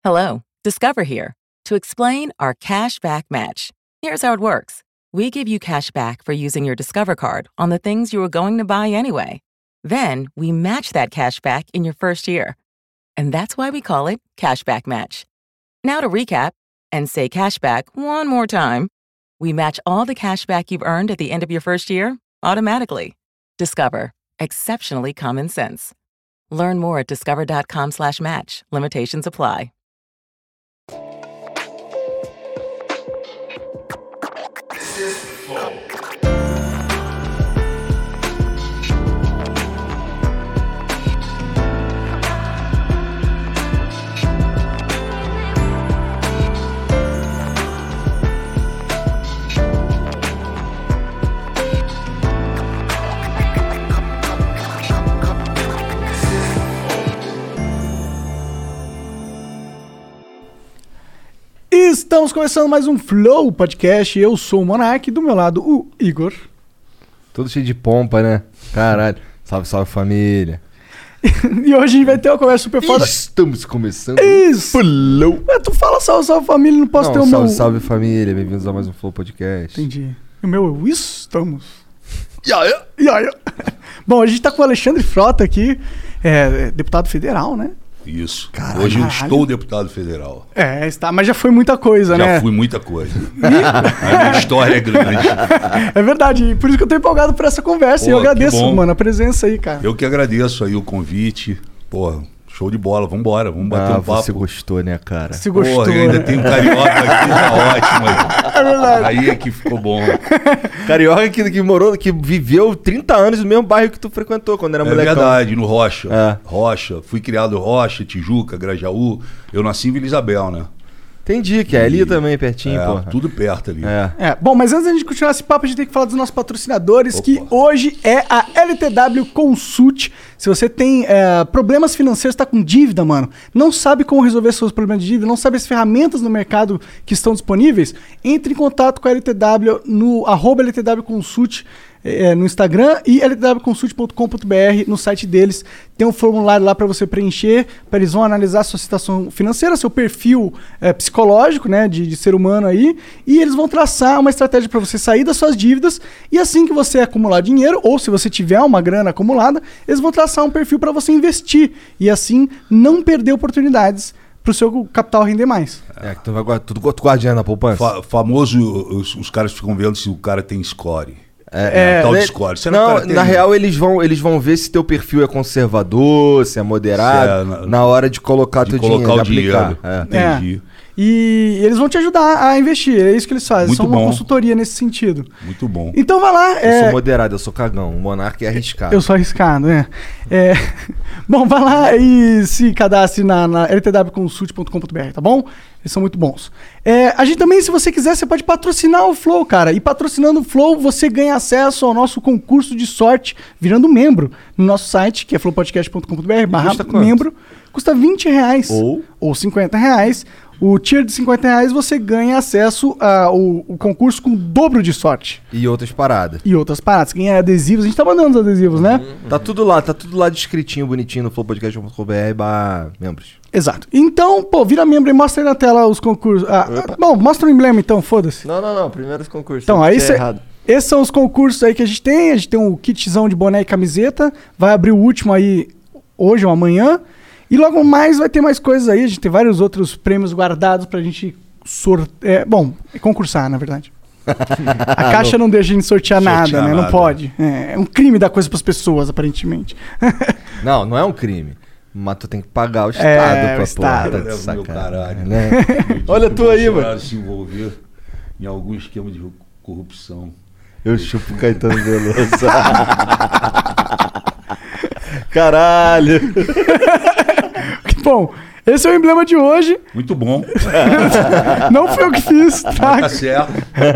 Hello, Discover here to explain our cash back match. Here's how it works. We give you cash back for using your Discover card on the things you were going to buy anyway. Then we match that cash back in your first year. And that's why we call it Cashback Match. Now to recap and say cashback one more time. We match all the cash back you've earned at the end of your first year automatically. Discover. Exceptionally common sense. Learn more at discover.com/match. Limitations apply. Estamos começando mais um Flow Podcast. Eu sou o Monark, do meu lado o Igor. Tudo cheio de pompa, né? Caralho. Salve, salve família. E hoje a gente vai ter uma conversa super foda. Estamos começando Isso. Flow. Tu fala salve, salve família, não posso ter o meu... Salve, salve família. Bem-vindos a mais um Flow Podcast. Entendi. O meu estamos. Bom, a gente tá com o Alexandre Frota aqui, deputado federal, né? Isso. Caralho. Hoje eu estou deputado federal. Está, mas já foi muita coisa, né? Já fui muita coisa. A minha história é grande. É verdade, e por isso que eu tô empolgado por essa conversa. Pô, e eu agradeço, que bom. mano, a presença aí, cara. Eu que agradeço aí o convite. Pô, show de bola. Vamos bater um papo. Você gostou, né, cara? Se gostou. Pô, ainda tem um carioca aqui, tá ótimo aí. É verdade. Aí é que ficou bom. Carioca que morou, que viveu 30 anos no mesmo bairro que tu frequentou quando era molecão. É verdade, no Rocha. É. Rocha. Fui criado em Rocha, Tijuca, Grajaú. Eu nasci em Vila Isabel, né? Entendi, que é ali também, pertinho, porra. Tudo perto ali. Bom, mas antes da gente continuar esse papo, a gente tem que falar dos nossos patrocinadores, Opa. que hoje é a LTW Consult. Se você tem problemas financeiros, tá com dívida, mano, não sabe como resolver seus problemas de dívida, não sabe as ferramentas no mercado que estão disponíveis, entre em contato com a LTW no @LTW Consult no Instagram e ltwconsult.com.br no site deles. Tem um formulário lá para você preencher, eles vão analisar sua situação financeira, seu perfil psicológico, né, de ser humano aí, e eles vão traçar uma estratégia para você sair das suas dívidas, e assim que você acumular dinheiro, ou se você tiver uma grana acumulada, eles vão traçar um perfil para você investir, e assim não perder oportunidades para o seu capital render mais. Que tu vai tu guarda dinheiro na poupança? Famoso, os caras ficam vendo se o cara tem score. Tal de score. Na real, eles vão ver se teu perfil é conservador, se é moderado, na hora de colocar teu dinheiro, colocar o aplicar. dinheiro. Entendi. E eles vão te ajudar a investir, é isso que eles fazem. Muito São uma bom. consultoria nesse sentido. Muito bom. Então vai lá. Eu sou moderado, eu sou cagão. O Monark é arriscado. Eu sou arriscado, Bom, vai lá e se cadastre na ltwconsult.com.br, tá bom? Eles são muito bons. A gente também, se você quiser, você pode patrocinar o Flow, cara. E patrocinando o Flow, você ganha acesso ao nosso concurso de sorte, virando membro no nosso site, que é flowpodcast.com.br/membro. Custa R$20 ou R$50. O tier de R$50 você ganha acesso ao concurso com o dobro de sorte. E outras paradas. Você ganha adesivos. A gente tá mandando os adesivos, né? Tá tudo lá descritinho, bonitinho no flowpodcast.com.br/membros. Exato. Então, vira membro e mostra aí na tela os concursos. Bom, mostra o emblema então, foda-se. Não. Primeiro os concursos. Então, aí esses são os concursos aí que a gente tem. A gente tem um kitzão de boné e camiseta. Vai abrir o último aí hoje ou amanhã. E logo mais vai ter mais coisas aí. A gente tem vários outros prêmios guardados pra gente concursar, na verdade. A Caixa não deixa a gente sortear nada, né? Não pode. É um crime dar coisa pras pessoas, aparentemente. Não é um crime. Mas tu tem que pagar o Estado pra Estado. porra. Meu caralho. Né? Olha tu aí, mano. Se envolver em algum esquema de corrupção. Eu chupo o Caetano Veloso. Caralho. Bom, esse é o emblema de hoje. Muito bom. Não fui eu que fiz, tá? Tá certo.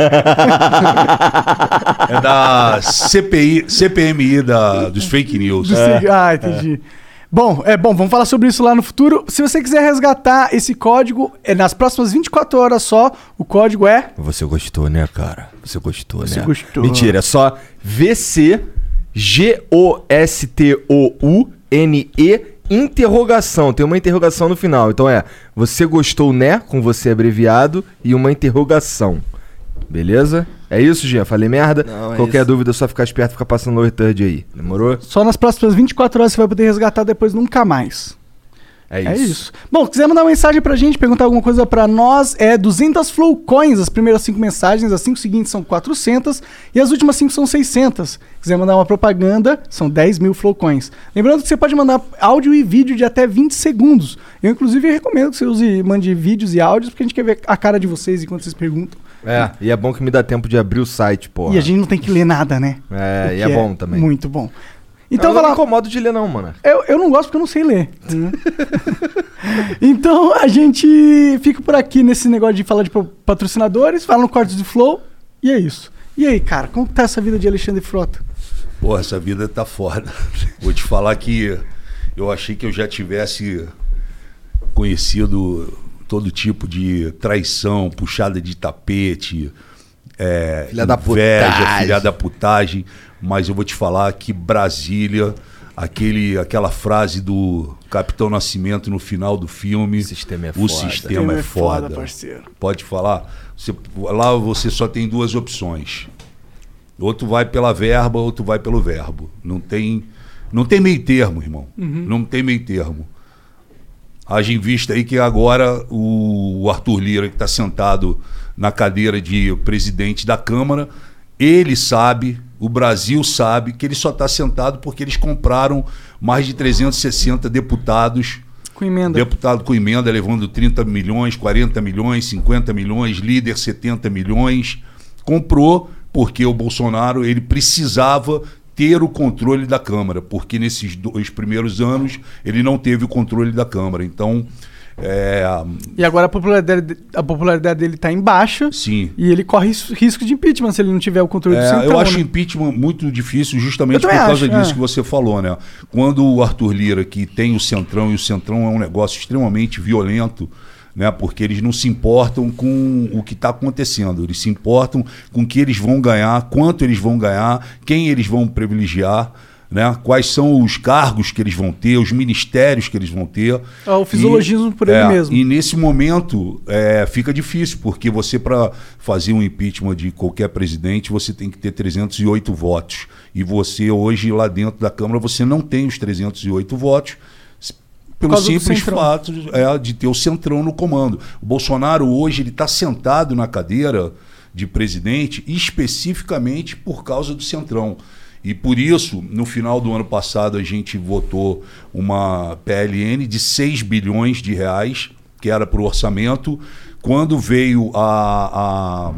É da CPMI dos fake news. Entendi. Bom, vamos falar sobre isso lá no futuro. Se você quiser resgatar esse código, nas próximas 24 horas só, o código é... Você gostou, né, cara? Você gostou. Mentira, é só VCGOSTOUNE interrogação. Tem uma interrogação no final. Então você gostou, né? Com você abreviado e uma interrogação. Beleza? É isso, Jean? Falei merda? Não, Qualquer dúvida, é só ficar esperto e ficar passando lower third aí. Demorou? Só nas próximas 24 horas você vai poder resgatar, depois nunca mais. É isso. Bom, quiser mandar uma mensagem pra gente, perguntar alguma coisa pra nós, 200 Flow Coins, as primeiras 5 mensagens, as 5 seguintes são 400 e as últimas 5 são 600. Quiser mandar uma propaganda, são 10 mil Flow Coins. Lembrando que você pode mandar áudio e vídeo de até 20 segundos. Eu, inclusive, recomendo que você mande vídeos e áudios, porque a gente quer ver a cara de vocês enquanto vocês perguntam. E é bom que me dá tempo de abrir o site, porra. E a gente não tem que ler nada, né? E é bom também. Muito bom. Então, eu não me incomodo de ler não, mano. Eu não gosto porque eu não sei ler. Então a gente fica por aqui nesse negócio de falar de patrocinadores, fala no Cortes de Flow e é isso. E aí, cara, como tá essa vida de Alexandre Frota? Pô, essa vida tá foda. Vou te falar que eu achei que eu já tivesse conhecido todo tipo de traição, puxada de tapete, filha da putagem. Mas eu vou te falar que Brasília, aquela frase do Capitão Nascimento no final do filme... O sistema é foda. O sistema é foda, parceiro. Pode falar? Lá você só tem 2 opções. Ou tu vai pela verba, ou tu vai pelo verbo. Não tem meio termo, irmão. Não tem meio termo. Haja em vista aí que agora o Arthur Lira, que está sentado na cadeira de presidente da Câmara, ele sabe, o Brasil sabe, que ele só está sentado porque eles compraram mais de 360 deputados. Com emenda. Deputado com emenda, levando 30 milhões, 40 milhões, 50 milhões, líder 70 milhões. Comprou porque o Bolsonaro ele precisava ter o controle da Câmara, porque nesses 2 primeiros anos ele não teve o controle da Câmara. Então... E agora a popularidade dele está em baixa. Sim. E ele corre risco de impeachment se ele não tiver o controle do Centrão. Eu acho impeachment muito difícil justamente por causa disso que você falou, né? Quando o Arthur Lira, que tem o Centrão, e o Centrão é um negócio extremamente violento, né? Porque eles não se importam com o que está acontecendo, eles se importam com o que eles vão ganhar, quanto eles vão ganhar, quem eles vão privilegiar, né? Quais são os cargos que eles vão ter, os ministérios que eles vão ter. O fisiologismo por ele mesmo. E nesse momento fica difícil, porque você, para fazer um impeachment de qualquer presidente, você tem que ter 308 votos. E você hoje, lá dentro da Câmara, você não tem os 308 votos, pelo simples fato de ter o Centrão no comando. O Bolsonaro hoje ele está sentado na cadeira de presidente especificamente por causa do Centrão. E por isso, no final do ano passado, a gente votou uma PLN de 6 bilhões de reais, que era para o orçamento. Quando veio a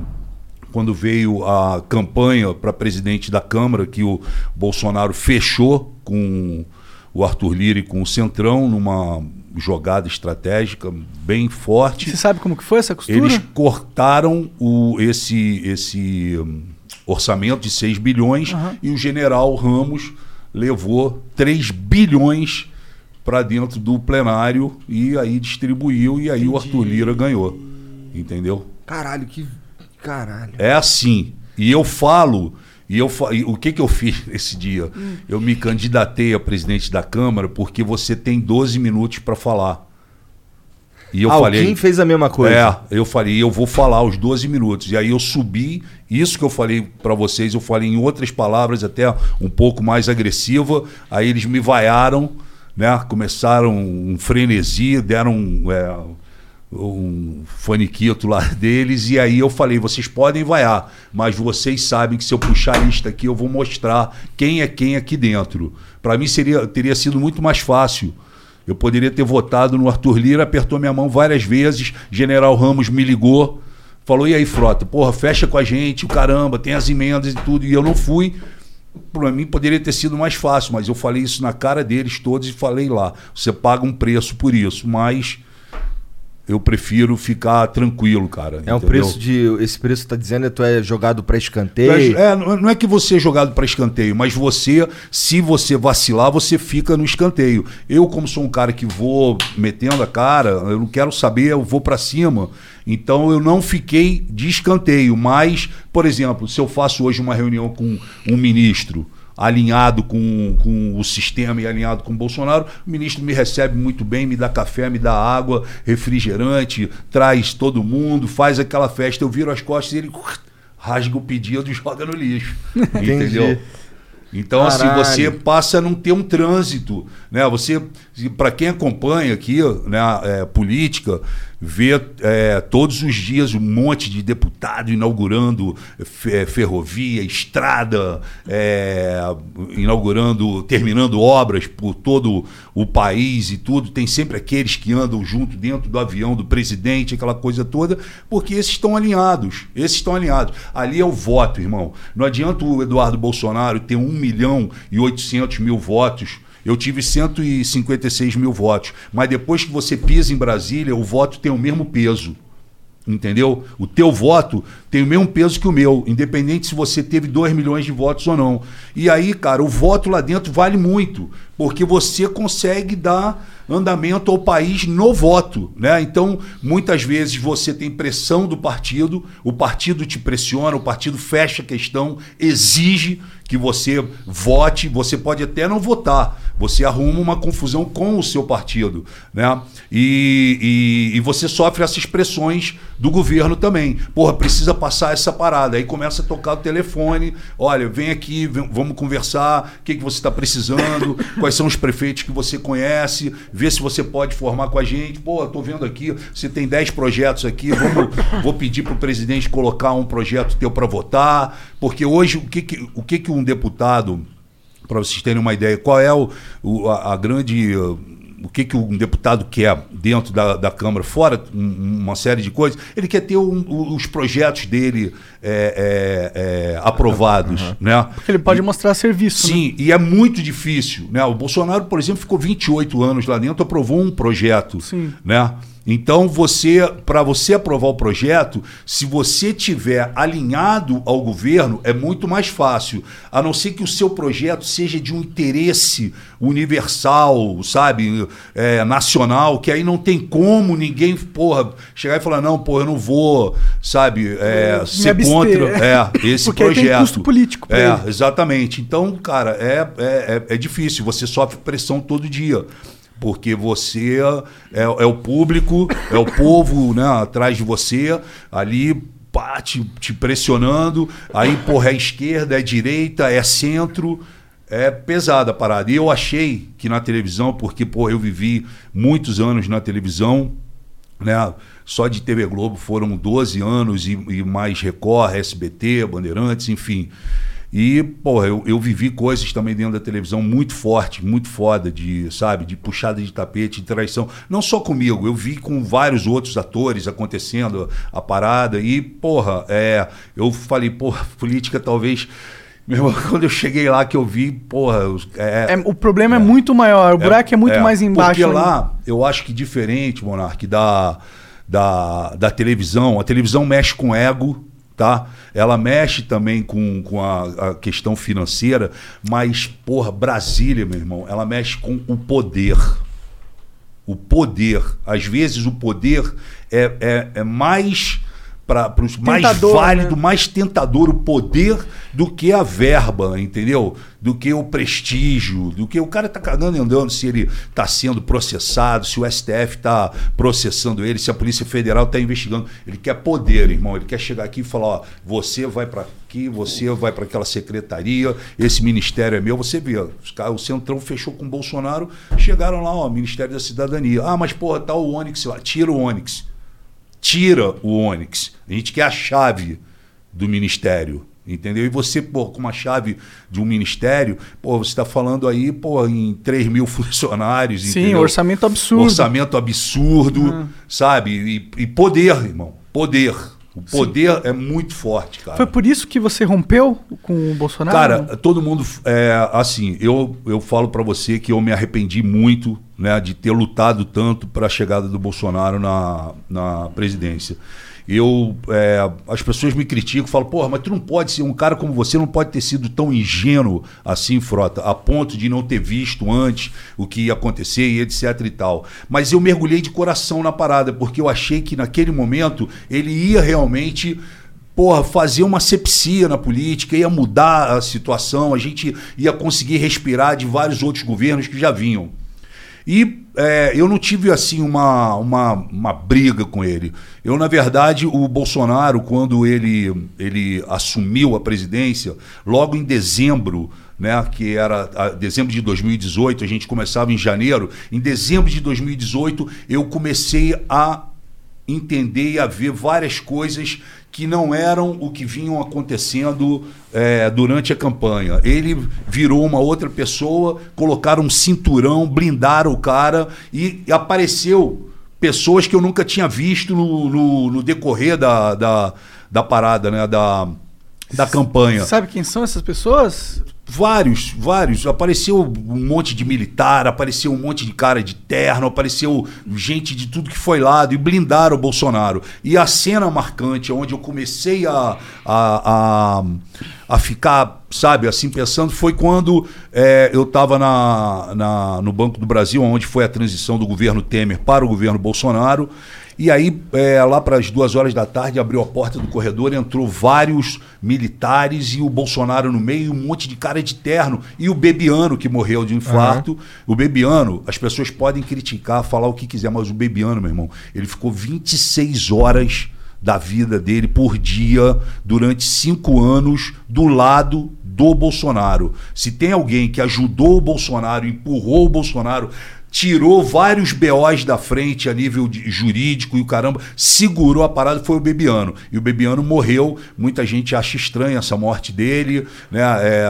campanha para presidente da Câmara, que o Bolsonaro fechou com o Arthur Lira e com o Centrão, numa jogada estratégica bem forte. Você sabe como que foi essa costura? Eles cortaram esse orçamento de 6 bilhões e o general Ramos levou 3 bilhões para dentro do plenário e aí distribuiu e aí o Arthur Lira ganhou. Entendeu? Caralho. É assim. E eu falo... o que eu fiz esse dia? Eu me candidatei a presidente da Câmara porque você tem 12 minutos para falar. E eu Alguém fez a mesma coisa. Eu falei, eu vou falar os 12 minutos. E aí eu subi, isso que eu falei para vocês, eu falei em outras palavras, até um pouco mais agressiva. Aí eles me vaiaram, né? Começaram um frenesi, deram um faniquito lá deles. E aí eu falei, vocês podem vaiar, mas vocês sabem que se eu puxar a lista aqui, eu vou mostrar quem é quem aqui dentro. Para mim teria sido muito mais fácil. Eu poderia ter votado no Arthur Lira, apertou minha mão várias vezes, General Ramos me ligou, falou, e aí, Frota, porra, fecha com a gente, o caramba, tem as emendas e tudo, e eu não fui. Para mim poderia ter sido mais fácil, mas eu falei isso na cara deles todos e falei lá, você paga um preço por isso, mas eu prefiro ficar tranquilo, cara. É um preço esse preço que tá dizendo que tu é jogado para escanteio? Não é que você é jogado para escanteio, mas se você vacilar, você fica no escanteio. Eu, como sou um cara que vou metendo a cara, eu não quero saber, eu vou para cima. Então eu não fiquei de escanteio, mas, por exemplo, se eu faço hoje uma reunião com um ministro alinhado com o sistema e alinhado com o Bolsonaro, o ministro me recebe muito bem, me dá café, me dá água, refrigerante, traz todo mundo, faz aquela festa, eu viro as costas e ele rasga o pedido e joga no lixo. Entendeu? Então, Caralho. assim, você passa a não ter um trânsito, né? Você, para quem acompanha aqui, né, política, vê todos os dias um monte de deputado inaugurando ferrovia, estrada, terminando obras por todo o país e tudo. Tem sempre aqueles que andam junto dentro do avião do presidente, aquela coisa toda, porque esses estão alinhados. Ali é o voto, irmão. Não adianta o Eduardo Bolsonaro ter 1.800.000 votos. Eu tive 156 mil votos. Mas depois que você pisa em Brasília, o voto tem o mesmo peso. Entendeu? O teu voto tem o mesmo peso que o meu, independente se você teve 2 milhões de votos ou não. E aí, cara, o voto lá dentro vale muito, porque você consegue dar andamento ao país no voto, né? Então, muitas vezes você tem pressão do partido, o partido te pressiona, o partido fecha a questão, exige que você vote, você pode até não votar, você arruma uma confusão com o seu partido, né? E você sofre essas pressões do governo também. Porra, precisa passar essa parada. Aí começa a tocar o telefone, olha, vem aqui, vamos conversar, o que você está precisando, quais são os prefeitos que você conhece, vê se você pode formar com a gente. Pô, tô vendo aqui, você tem 10 projetos aqui, vou pedir para o presidente colocar um projeto teu para votar, porque hoje o que um deputado, para vocês terem uma ideia, qual é a grande... O que um deputado quer dentro da Câmara, fora uma série de coisas, ele quer ter os projetos dele aprovados. Né? Porque ele pode mostrar serviço. Sim, né? E é muito difícil. Né? O Bolsonaro, por exemplo, ficou 28 anos lá dentro, aprovou um projeto. Sim. Né? Então, para você aprovar o projeto, se você tiver alinhado ao governo, é muito mais fácil. A não ser que o seu projeto seja de um interesse universal, sabe, nacional, que aí não tem como ninguém, chegar e falar, não, eu não vou, sabe, ser contra esse porque projeto. Tem custo político pra ele. Exatamente. Então, cara, é difícil, você sofre pressão todo dia. Porque você é o público, é o povo, né, atrás de você, ali te pressionando, aí é esquerda, é direita, é centro, é pesada a parada. E eu achei que na televisão, porque eu vivi muitos anos na televisão, né, só de TV Globo foram 12 anos e mais Record, SBT, Bandeirantes, enfim... E, eu vivi coisas também dentro da televisão muito forte, muito foda, de puxada de tapete, de traição. Não só comigo, eu vi com vários outros atores acontecendo a parada. E, eu falei, política talvez... Meu irmão, quando eu cheguei lá que eu vi, o problema é muito maior, o buraco é muito mais embaixo. Porque lá, eu acho que diferente, Monark, da televisão, a televisão mexe com ego, tá? Ela mexe também com a questão financeira, mas, Brasília, meu irmão, ela mexe com o poder. O poder. Às vezes o poder é mais... para os mais válido, né? Mais tentador o poder do que a verba, entendeu? Do que o prestígio, do que o cara tá cagando e andando se ele tá sendo processado, se o STF tá processando ele, se a Polícia Federal tá investigando. Ele quer poder, irmão. Ele quer chegar aqui e falar, ó, você vai para aqui, você vai para aquela secretaria, esse ministério é meu. Você vê, o Centrão fechou com o Bolsonaro, chegaram lá, ó, Ministério da Cidadania. Ah, mas tá o Onyx lá. Tira o Onyx. Tira o Onyx. A gente quer a chave do ministério, entendeu? E você, com uma chave de um ministério, você está falando aí, em 3 mil funcionários. Sim, entendeu? Orçamento absurdo. Orçamento absurdo, sabe? E poder, irmão. Poder. O poder é muito forte, cara. Foi por isso que você rompeu com o Bolsonaro? Cara, todo mundo... assim, eu falo pra você que eu me arrependi muito, né, de ter lutado tanto para a chegada do Bolsonaro na presidência. As pessoas me criticam, falam, mas tu não pode ser, um cara como você não pode ter sido tão ingênuo assim, Frota, a ponto de não ter visto antes o que ia acontecer e etc e tal. Mas eu mergulhei de coração na parada, porque eu achei que naquele momento ele ia realmente porra, fazer uma asepsia na política, ia mudar a situação, a gente ia conseguir respirar de vários outros governos que já vinham. E eu não tive, assim, uma briga com ele. Eu, na verdade, o Bolsonaro, quando ele assumiu a presidência, logo em dezembro, né, que era dezembro de 2018, a gente começava em janeiro, em dezembro de 2018 eu comecei a entender e a ver várias coisas que não eram o que vinham acontecendo durante a campanha. Ele virou uma outra pessoa, colocaram um cinturão, blindaram o cara e apareceu pessoas que eu nunca tinha visto no decorrer da parada, né, da campanha. Sabe quem são essas pessoas? Vários. Apareceu um monte de militar, apareceu um monte de cara de terno, apareceu gente de tudo que foi lado e blindaram o Bolsonaro. E a cena marcante, onde eu comecei a ficar, sabe, assim, pensando, foi quando eu estava no Banco do Brasil, onde foi a transição do governo Temer para o governo Bolsonaro. E aí, lá para as 2 horas da tarde, abriu a porta do corredor, entrou vários militares e o Bolsonaro no meio, um monte de cara de terno. E o Bebiano, que morreu de infarto. O Bebiano, as pessoas podem criticar, falar o que quiser, mas o Bebiano, meu irmão, ele ficou 26 horas da vida dele por dia, durante 5 anos, do lado do Bolsonaro. Se tem alguém que ajudou o Bolsonaro, empurrou o Bolsonaro, tirou vários BOs da frente a nível jurídico e o caramba, segurou a parada, foi o Bebiano. E o Bebiano morreu, muita gente acha estranha essa morte dele, né?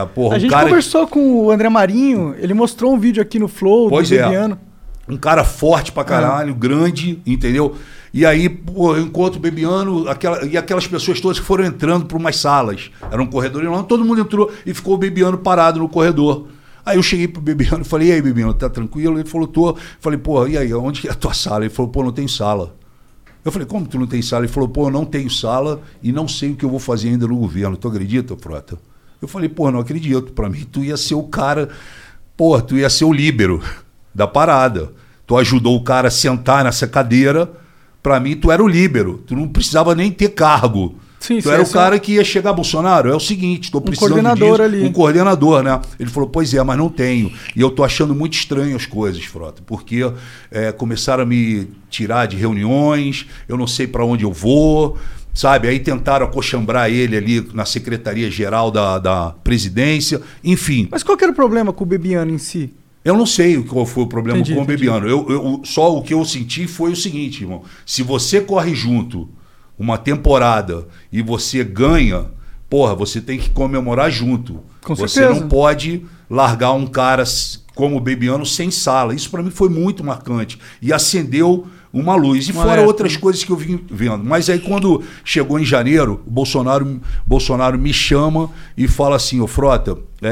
A gente conversou com o André Marinho, ele mostrou um vídeo aqui no Flow do Bebiano. Um cara forte pra caralho, grande, entendeu? E aí, pô, eu encontro o Bebiano e aquelas pessoas todas que foram entrando por umas salas. Era um corredor enorme, todo mundo entrou e ficou o Bebiano parado no corredor. Aí eu cheguei pro Bebiano e falei, e aí, Bebiano, tá tranquilo? Ele falou, tô. Falei, pô, e aí, onde é a tua sala? Ele falou, pô, não tem sala. Eu falei, como tu não tem sala? Ele falou, pô, eu não tenho sala e não sei o que eu vou fazer ainda no governo. Tu acredita, Frota? Eu falei, pô, não acredito. Pra mim, tu ia ser o cara, pô, tu ia ser o líbero da parada. Tu ajudou o cara a sentar nessa cadeira. Pra mim, tu era o líbero. Tu não precisava nem ter cargo. Sim, tu era o cara que ia chegar, Bolsonaro, é o seguinte, tô precisando coordenador ali. Um coordenador, né? Ele falou, pois é, mas não tenho. E eu tô achando muito estranho as coisas, Frota, porque começaram a me tirar de reuniões, eu não sei para onde eu vou, sabe? Aí tentaram acochambrar ele ali na Secretaria-Geral da Presidência, enfim. Mas qual que era o problema com o Bebiano em si? Eu não sei qual foi o problema com o Bebiano. Entendi. Só o que eu senti foi o seguinte, irmão. Se você corre junto uma temporada e você ganha, porra, você tem que comemorar junto. Com você certeza. não pode largar um cara como o Bebiano sem sala. Isso para mim foi muito marcante. E acendeu uma luz. E fora outras coisas que eu vim vendo. Mas aí quando chegou em janeiro, o Bolsonaro me chama e fala assim, ô Frota,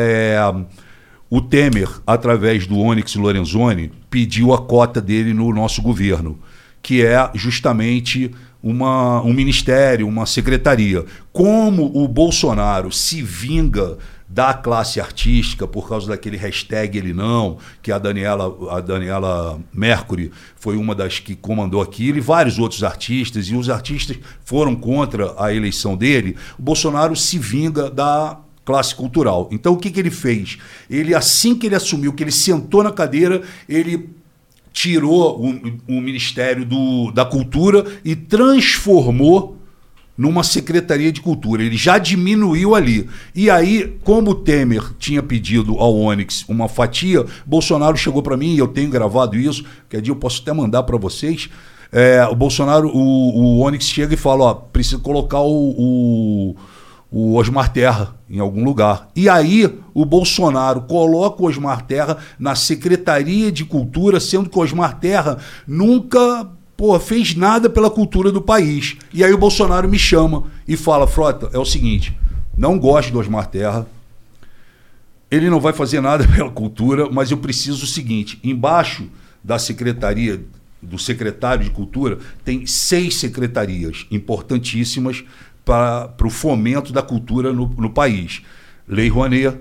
o Temer, através do Onyx Lorenzoni, pediu a cota dele no nosso governo, que é justamente um ministério, uma secretaria. Como o Bolsonaro se vinga da classe artística por causa daquele hashtag ele não, que a Daniela Mercury foi uma das que comandou aquilo, e vários outros artistas, e os artistas foram contra a eleição dele, o Bolsonaro se vinga da classe cultural. Então o que ele fez? Ele, assim que ele assumiu, que ele sentou na cadeira, ele tirou o Ministério da Cultura e transformou numa Secretaria de Cultura. Ele já diminuiu ali. E aí, como o Temer tinha pedido ao Onyx uma fatia, Bolsonaro chegou para mim, e eu tenho gravado isso, qualquer dia eu posso até mandar para vocês, o Bolsonaro, o Onyx chega e fala, ó, precisa colocar o Osmar Terra em algum lugar. E aí o Bolsonaro coloca o Osmar Terra na Secretaria de Cultura, sendo que o Osmar Terra nunca fez nada pela cultura do país. E aí o Bolsonaro me chama e fala, Frota, é o seguinte, não gosto do Osmar Terra, ele não vai fazer nada pela cultura, mas eu preciso o seguinte, embaixo da secretaria, do secretário de Cultura, tem 6 secretarias importantíssimas para o fomento da cultura no país. Lei Rouanet,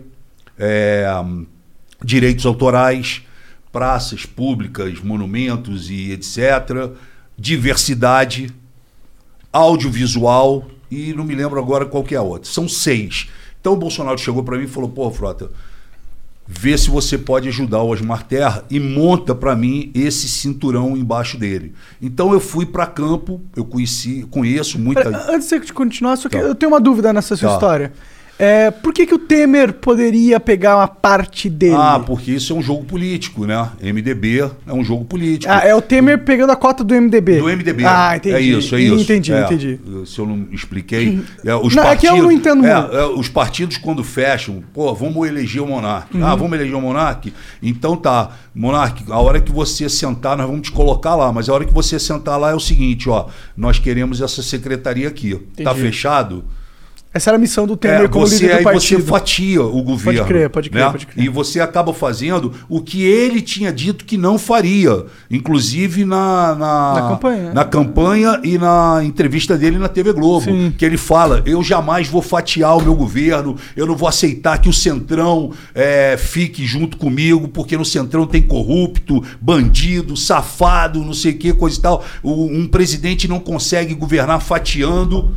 direitos autorais, praças públicas, monumentos e etc., diversidade, audiovisual, e não me lembro agora qual que é a outra. São 6. Então o Bolsonaro chegou para mim e falou, pô, Frota, vê se você pode ajudar o Osmar Terra e monta para mim esse cinturão embaixo dele. Então eu fui para campo, eu conheço muita... Antes de continuar, só que eu tenho uma dúvida nessa sua história. Por que o Temer poderia pegar uma parte dele? Porque isso é um jogo político, né? MDB é um jogo político. É o Temer pegando a cota do MDB. Do MDB. Entendi. É isso. Entendi. Se eu não expliquei... É que eu não entendo muito. Os partidos, quando fecham, vamos eleger o Monark. Vamos eleger o Monark? Então tá, Monark, a hora que você sentar, nós vamos te colocar lá, mas a hora que você sentar lá é o seguinte, nós queremos essa secretaria aqui. Entendi. Tá fechado? Essa era a missão do Temer como líder do partido. Você fatia o governo. Pode crer. E você acaba fazendo o que ele tinha dito que não faria. Inclusive na campanha e na entrevista dele na TV Globo. Sim. Que ele fala, eu jamais vou fatiar o meu governo, eu não vou aceitar que o Centrão fique junto comigo, porque no Centrão tem corrupto, bandido, safado, não sei o que, coisa e tal. Um presidente não consegue governar fatiando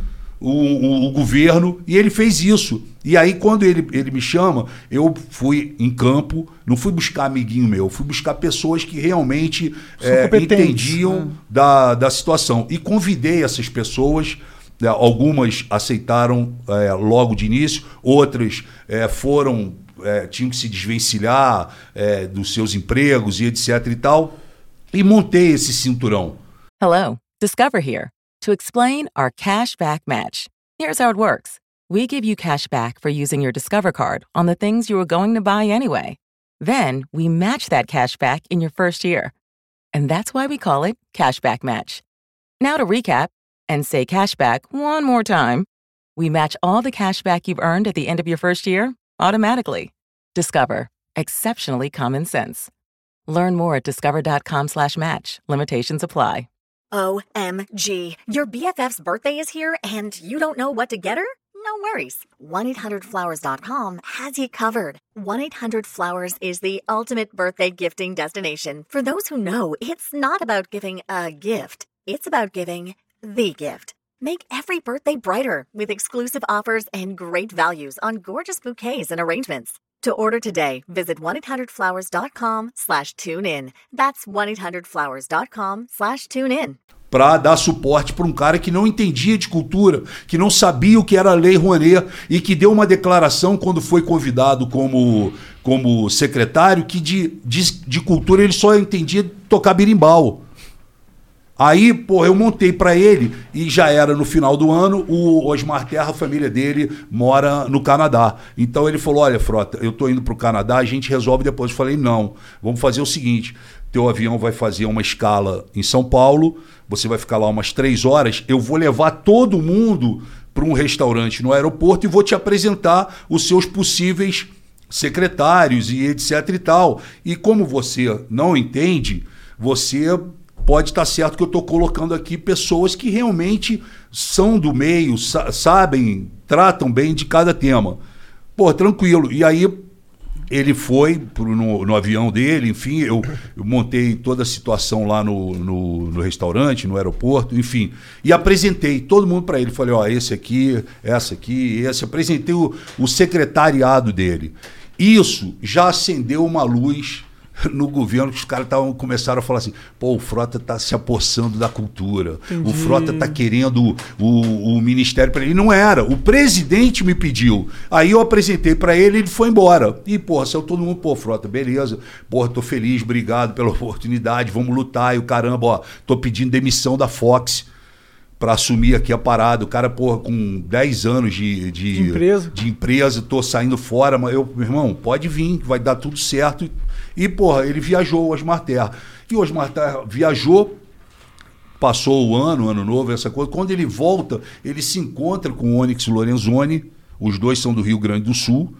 o governo, e ele fez isso. E aí, quando ele me chama, eu fui em campo, não fui buscar amiguinho meu, fui buscar pessoas que realmente entendiam da situação. E convidei essas pessoas, algumas aceitaram logo de início, outras tinham que se desvencilhar dos seus empregos e etc e tal, e montei esse cinturão. Hello, Discover here. To explain our cash back match. Here's how it works. We give you cash back for using your Discover card on the things you were going to buy anyway. Then we match that cash back in your first year. And that's why we call it Cashback Match. Now to recap and say cashback one more time. We match all the cash back you've earned at the end of your first year automatically. Discover. Exceptionally common sense. Learn more at discover.com/match. Limitations apply. OMG. Your BFF's birthday is here and you don't know what to get her? No worries. 1-800-Flowers.com has you covered. 1-800-Flowers is the ultimate birthday gifting destination. For those who know, it's not about giving a gift. It's about giving the gift. Make every birthday brighter with exclusive offers and great values on gorgeous bouquets and arrangements. To order today, visit 1-800-Flowers.com/tune-in. That's 1-800-Flowers.com/tune-in. Para dar suporte para um cara que não entendia de cultura, que não sabia o que era a Lei Rouanet e que deu uma declaração quando foi convidado como secretário que de cultura ele só entendia tocar berimbau. Aí, eu montei para ele e já era no final do ano, o Osmar Terra, a família dele, mora no Canadá. Então ele falou, olha, Frota, eu tô indo pro Canadá, a gente resolve depois. Eu falei, não, vamos fazer o seguinte, teu avião vai fazer uma escala em São Paulo, você vai ficar lá umas 3 horas, eu vou levar todo mundo para um restaurante no aeroporto e vou te apresentar os seus possíveis secretários e etc e tal. E como você não entende, você... pode estar certo que eu estou colocando aqui pessoas que realmente são do meio, sabem, tratam bem de cada tema. Tranquilo. E aí ele foi no avião dele, enfim, eu montei toda a situação lá no restaurante, no aeroporto, enfim. E apresentei todo mundo para ele. Falei, esse aqui, essa aqui, esse. Apresentei o secretariado dele. Isso já acendeu uma luz no governo, que os caras começaram a falar assim, o Frota tá se apossando da cultura. Entendi. O Frota tá querendo o ministério para ele. Não era. O presidente me pediu. Aí eu apresentei para ele e ele foi embora. E, saiu todo mundo, Frota, beleza. Tô feliz, obrigado pela oportunidade, vamos lutar. E o caramba, tô pedindo demissão da Fox para assumir aqui a parada. O cara, com 10 anos de empresa, tô saindo fora, mas meu irmão, pode vir, vai dar tudo certo. E, ele viajou, o Osmar Terra. E o Osmar Terra viajou, passou o ano novo, essa coisa. Quando ele volta, ele se encontra com o Onyx Lorenzoni, os dois são do Rio Grande do Sul.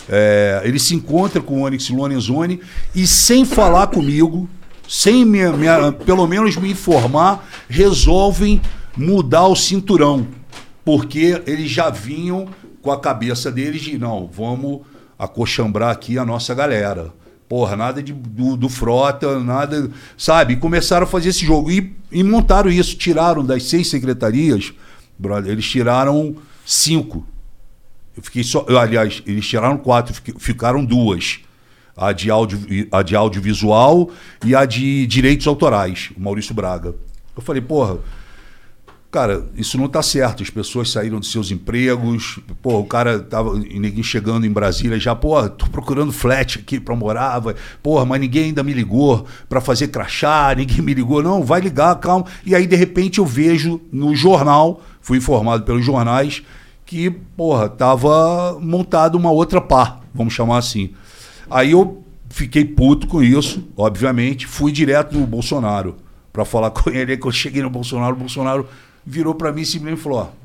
Ele se encontra com o Onyx Lorenzoni e, sem falar comigo, sem pelo menos me informar, resolvem mudar o cinturão. Porque eles já vinham com a cabeça deles de, não, vamos acochambrar aqui a nossa galera. Nada do Frota, nada, sabe? Começaram a fazer esse jogo e montaram isso, tiraram das 6 secretarias brother. Eles tiraram 5. Eu fiquei só... Aliás, eles tiraram 4, ficaram 2. A de audiovisual e a de direitos autorais, o Maurício Braga. Eu falei, porra, cara, isso não tá certo. As pessoas saíram dos seus empregos, porra, o cara tava ninguém chegando em Brasília já, porra, tô procurando flat aqui pra morar, porra, mas ninguém ainda me ligou pra fazer crachá, ninguém me ligou, não, vai ligar, calma. E aí, de repente, eu vejo no jornal, fui informado pelos jornais, que, porra, tava montado uma outra pá, vamos chamar assim. Aí eu fiquei puto com isso, obviamente, fui direto no Bolsonaro pra falar com ele. Aí quando eu cheguei no Bolsonaro, o Bolsonaro virou pra mim e simplesmente falou, ó,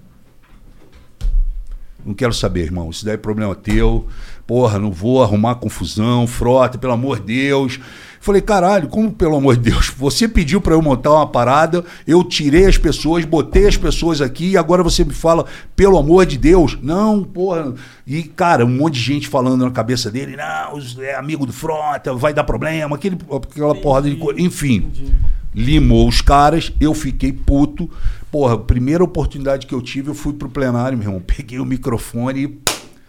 não quero saber, irmão, isso daí é problema teu, porra, não vou arrumar confusão, Frota, pelo amor de Deus. Falei, caralho, como pelo amor de Deus? Você pediu pra eu montar uma parada, eu tirei as pessoas, botei as pessoas aqui e agora você me fala, pelo amor de Deus? Não, porra. E, cara, um monte de gente falando na cabeça dele, não, é amigo do Frota, vai dar problema, aquela porrada de coisa. Enfim, limou os caras, eu fiquei puto. Porra, a primeira oportunidade que eu tive, eu fui pro plenário, meu irmão, peguei o microfone e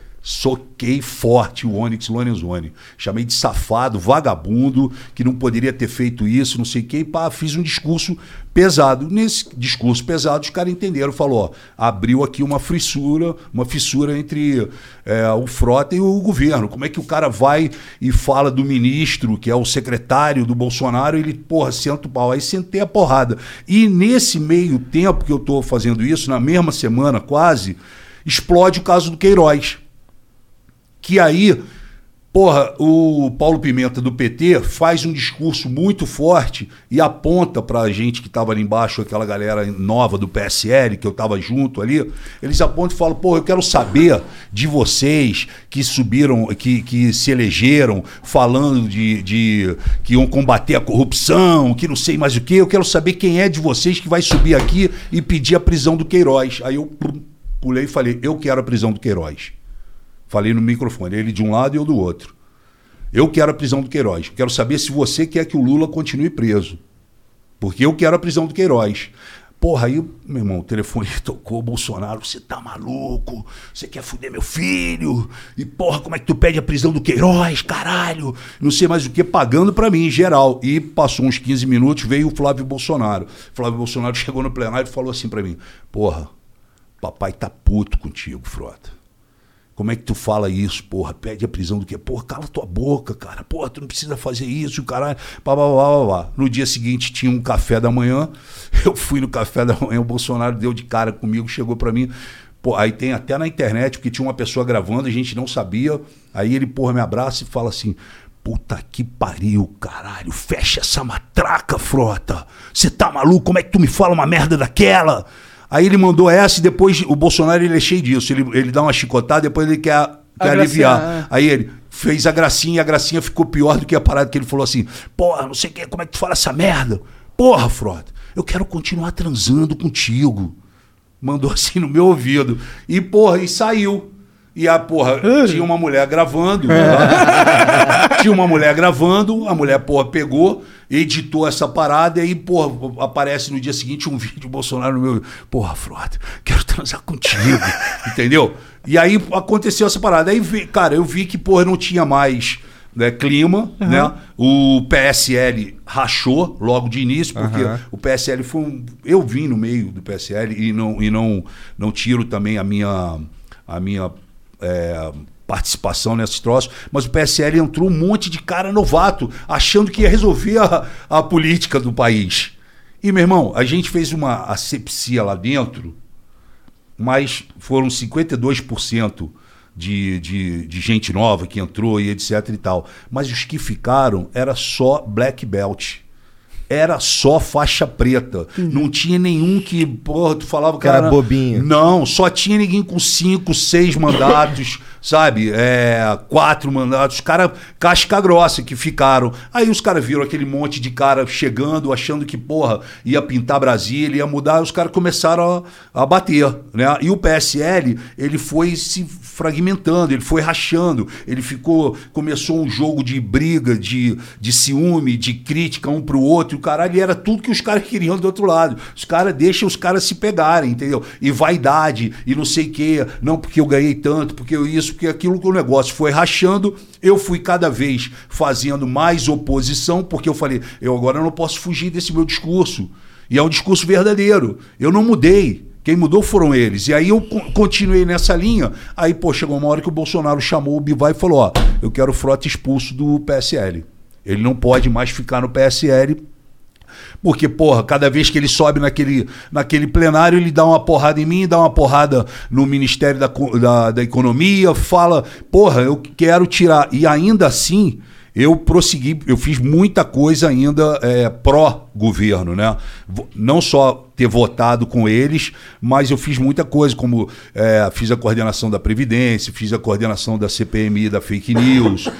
soquei forte o Onyx Lorenzoni. Chamei de safado, vagabundo, que não poderia ter feito isso, não sei o quê. E pá, fiz um discurso pesado. Nesse discurso pesado, os caras entenderam. Falou, ó, abriu aqui uma fissura entre o Frota e o governo. Como é que o cara vai e fala do ministro, que é o secretário do Bolsonaro, e ele, porra, senta o pau. Aí sentei a porrada. E nesse meio tempo que eu tô fazendo isso, na mesma semana quase, explode o caso do Queiroz. Que aí, porra, o Paulo Pimenta do PT faz um discurso muito forte e aponta pra gente que tava ali embaixo, aquela galera nova do PSL, que eu tava junto ali, eles apontam e falam, porra, eu quero saber de vocês que subiram, que se elegeram falando de que iam combater a corrupção, que não sei mais o que, eu quero saber quem é de vocês que vai subir aqui e pedir a prisão do Queiroz. Aí eu pulei e falei, eu quero a prisão do Queiroz. Falei no microfone, ele de um lado e eu do outro. Eu quero a prisão do Queiroz. Quero saber se você quer que o Lula continue preso. Porque eu quero a prisão do Queiroz. Porra, aí, meu irmão, o telefone tocou, Bolsonaro, você tá maluco? Você quer fuder meu filho? E porra, como é que tu pede a prisão do Queiroz, caralho? Não sei mais o que, pagando pra mim, em geral. E passou uns 15 minutos, veio o Flávio Bolsonaro. Flávio Bolsonaro chegou no plenário e falou assim pra mim, porra, papai tá puto contigo, Frota. Como é que tu fala isso, porra? Pede a prisão do quê? Porra, cala tua boca, cara. Porra, tu não precisa fazer isso, caralho. Pá, pá, pá, pá, pá. No dia seguinte tinha um café da manhã. Eu fui no café da manhã, o Bolsonaro deu de cara comigo, chegou pra mim. Pô, aí tem até na internet, porque tinha uma pessoa gravando, a gente não sabia. Aí ele, porra, me abraça e fala assim, puta que pariu, caralho. Fecha essa matraca, Frota. Você tá maluco? Como é que tu me fala uma merda daquela? Aí ele mandou essa e depois o Bolsonaro ele é cheio disso. Ele dá uma chicotada, depois ele quer aliviar. Aí ele fez a gracinha e a gracinha ficou pior do que a parada que ele falou assim, porra, não sei o que, como é que tu fala essa merda? Porra, Frota, eu quero continuar transando contigo. Mandou assim no meu ouvido. E, porra, e saiu. E a porra, tinha uma mulher gravando. Tinha uma mulher gravando, a mulher, porra, pegou, editou essa parada e aí, porra, aparece no dia seguinte um vídeo do Bolsonaro no meu. Porra, Frota, quero transar contigo. Entendeu? E aí aconteceu essa parada. Aí, cara, eu vi que, porra, não tinha mais clima, né? O PSL rachou logo de início, porque o PSL foi eu vim no meio do PSL e não tiro também a minha participação nesses troços, mas o PSL entrou um monte de cara novato, achando que ia resolver a política do país. E, meu irmão, a gente fez uma asepsia lá dentro, mas foram 52% de gente nova que entrou e etc e tal. Mas os que ficaram era só black belt. Era só faixa preta. Não tinha nenhum que, porra, tu falava que era bobinho. Não, só tinha ninguém com 5, 6 mandatos, sabe? 4 mandatos. Cara, casca grossa que ficaram. Aí os caras viram aquele monte de cara chegando, achando que, porra, ia pintar Brasília, ia mudar. Os caras começaram a bater, né? E o PSL, ele foi se fragmentando, ele foi rachando. Ele começou um jogo de briga, de ciúme, de crítica um pro outro. o caralho, e era tudo que os caras queriam do outro lado. Os caras deixam os caras se pegarem, entendeu? E vaidade, e não sei o quê, não porque eu ganhei tanto, porque eu isso, porque aquilo, que o negócio foi rachando, eu fui cada vez fazendo mais oposição, porque eu falei, eu agora não posso fugir desse meu discurso. E é um discurso verdadeiro. Eu não mudei. Quem mudou foram eles. E aí eu continuei nessa linha. Aí, pô, chegou uma hora que o Bolsonaro chamou o Bivar e falou, ó, eu quero o Frota expulso do PSL. Ele não pode mais ficar no PSL, porque, porra, cada vez que ele sobe naquele plenário, ele dá uma porrada em mim, dá uma porrada no Ministério da Economia, fala, porra, eu quero tirar. E ainda assim, eu prossegui, eu fiz muita coisa ainda pró-governo, né? Não só ter votado com eles, mas eu fiz muita coisa, como fiz a coordenação da Previdência, fiz a coordenação da CPMI, da Fake News,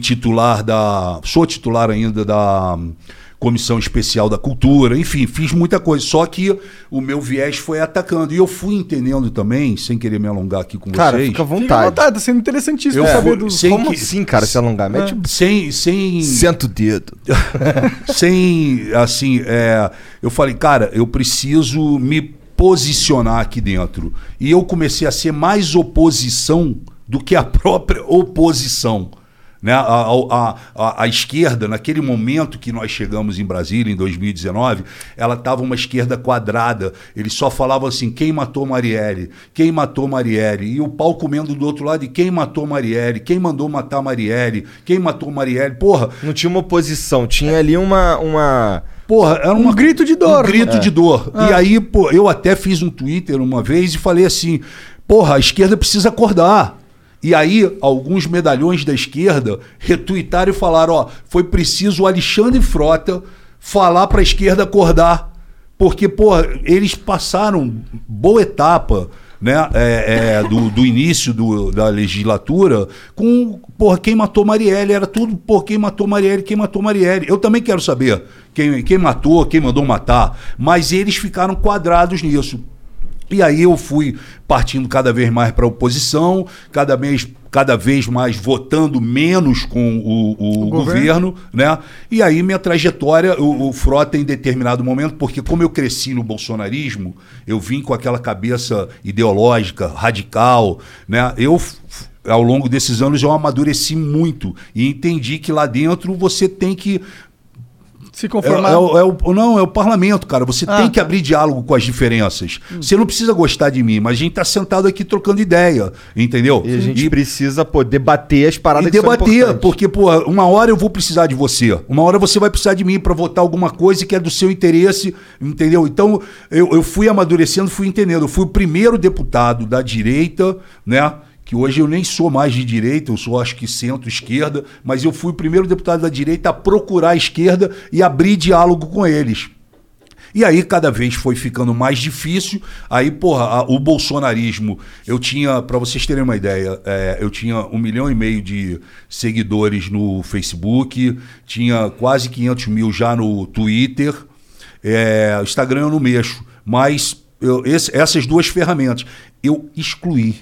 sou titular ainda da Comissão Especial da Cultura, enfim, fiz muita coisa, só que o meu viés foi atacando, e eu fui entendendo também, sem querer me alongar aqui com cara, vocês. Fica à Fica à vontade. vontade, tá sendo interessantíssimo saber do... Como assim, cara, se alongar? Mete senta o dedo. Sem, assim, eu falei, cara, eu preciso me posicionar aqui dentro. E eu comecei a ser mais oposição do que a própria oposição. Né? A esquerda, naquele momento que nós chegamos em Brasília, em 2019, ela estava uma esquerda quadrada. Eles só falavam assim, quem matou Marielle? Quem matou Marielle? E o pau comendo do outro lado, e quem matou Marielle? Quem mandou matar Marielle? Quem matou Marielle? Porra... Não tinha uma oposição, tinha ali uma... Porra, era um grito de dor. Um grito de dor. E aí, pô, eu até fiz um Twitter uma vez e falei assim, porra, a esquerda precisa acordar. E aí, alguns medalhões da esquerda retuitaram e falaram, ó, foi preciso o Alexandre Frota falar para a esquerda acordar. Porque, porra, eles passaram boa etapa, né, do início da legislatura com, porra, quem matou Marielle, era tudo, porra, quem matou Marielle, quem matou Marielle. Eu também quero saber quem matou, quem mandou matar, mas eles ficaram quadrados nisso. E aí eu fui partindo cada vez mais para a oposição, cada vez mais votando menos com o governo, né? E aí minha trajetória, o Frota em determinado momento, porque como eu cresci no bolsonarismo, eu vim com aquela cabeça ideológica, radical, né? Ao longo desses anos eu amadureci muito e entendi que lá dentro você tem que... Se conformar. Não, é o parlamento, cara. Você tem que abrir diálogo com as diferenças. Você não precisa gostar de mim, mas a gente tá sentado aqui trocando ideia, entendeu? E a gente precisa debater as paradas que são importantes. Porque, pô, uma hora eu vou precisar de você. Uma hora você vai precisar de mim para votar alguma coisa que é do seu interesse, entendeu? Então, eu fui amadurecendo, fui entendendo. Eu fui o primeiro deputado da direita, né? Que hoje eu nem sou mais de direita, eu sou acho que centro-esquerda, mas eu fui o primeiro deputado da direita a procurar a esquerda e abrir diálogo com eles. E aí cada vez foi ficando mais difícil, aí, porra, o bolsonarismo, eu tinha, para vocês terem uma ideia, eu tinha 1,5 milhão de seguidores no Facebook, tinha quase 500 mil já no Twitter, Instagram eu não mexo, mas essas duas ferramentas eu excluí,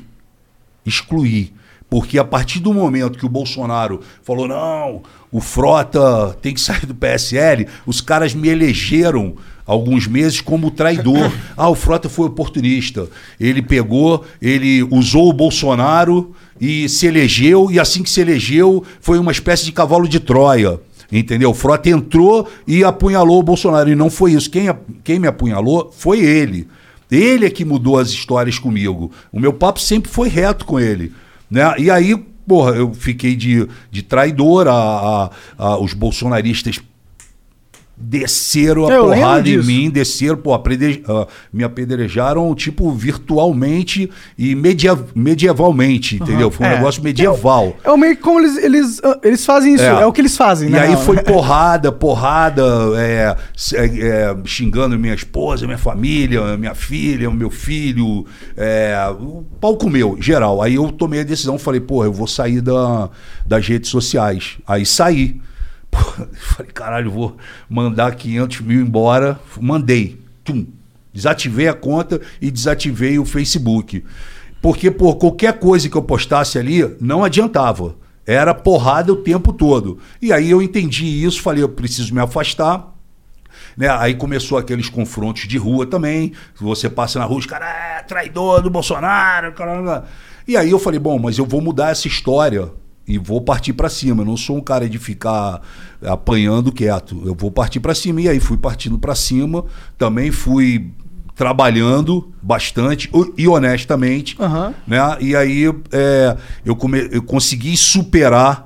porque a partir do momento que o Bolsonaro falou, não, o Frota tem que sair do PSL, os caras me elegeram alguns meses como traidor. O Frota foi oportunista, ele usou o Bolsonaro e se elegeu, e assim que se elegeu foi uma espécie de cavalo de Troia. Entendeu? O Frota entrou e apunhalou o Bolsonaro, e não foi isso. Quem me apunhalou foi ele. Ele é que mudou as histórias comigo. O meu papo sempre foi reto com ele, né? E aí, porra, eu fiquei de traidor, os bolsonaristas desceram a porrada em mim, desceram, pô, me apedrejaram, tipo, virtualmente e medievalmente, entendeu? Foi um negócio medieval. É meio como eles fazem isso, é o que eles fazem, né? E aí foi porrada, xingando minha esposa, minha família, minha filha, o meu filho, o pau comeu, geral. Aí eu tomei a decisão, falei, porra, eu vou sair das redes sociais. Aí saí. Falei, caralho, vou mandar 500 mil embora. Mandei. Desativei a conta e desativei o Facebook. Porque, por qualquer coisa que eu postasse ali, não adiantava. Era porrada o tempo todo. E aí eu entendi isso, falei, eu preciso me afastar. né? Aí começou aqueles confrontos de rua também. Você passa na rua, os caras, traidor do Bolsonaro, caramba. E aí eu falei, bom, mas eu vou mudar essa história e vou partir para cima. Eu não sou um cara de ficar apanhando quieto. Eu vou partir para cima. E aí fui partindo para cima. Também fui trabalhando bastante e honestamente, né? E aí eu consegui superar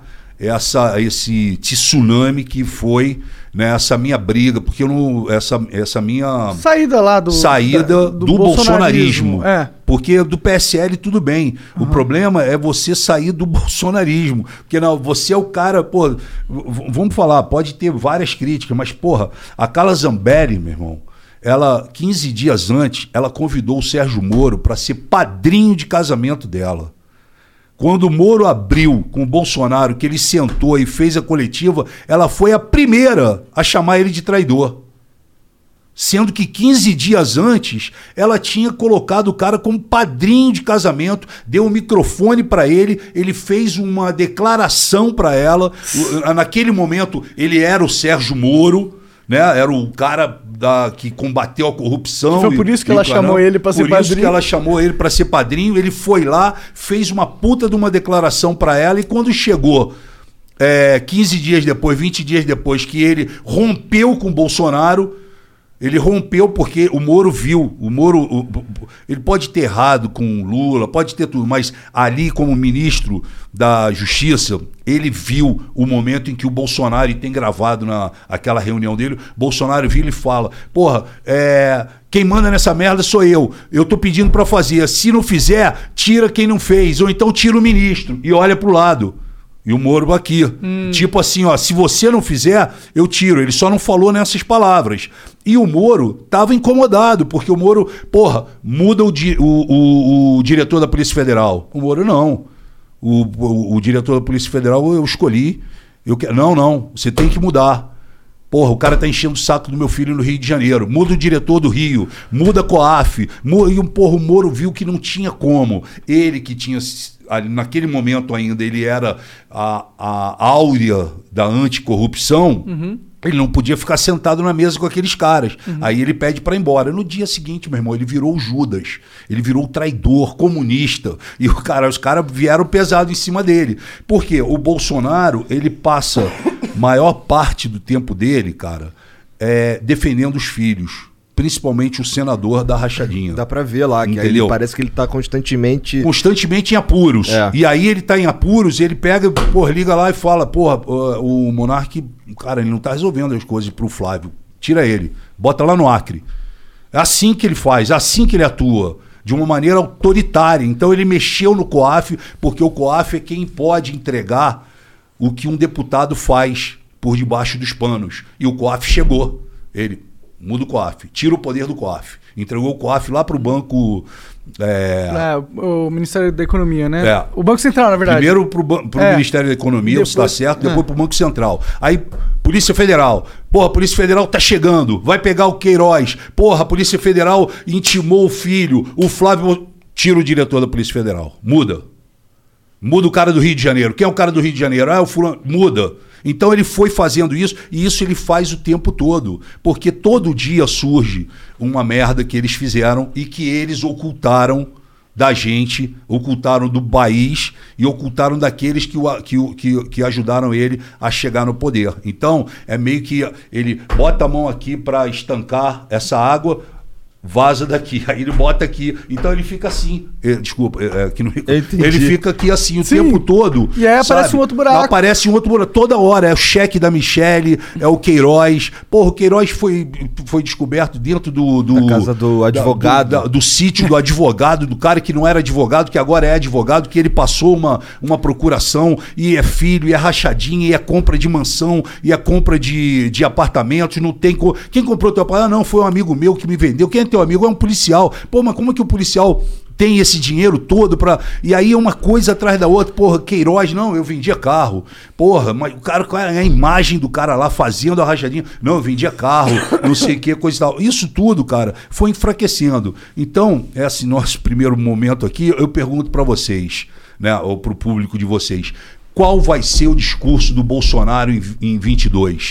esse tsunami que foi, né, essa minha briga, porque eu não, essa minha saída lá do bolsonarismo. Porque do PSL tudo bem. O problema é você sair do bolsonarismo. Porque não, você é o cara, pô, vamos falar, pode ter várias críticas, mas porra, a Carla Zambelli, meu irmão, ela, 15 dias antes, ela convidou o Sérgio Moro para ser padrinho de casamento dela. Quando o Moro abriu com o Bolsonaro, que ele sentou e fez a coletiva, ela foi a primeira a chamar ele de traidor. Sendo que 15 dias antes, ela tinha colocado o cara como padrinho de casamento, deu um microfone para ele, ele fez uma declaração para ela. Naquele momento, ele era o Sérgio Moro, né? Era o cara que combateu a corrupção. Foi por isso que ela chamou ele para ser padrinho. Por isso que ela chamou ele para ser padrinho. Ele foi lá, fez uma puta de uma declaração para ela, e quando chegou 15 dias depois, 20 dias depois, que ele rompeu com o Bolsonaro, ele rompeu porque o Moro viu, ele pode ter errado com o Lula, pode ter tudo, mas ali como ministro da Justiça, ele viu o momento em que o Bolsonaro, e tem gravado naquela reunião dele, Bolsonaro vira e fala, porra, quem manda nessa merda sou eu tô pedindo pra fazer, se não fizer, tira quem não fez, ou então tira o ministro, e olha pro lado. E o Moro aqui. Tipo assim, ó, se você não fizer, eu tiro. Ele só não falou nessas palavras. E o Moro tava incomodado, porque o Moro, porra, muda o diretor da Polícia Federal. O Moro não. O diretor da Polícia Federal eu escolhi. Não, você tem que mudar. Porra, o cara tá enchendo o saco do meu filho no Rio de Janeiro. Muda o diretor do Rio, muda a COAF. E porra, o Moro viu que não tinha como. Ele que tinha... Naquele momento ainda ele era a áurea da anticorrupção, ele não podia ficar sentado na mesa com aqueles caras. Aí ele pede para ir embora. No dia seguinte, meu irmão, ele virou o Judas, ele virou o traidor, comunista, e os caras vieram pesado em cima dele. Por quê? O Bolsonaro, ele passa maior parte do tempo dele, cara, defendendo os filhos. Principalmente o senador da rachadinha. Dá pra ver lá, que aí parece que ele tá constantemente em apuros. E aí ele tá em apuros e ele pega, porra, liga lá e fala, porra, o Monark, cara, ele não tá resolvendo as coisas pro Flávio. Tira ele, bota lá no Acre. É assim que ele faz, é assim que ele atua. De uma maneira autoritária. Então ele mexeu no COAF, porque o COAF é quem pode entregar o que um deputado faz por debaixo dos panos. E o COAF chegou. Ele... Muda o COAF, tira o poder do COAF. Entregou o COAF lá para o banco... o Ministério da Economia, né? O Banco Central, na verdade. Primeiro para o Ministério da Economia, depois, você está certo, depois para o Banco Central. Aí, Polícia Federal. Porra, a Polícia Federal tá chegando, vai pegar o Queiroz. Porra, a Polícia Federal intimou o filho, o Flávio... Tira o diretor da Polícia Federal. Muda o cara do Rio de Janeiro. Quem é o cara do Rio de Janeiro? O fulano. Muda. Então ele foi fazendo isso, e isso ele faz o tempo todo, porque todo dia surge uma merda que eles fizeram e que eles ocultaram da gente, ocultaram do país e ocultaram daqueles que ajudaram ele a chegar no poder. Então é meio que ele bota a mão aqui para estancar essa água, vaza daqui, aí ele bota aqui, então ele fica assim, ele fica aqui assim o tempo todo, e aí aparece um outro buraco, toda hora, é o cheque da Michele, é o Queiroz. Porra, o Queiroz foi descoberto dentro da casa do advogado, do sítio do advogado, do cara que não era advogado, que agora é advogado, que ele passou uma procuração, e é filho, e é rachadinha, e é compra de mansão, e é compra de apartamentos, não tem... Quem comprou teu apartamento? Não, foi um amigo meu que me vendeu. Quem é teu amigo? É um policial. Pô, mas como é que o policial tem esse dinheiro todo pra... E aí é uma coisa atrás da outra. Porra, Queiroz, não, eu vendia carro. Porra, mas o cara, a imagem do cara lá fazendo a rachadinha. Não, eu vendia carro, não sei o que, coisa e tal. Isso tudo, cara, foi enfraquecendo. Então, esse nosso primeiro momento aqui, eu pergunto pra vocês, né, ou pro público de vocês, qual vai ser o discurso do Bolsonaro em 22?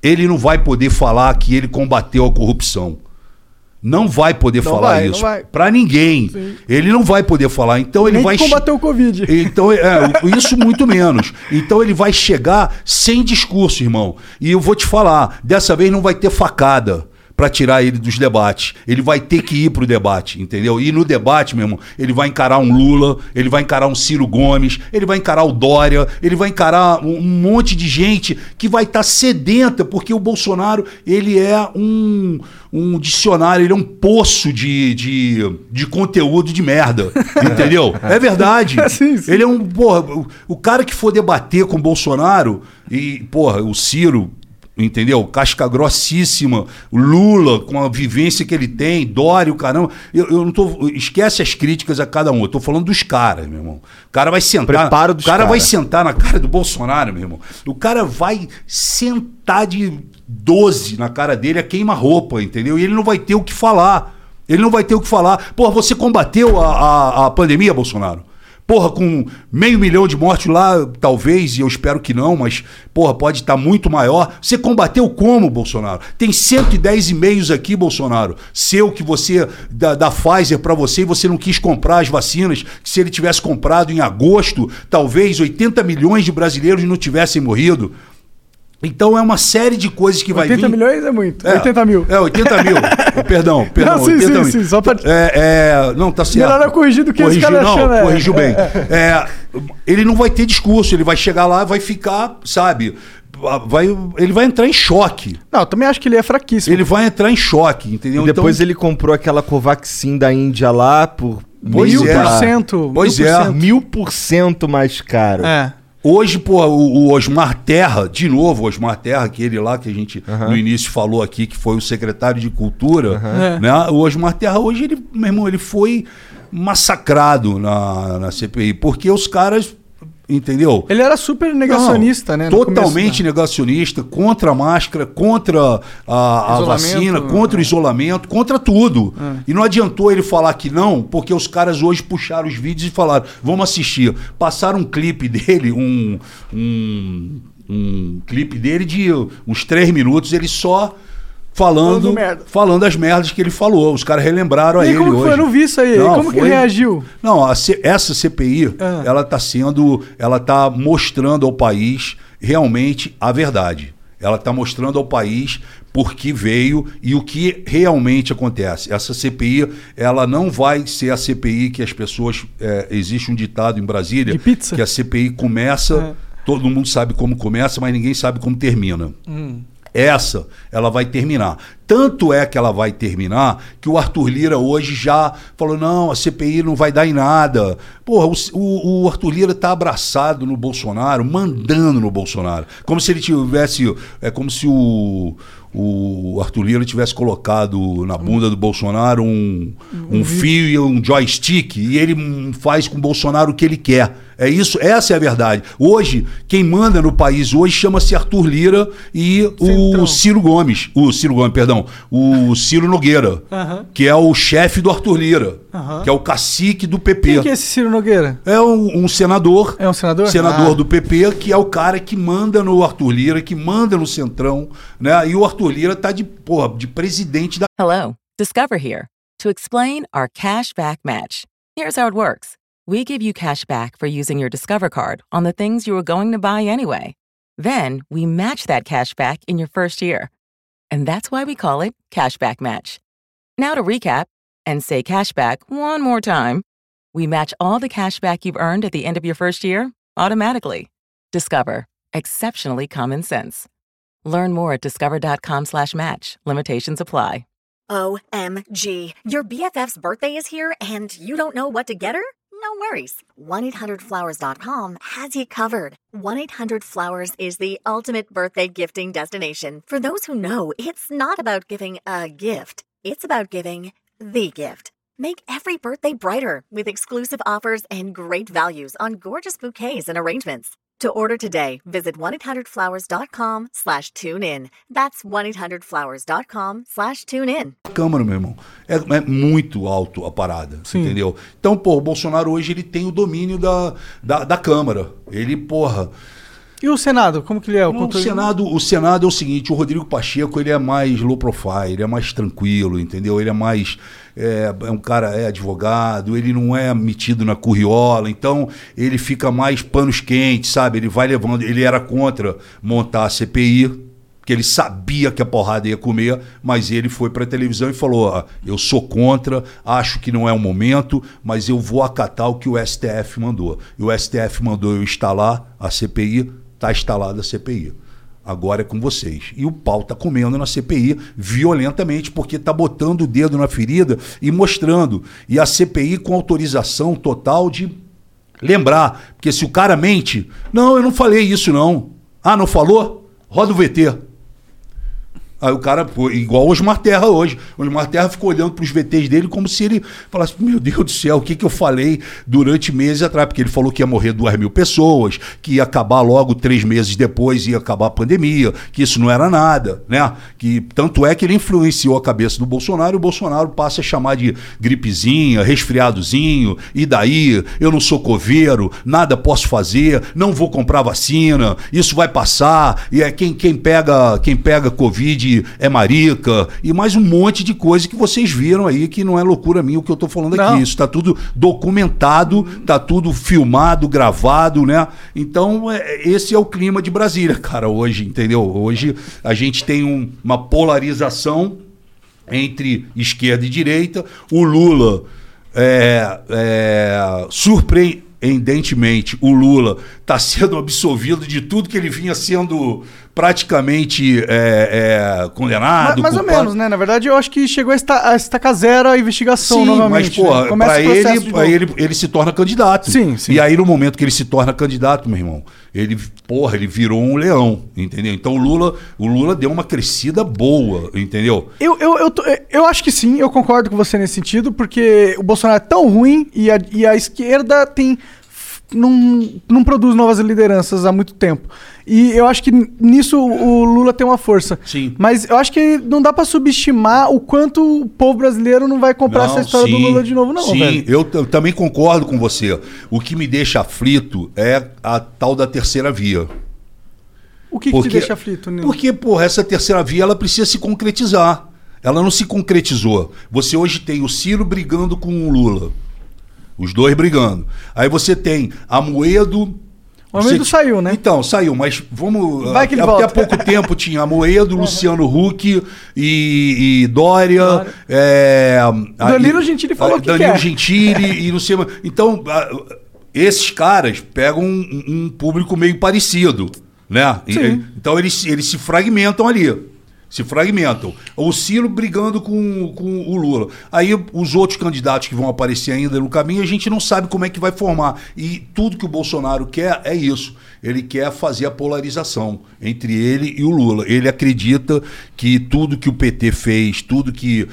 ele não vai poder falar que ele combateu a corrupção. Não vai poder falar isso para ninguém. Sim. Ele não vai poder falar. Então ele vai combater o Covid. Então isso muito menos. Então ele vai chegar sem discurso, irmão. E eu vou te falar, dessa vez não vai ter facada para tirar ele dos debates. Ele vai ter que ir pro debate, entendeu? E no debate, meu irmão, ele vai encarar um Lula, ele vai encarar um Ciro Gomes, ele vai encarar o Dória, ele vai encarar um monte de gente que vai estar sedenta, porque o Bolsonaro, ele é um dicionário, ele é um poço de conteúdo de merda, entendeu? É verdade. Sim, sim. Ele é o cara que for debater com o Bolsonaro e, o Ciro, entendeu? Casca grossíssima, Lula com a vivência que ele tem, Dória, o caramba. Eu não tô. Esquece as críticas a cada um. Eu tô falando dos caras, meu irmão. O cara vai sentar. Vai sentar na cara do Bolsonaro, meu irmão. O cara vai sentar de 12 na cara dele a queima-roupa, entendeu? E ele não vai ter o que falar. Ele não vai ter o que falar. Porra, você combateu a pandemia, Bolsonaro? Porra, com 500 mil de mortes lá, talvez, e eu espero que não, mas, porra, pode estar muito maior. Você combateu como, Bolsonaro? Tem 110 e-mails aqui, Bolsonaro, seu que você, da Pfizer pra você, e você não quis comprar as vacinas, que se ele tivesse comprado em agosto, talvez 80 milhões de brasileiros não tivessem morrido. Então é uma série de coisas que vai vir... 80 milhões é muito. 80 mil. 80 mil. Perdão. Não, sim, 80 mil. Sim, só pra... Não, tá certo. Melhor não corrigir do que esse cara achou, né? Corrigiu bem. Ele não vai ter discurso, ele vai chegar lá, vai ficar, sabe... ele vai entrar em choque. Não, eu também acho que ele é fraquíssimo. Ele vai entrar em choque, entendeu? E depois ele comprou aquela Covaxin da Índia lá por... 1000%. Pois é. 1000% mais caro. É. Hoje, o Osmar Terra, de novo, o Osmar Terra, aquele lá que a gente no início falou aqui, que foi o secretário de Cultura, né? O Osmar Terra, hoje, meu irmão, ele foi massacrado na CPI, porque os caras... Entendeu? Ele era super negacionista, né? Totalmente negacionista, contra a máscara, contra a vacina, contra o isolamento, contra tudo. E não adiantou ele falar que não, porque os caras hoje puxaram os vídeos e falaram, vamos assistir. Passaram um clipe dele, um clipe dele de uns 3 minutos, ele só... Falando as merdas que ele falou. Os caras relembraram a ele hoje. Como foi? Eu não vi isso aí. Como que ele reagiu? Não, essa CPI, ela tá mostrando ao país realmente a verdade. Ela tá mostrando ao país por que veio e o que realmente acontece. Essa CPI, ela não vai ser a CPI que as pessoas... existe um ditado em Brasília, de pizza? Que a CPI começa, todo mundo sabe como começa, mas ninguém sabe como termina. Essa, ela vai terminar. Tanto é que ela vai terminar que o Arthur Lira hoje já falou, não, a CPI não vai dar em nada. Porra, o Arthur Lira tá abraçado no Bolsonaro, mandando no Bolsonaro. Como se ele tivesse... É como se o Arthur Lira tivesse colocado na bunda do Bolsonaro um fio e um joystick, e ele faz com o Bolsonaro o que ele quer. É isso, essa é a verdade. Hoje, quem manda no país hoje chama-se Arthur Lira e o Ciro Gomes, o Ciro Nogueira, que é o chefe do Arthur Lira, que é o cacique do PP. Quem que é esse Ciro Nogueira? É um senador. É um senador? Senador do PP, que é o cara que manda no Arthur Lira, que manda no Centrão, né? E o Arthur Lira tá de presidente da... Hello, Discover here to explain our cash back match. Here's how it works. We give you cash back for using your Discover card on the things you were going to buy anyway. Then we match that cash back in your first year. And that's why we call it Cashback Match. Now to recap and say cashback one more time. We match all the cashback you've earned at the end of your first year automatically. Discover. Exceptionally common sense. Learn more at discover.com/match. Limitations apply. OMG. Your BFF's birthday is here and you don't know what to get her? No worries. 1-800-Flowers.com has you covered. 1-800-Flowers is the ultimate birthday gifting destination. For those who know, it's not about giving a gift. It's about giving the gift. Make every birthday brighter with exclusive offers and great values on gorgeous bouquets and arrangements. To order today, visit 1-800-Flowers.com/tune-in. That's 1-800-Flowers.com/tune-in. Câmara, meu irmão. É muito alto a parada, entendeu? Então, o Bolsonaro hoje ele tem o domínio da Câmara. Ele, E o Senado, como que ele é? Não, o Senado é o seguinte, o Rodrigo Pacheco, ele é mais low profile, ele é mais tranquilo, entendeu? Ele é mais... É um cara, é advogado, ele não é metido na curriola, então ele fica mais panos quentes, sabe? Ele vai levando... Ele era contra montar a CPI, porque ele sabia que a porrada ia comer, mas ele foi para a televisão e falou, ó, eu sou contra, acho que não é o momento, mas eu vou acatar o que o STF mandou. E o STF mandou eu instalar a CPI, está instalada a CPI. Agora é com vocês. E o pau está comendo na CPI violentamente, porque está botando o dedo na ferida e mostrando. E a CPI com autorização total de lembrar. Porque se o cara mente, não, eu não falei isso não. Ah, não falou? Roda o VT. Aí o cara, igual o Osmar Terra hoje. O Osmar Terra ficou olhando para os VTs dele como se ele falasse, meu Deus do céu, o que eu falei durante meses atrás? Porque ele falou que ia morrer 2.000 pessoas, que ia acabar logo 3 meses depois, ia acabar a pandemia, que isso não era nada, né? Que, tanto é que ele influenciou a cabeça do Bolsonaro, e o Bolsonaro passa a chamar de gripezinha, resfriadozinho, e daí? Eu não sou coveiro, nada posso fazer, não vou comprar vacina, isso vai passar, e é quem pega Covid é marica, e mais um monte de coisa que vocês viram aí, que não é loucura minha o que eu tô falando aqui. Isso tá tudo documentado, tá tudo filmado, gravado, né? Então, esse é o clima de Brasília, cara, hoje, entendeu? Hoje a gente tem uma polarização entre esquerda e direita. O Lula surpreendentemente, o Lula está sendo absolvido de tudo que ele vinha sendo praticamente condenado. Mais ou menos, né? Na verdade, eu acho que chegou a estacar zero a investigação. Sim, novamente. Mas, porra, né? Para ele se torna candidato. Sim, sim. E aí, no momento que ele se torna candidato, meu irmão, ele virou um leão, entendeu? Então o Lula deu uma crescida boa, entendeu? Eu acho que sim, eu concordo com você nesse sentido, porque o Bolsonaro é tão ruim e a esquerda não produz novas lideranças há muito tempo. E eu acho que nisso o Lula tem uma força. Sim. Mas eu acho que não dá pra subestimar o quanto o povo brasileiro não vai comprar essa história do Lula de novo, não, velho. Eu também concordo com você. O que me deixa aflito é a tal da terceira via. O que te deixa aflito, Nilo? Porque, porra, essa terceira via ela precisa se concretizar. Ela não se concretizou. Você hoje tem o Ciro brigando com o Lula. Os dois brigando. Aí você tem Amoedo... O Amoedo saiu, né? Então, saiu, mas vamos... Vai que ele até volta. há pouco tempo tinha Amoedo, Luciano Huck e Dória. Danilo Gentili falou que Danilo quer. Gentili e não sei... Então, esses caras pegam um público meio parecido, né? Então, eles se fragmentam ali. Se fragmentam. O Ciro brigando com o Lula. Aí os outros candidatos que vão aparecer ainda no caminho, a gente não sabe como é que vai formar. E tudo que o Bolsonaro quer é isso. Ele quer fazer a polarização entre ele e o Lula. Ele acredita que tudo que o PT fez, tudo que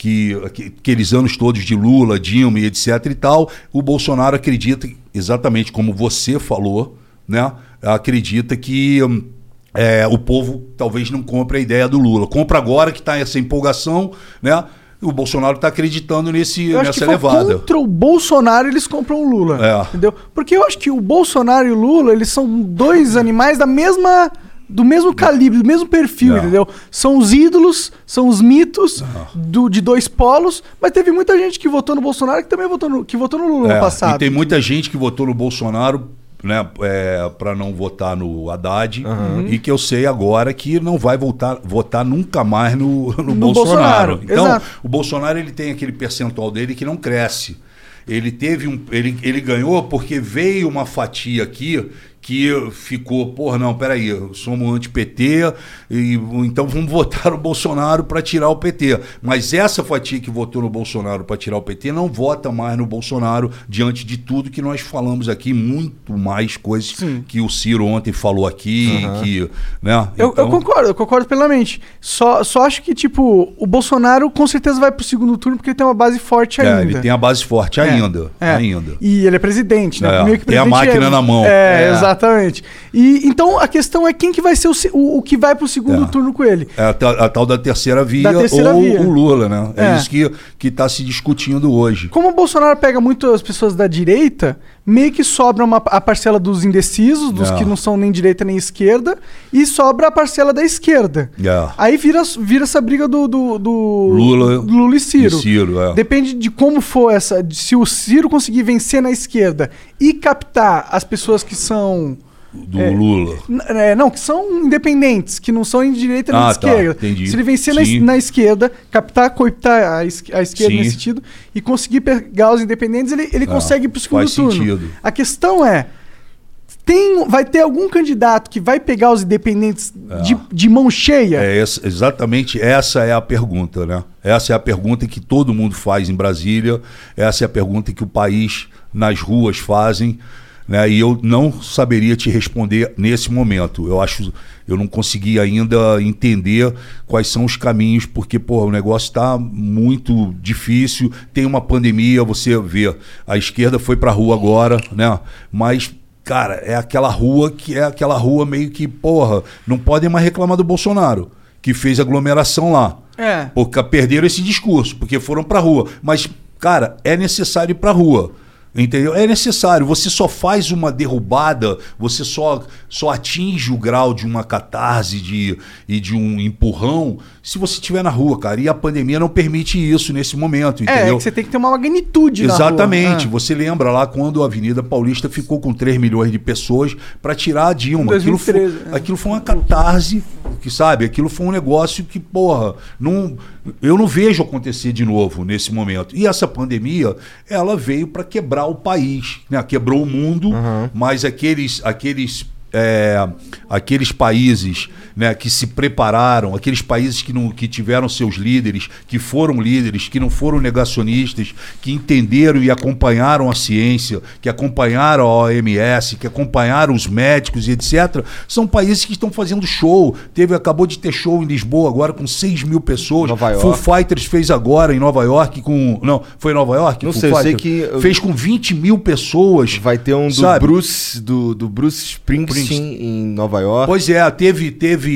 aqueles anos todos de Lula, Dilma e etc e tal, o Bolsonaro acredita, exatamente como você falou, né? Acredita que... o povo talvez não compre a ideia do Lula. Compra agora que está essa empolgação, né? O Bolsonaro está acreditando nessa levada. Contra o Bolsonaro, eles compram o Lula. Entendeu? Porque eu acho que o Bolsonaro e o Lula, eles são dois animais do mesmo calibre, do mesmo perfil, entendeu? São os ídolos, são os mitos de dois polos, mas teve muita gente que votou no Bolsonaro que também votou no Lula no passado. E tem muita gente que votou no Bolsonaro, né, para não votar no Haddad, e que eu sei agora que não vai votar nunca mais no Bolsonaro. Então, exato. O Bolsonaro ele tem aquele percentual dele que não cresce. Ele ganhou porque veio uma fatia aqui que ficou, não, peraí, somos anti-PT, então vamos votar o Bolsonaro para tirar o PT. Mas essa fatia que votou no Bolsonaro para tirar o PT não vota mais no Bolsonaro diante de tudo que nós falamos aqui, muito mais coisas que o Ciro ontem falou aqui, né? Eu concordo plenamente. Só acho que, o Bolsonaro com certeza vai pro segundo turno porque ele tem uma base forte ainda. Ele tem a base forte ainda. E ele é presidente, né? Meio que tem a máquina na mão. Exatamente. E então a questão é quem que vai ser o que vai pro segundo turno com ele. A tal da terceira via o Lula, né? É isso que tá se discutindo hoje. Como o Bolsonaro pega muito as pessoas da direita, meio que sobra a parcela dos indecisos, dos que não são nem direita nem esquerda, e sobra a parcela da esquerda. Aí vira essa briga do Lula e Ciro. Depende de como for se o Ciro conseguir vencer na esquerda e captar as pessoas que são... Lula. Não, que são independentes, que não são nem de direita nem de esquerda. Entendi. Se ele vencer na esquerda, cooptar a esquerda nesse sentido, e conseguir pegar os independentes, ele consegue ir pro segundo turno. Sentido. A questão é, vai ter algum candidato que vai pegar os independentes de mão cheia? Exatamente essa é a pergunta, né? Essa é a pergunta que todo mundo faz em Brasília, essa é a pergunta que o país nas ruas fazem. Né? E eu não saberia te responder nesse momento. Eu não consegui ainda entender quais são os caminhos, porque o negócio está muito difícil. Tem uma pandemia, você vê, a esquerda foi para a rua agora, né? Mas, cara, é aquela rua que é aquela rua meio que, não podem mais reclamar do Bolsonaro, que fez aglomeração lá. Porque perderam esse discurso, porque foram para a rua. Mas, cara, é necessário ir para a rua. Entendeu? É necessário, você só faz uma derrubada, você só atinge o grau de uma catarse e de um empurrão se você estiver na rua, cara. E a pandemia não permite isso nesse momento, entendeu? Que você tem que ter uma magnitude na rua. Exatamente. Você lembra lá quando a Avenida Paulista ficou com 3 milhões de pessoas para tirar a Dilma. 2013, aquilo foi uma catarse, sabe? Aquilo foi um negócio que, eu não vejo acontecer de novo nesse momento. E essa pandemia, ela veio para quebrar o país, né? Quebrou o mundo, mas aqueles países, né, que se prepararam, aqueles países que tiveram seus líderes, que foram líderes, que não foram negacionistas, que entenderam e acompanharam a ciência, que acompanharam a OMS, que acompanharam os médicos e etc., são países que estão fazendo show. Acabou de ter show em Lisboa agora com 6 mil pessoas. Foo Fighters fez agora em Nova York com... Não, foi em Nova York? Não sei, eu sei que... Fez com 20 mil pessoas. Vai ter um do Bruce Springsteen em Nova York. Pois é, teve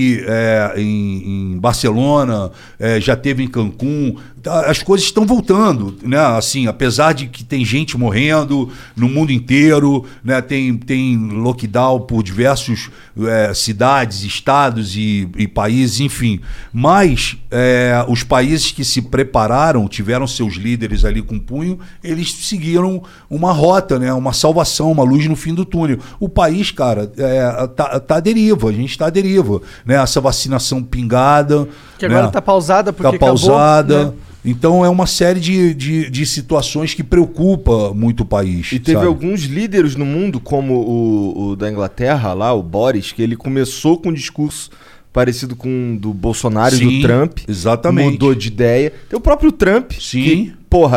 em Barcelona, já teve em Cancún. As coisas estão voltando, né? Assim, apesar de que tem gente morrendo no mundo inteiro, né? Tem lockdown por diversos cidades, estados e países, enfim. Mas os países que se prepararam, tiveram seus líderes ali com punho, eles seguiram uma rota, né? Uma salvação, uma luz no fim do túnel. O país, cara, tá à deriva, a gente está à deriva, né? Essa vacinação pingada. Que agora está pausada porque pausada. Acabou, né? Então é uma série de situações que preocupa muito o país. E teve alguns líderes no mundo, como o da Inglaterra lá, o Boris, que ele começou com um discurso parecido com o do Bolsonaro e do Trump. Exatamente. Mudou de ideia. Tem o próprio Trump, que,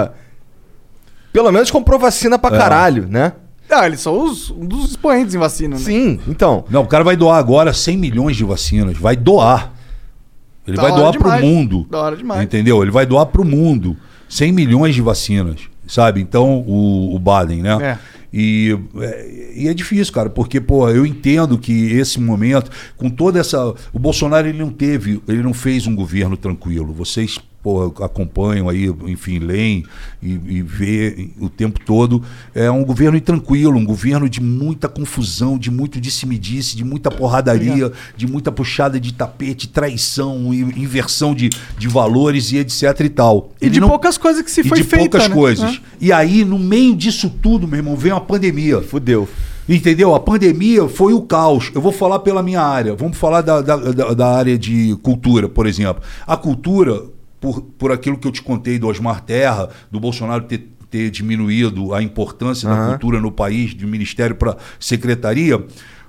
pelo menos comprou vacina pra caralho, né? Eles são um dos expoentes em vacina, né? Sim, então. Não, o cara vai doar agora 100 milhões de vacinas. Vai doar. Ele vai doar pro mundo. Da hora demais. Entendeu? Ele vai doar pro mundo 100 milhões de vacinas, sabe? Então, o Biden, né? E é difícil, cara, porque, eu entendo que esse momento, com toda essa... O Bolsonaro, ele não fez um governo tranquilo. Vocês, acompanham aí, enfim, leem e vê o tempo todo. É um governo intranquilo, um governo de muita confusão, de muito disse-me-disse, de muita porradaria, de muita puxada de tapete, traição, inversão de valores e etc e tal. Poucas coisas que se foi feita, de poucas coisas. E aí, no meio disso tudo, meu irmão, vem uma pandemia. Fudeu. Entendeu? A pandemia foi o caos. Eu vou falar pela minha área. Vamos falar da área de cultura, por exemplo. A cultura, por aquilo que eu te contei do Osmar Terra, do Bolsonaro ter diminuído a importância da cultura no país, de ministério para secretaria,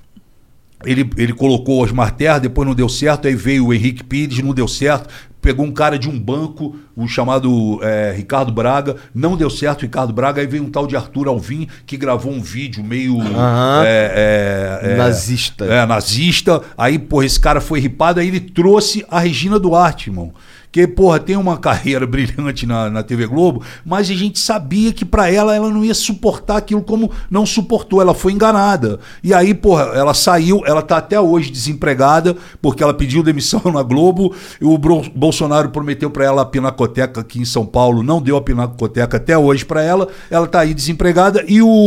ele colocou o Osmar Terra, depois não deu certo, aí veio o Henrique Pires, não deu certo, pegou um cara de um banco, o chamado Ricardo Braga, não deu certo o Ricardo Braga, aí veio um tal de Arthur Alvim, que gravou um vídeo meio... nazista. Nazista, aí, esse cara foi ripado, aí ele trouxe a Regina Duarte, irmão, que, porra, tem uma carreira brilhante na TV Globo, mas a gente sabia que pra ela não ia suportar aquilo como não suportou, ela foi enganada. E aí, porra, ela saiu, ela tá até hoje desempregada, porque ela pediu demissão na Globo, e o Bolsonaro prometeu pra ela a pinacoteca aqui em São Paulo, não deu a pinacoteca até hoje pra ela tá aí desempregada,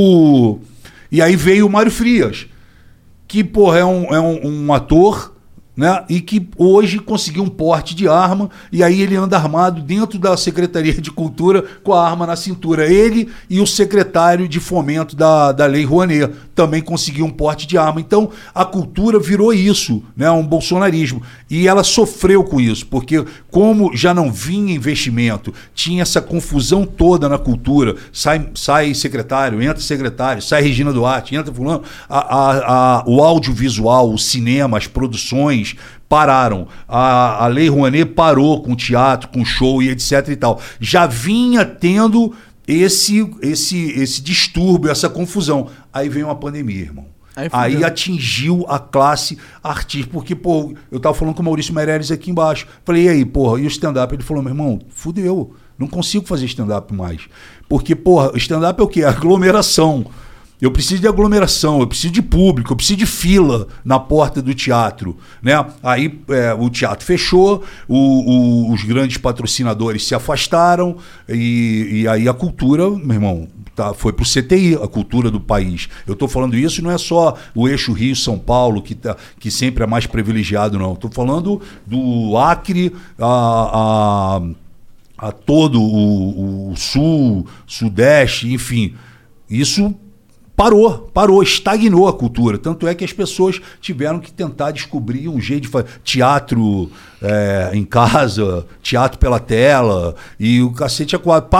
e aí veio o Mário Frias, que, porra, é um ator, né? E que hoje conseguiu um porte de arma, e aí ele anda armado dentro da Secretaria de Cultura com a arma na cintura. Ele e o secretário de fomento da Lei Rouanet também conseguiu um porte de arma. Então a cultura virou isso, né? Um bolsonarismo. E ela sofreu com isso, porque como já não vinha investimento, tinha essa confusão toda na cultura, sai secretário, entra secretário, sai Regina Duarte, entra fulano, o audiovisual, o cinema, as produções pararam. A Lei Rouanet parou com o teatro, com o show e etc e tal. Já vinha tendo esse distúrbio, essa confusão. Aí veio uma pandemia, irmão. Aí atingiu a classe artística, porque, pô, eu tava falando com o Maurício Meirelles aqui embaixo. Falei, e aí, porra, e o stand-up? Ele falou, meu irmão, fudeu, não consigo fazer stand-up mais. Porque, porra, stand-up é o quê? Aglomeração. Eu preciso de aglomeração, eu preciso de público, eu preciso de fila na porta do teatro, né? Aí o teatro fechou, os grandes patrocinadores se afastaram e aí a cultura, meu irmão, foi pro CTI, a cultura do país. Eu estou falando isso, não é só o eixo Rio-São Paulo, que sempre é mais privilegiado, não. Estou falando do Acre a todo o Sul, Sudeste, enfim. Isso parou, estagnou a cultura. Tanto é que as pessoas tiveram que tentar descobrir um jeito de fazer teatro em casa, teatro pela tela, e o cacete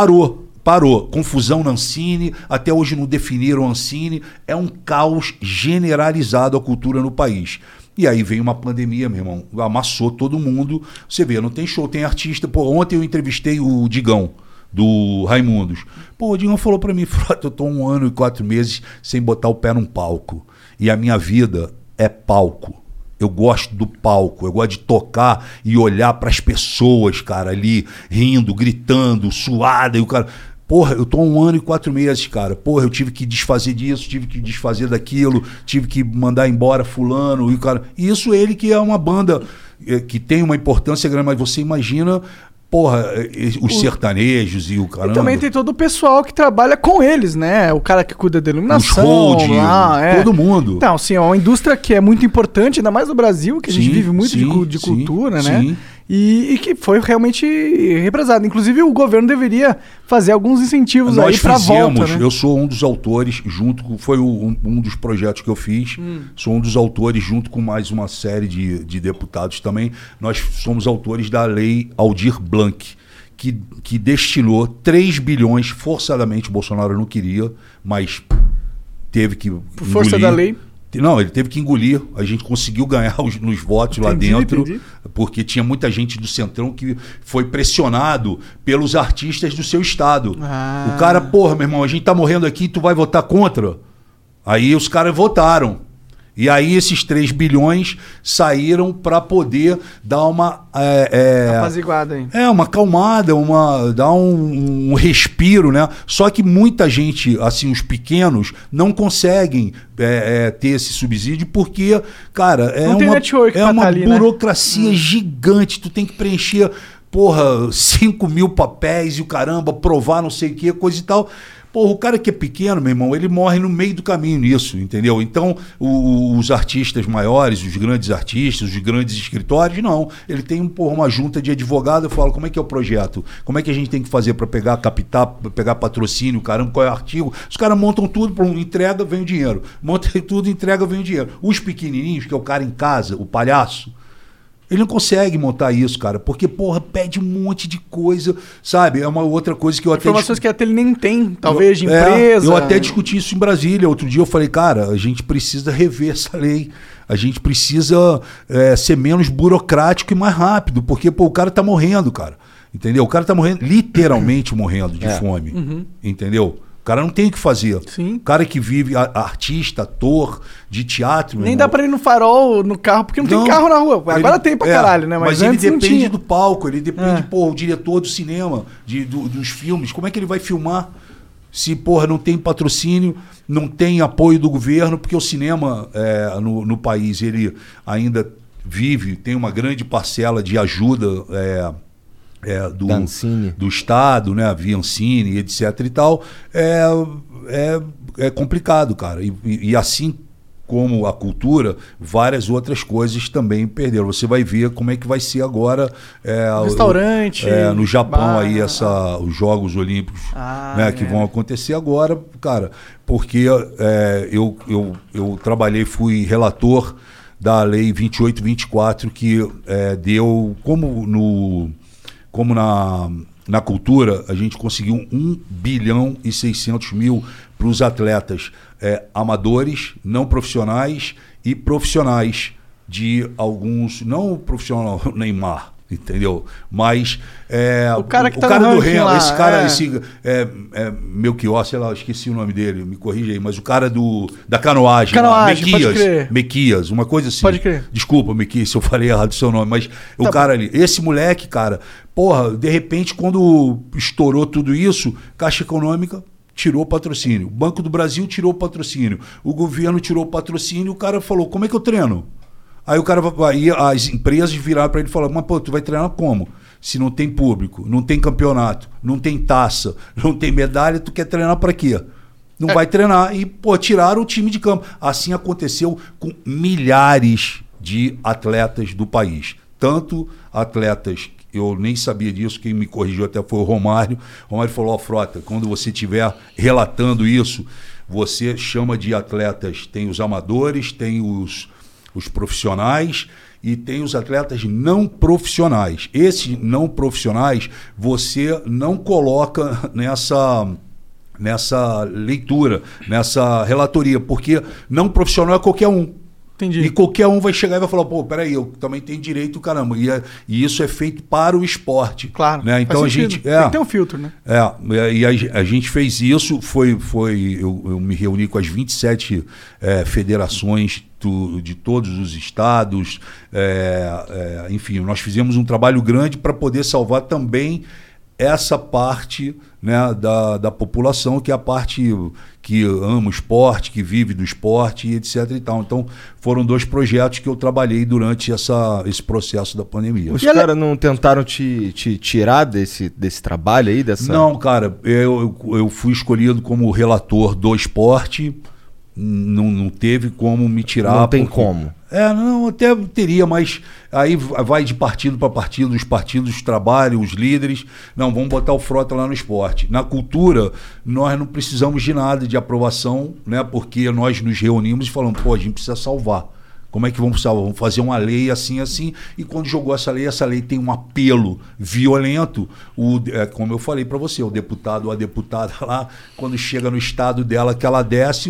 parou. Confusão na Ancine, até hoje não definiram a Ancine. É um caos generalizado a cultura no país. E aí veio uma pandemia, meu irmão, amassou todo mundo. Você vê, não tem show, tem artista. Pô, ontem eu entrevistei o Digão, do Raimundos. Pô, o Digão falou pra mim, Frota, eu tô 1 ano e 4 meses sem botar o pé num palco. E a minha vida é palco. Eu gosto do palco, eu gosto de tocar e olhar pras pessoas, cara, ali, rindo, gritando, suada, e o cara... Porra, eu tô 1 ano e 4 meses, cara. Porra, eu tive que desfazer disso, tive que desfazer daquilo, tive que mandar embora fulano, e o cara... Isso ele que é uma banda que tem uma importância grande, mas você imagina... Porra, os sertanejos e o caramba. E também tem todo o pessoal que trabalha com eles, né? O cara que cuida da iluminação. Os hold, todo mundo. Então, assim, é uma indústria que é muito importante, ainda mais no Brasil, que a gente vive muito de cultura, né? Sim. E que foi realmente represado. Inclusive, o governo deveria fazer alguns incentivos aí para volta, né? Eu sou um dos autores, foi um dos projetos que eu fiz, sou um dos autores, junto com mais uma série de deputados também. Nós somos autores da Lei Aldir Blanc, que destinou 3 bilhões, forçadamente, o Bolsonaro não queria, mas teve que engolir. Por força da lei? Não, ele teve que engolir. A gente conseguiu ganhar nos votos lá dentro, porque tinha muita gente do Centrão que foi pressionado pelos artistas do seu estado. O cara, porra, meu irmão, a gente tá morrendo aqui, tu vai votar contra? Aí os caras votaram. E aí esses 3 bilhões saíram para poder dar uma... apaziguada aí. Uma acalmada, dar um respiro, né? Só que muita gente, assim, os pequenos, não conseguem ter esse subsídio porque, cara, é uma ali, burocracia gigante. Tu tem que preencher, porra, 5 mil papéis e o caramba, provar não sei o que, coisa e tal... Porra, o cara que é pequeno, meu irmão, ele morre no meio do caminho nisso, entendeu? Então, os artistas maiores, os grandes artistas, os grandes escritórios, não. Ele tem uma junta de advogado, eu falo, como é que é o projeto? Como é que a gente tem que fazer para pegar capital, pegar patrocínio, caramba, qual é o artigo? Os caras montam tudo, entrega, vem o dinheiro. Monta tudo, entrega, vem o dinheiro. Os pequenininhos, que é o cara em casa, o palhaço, ele não consegue montar isso, cara, porque, porra, pede um monte de coisa, sabe? É uma outra coisa que eu até... Informações que até ele nem tem, talvez, de empresa. Eu até discuti isso em Brasília. Outro dia eu falei, cara, a gente precisa rever essa lei. A gente precisa ser menos burocrático e mais rápido, porque, pô, o cara tá morrendo, cara. Entendeu? O cara tá morrendo, literalmente morrendo de fome. Entendeu? O cara não tem o que fazer. Sim. O cara que vive, artista, ator de teatro... Nem dá pra ir no farol, no carro, porque não tem carro na rua. Agora tem pra caralho, né? Mas ele antes não depende tinha. do palco, ele depende, o diretor do cinema, dos filmes. Como é que ele vai filmar se, não tem patrocínio, não tem apoio do governo? Porque o cinema no país, ele ainda tem uma grande parcela de ajuda... do Estado, né, via Ancine, etc e tal, é complicado, cara. E assim como a cultura, várias outras coisas também perderam. Você vai ver como é que vai ser agora restaurante, no Japão aí os Jogos Olímpicos, que vão acontecer agora, cara, porque eu trabalhei, fui relator da Lei 2824 que deu como na cultura, a gente conseguiu 1 bilhão e 600 mil para os atletas amadores, não profissionais e profissionais de alguns, não o profissional Neymar, entendeu? Mas o cara que o tá cara no do Ren, lá, esse cara, Melchior, sei lá, esqueci o nome dele, me corrija aí, mas o cara da canoagem Mequias, uma coisa assim. Pode crer. Desculpa, Mequias, se eu falei errado o seu nome, mas o cara ali, esse moleque, cara, de repente, quando estourou tudo isso, Caixa Econômica tirou o patrocínio, o Banco do Brasil tirou o patrocínio, o governo tirou o patrocínio, o cara falou, como é que eu treino? Aí o cara as empresas viraram para ele e falaram, mas tu vai treinar como? Se não tem público, não tem campeonato, não tem taça, não tem medalha, tu quer treinar para quê? Não vai treinar. E, tiraram o time de campo. Assim aconteceu com milhares de atletas do país. Tanto atletas, eu nem sabia disso, quem me corrigiu até foi o Romário. O Romário falou, Frota, quando você estiver relatando isso, você chama de atletas, tem os amadores, tem os profissionais e tem os atletas não profissionais. Esses não profissionais você não coloca nessa leitura, nessa relatoria, porque não profissional é qualquer um. Entendi. E qualquer um vai chegar e vai falar, peraí, eu também tenho direito, caramba. E isso é feito para o esporte. Claro. Né? Então a gente... tem que ter um filtro, né? E a gente fez isso, eu me reuni com as 27 federações de todos os estados, enfim, nós fizemos um trabalho grande para poder salvar também essa parte, né, da população, que é a parte que ama o esporte, que vive do esporte e etc e tal. Então foram 2 projetos que eu trabalhei durante esse processo da pandemia. Os caras não tentaram te tirar desse trabalho aí? Não, cara, eu fui escolhido como relator do esporte. Não teve como me tirar. Não tem como. Não, até teria, mas aí vai de partido para partido, os partidos trabalham, os líderes. Não, vamos botar o Frota lá no esporte. Na cultura, nós não precisamos de nada de aprovação, né? Porque nós nos reunimos e falamos, a gente precisa salvar. Como é que vamos salvar? Vamos fazer uma lei assim, assim. E quando jogou essa lei tem um apelo violento. Como eu falei para você, o deputado ou a deputada lá, quando chega no estado dela, que ela desce,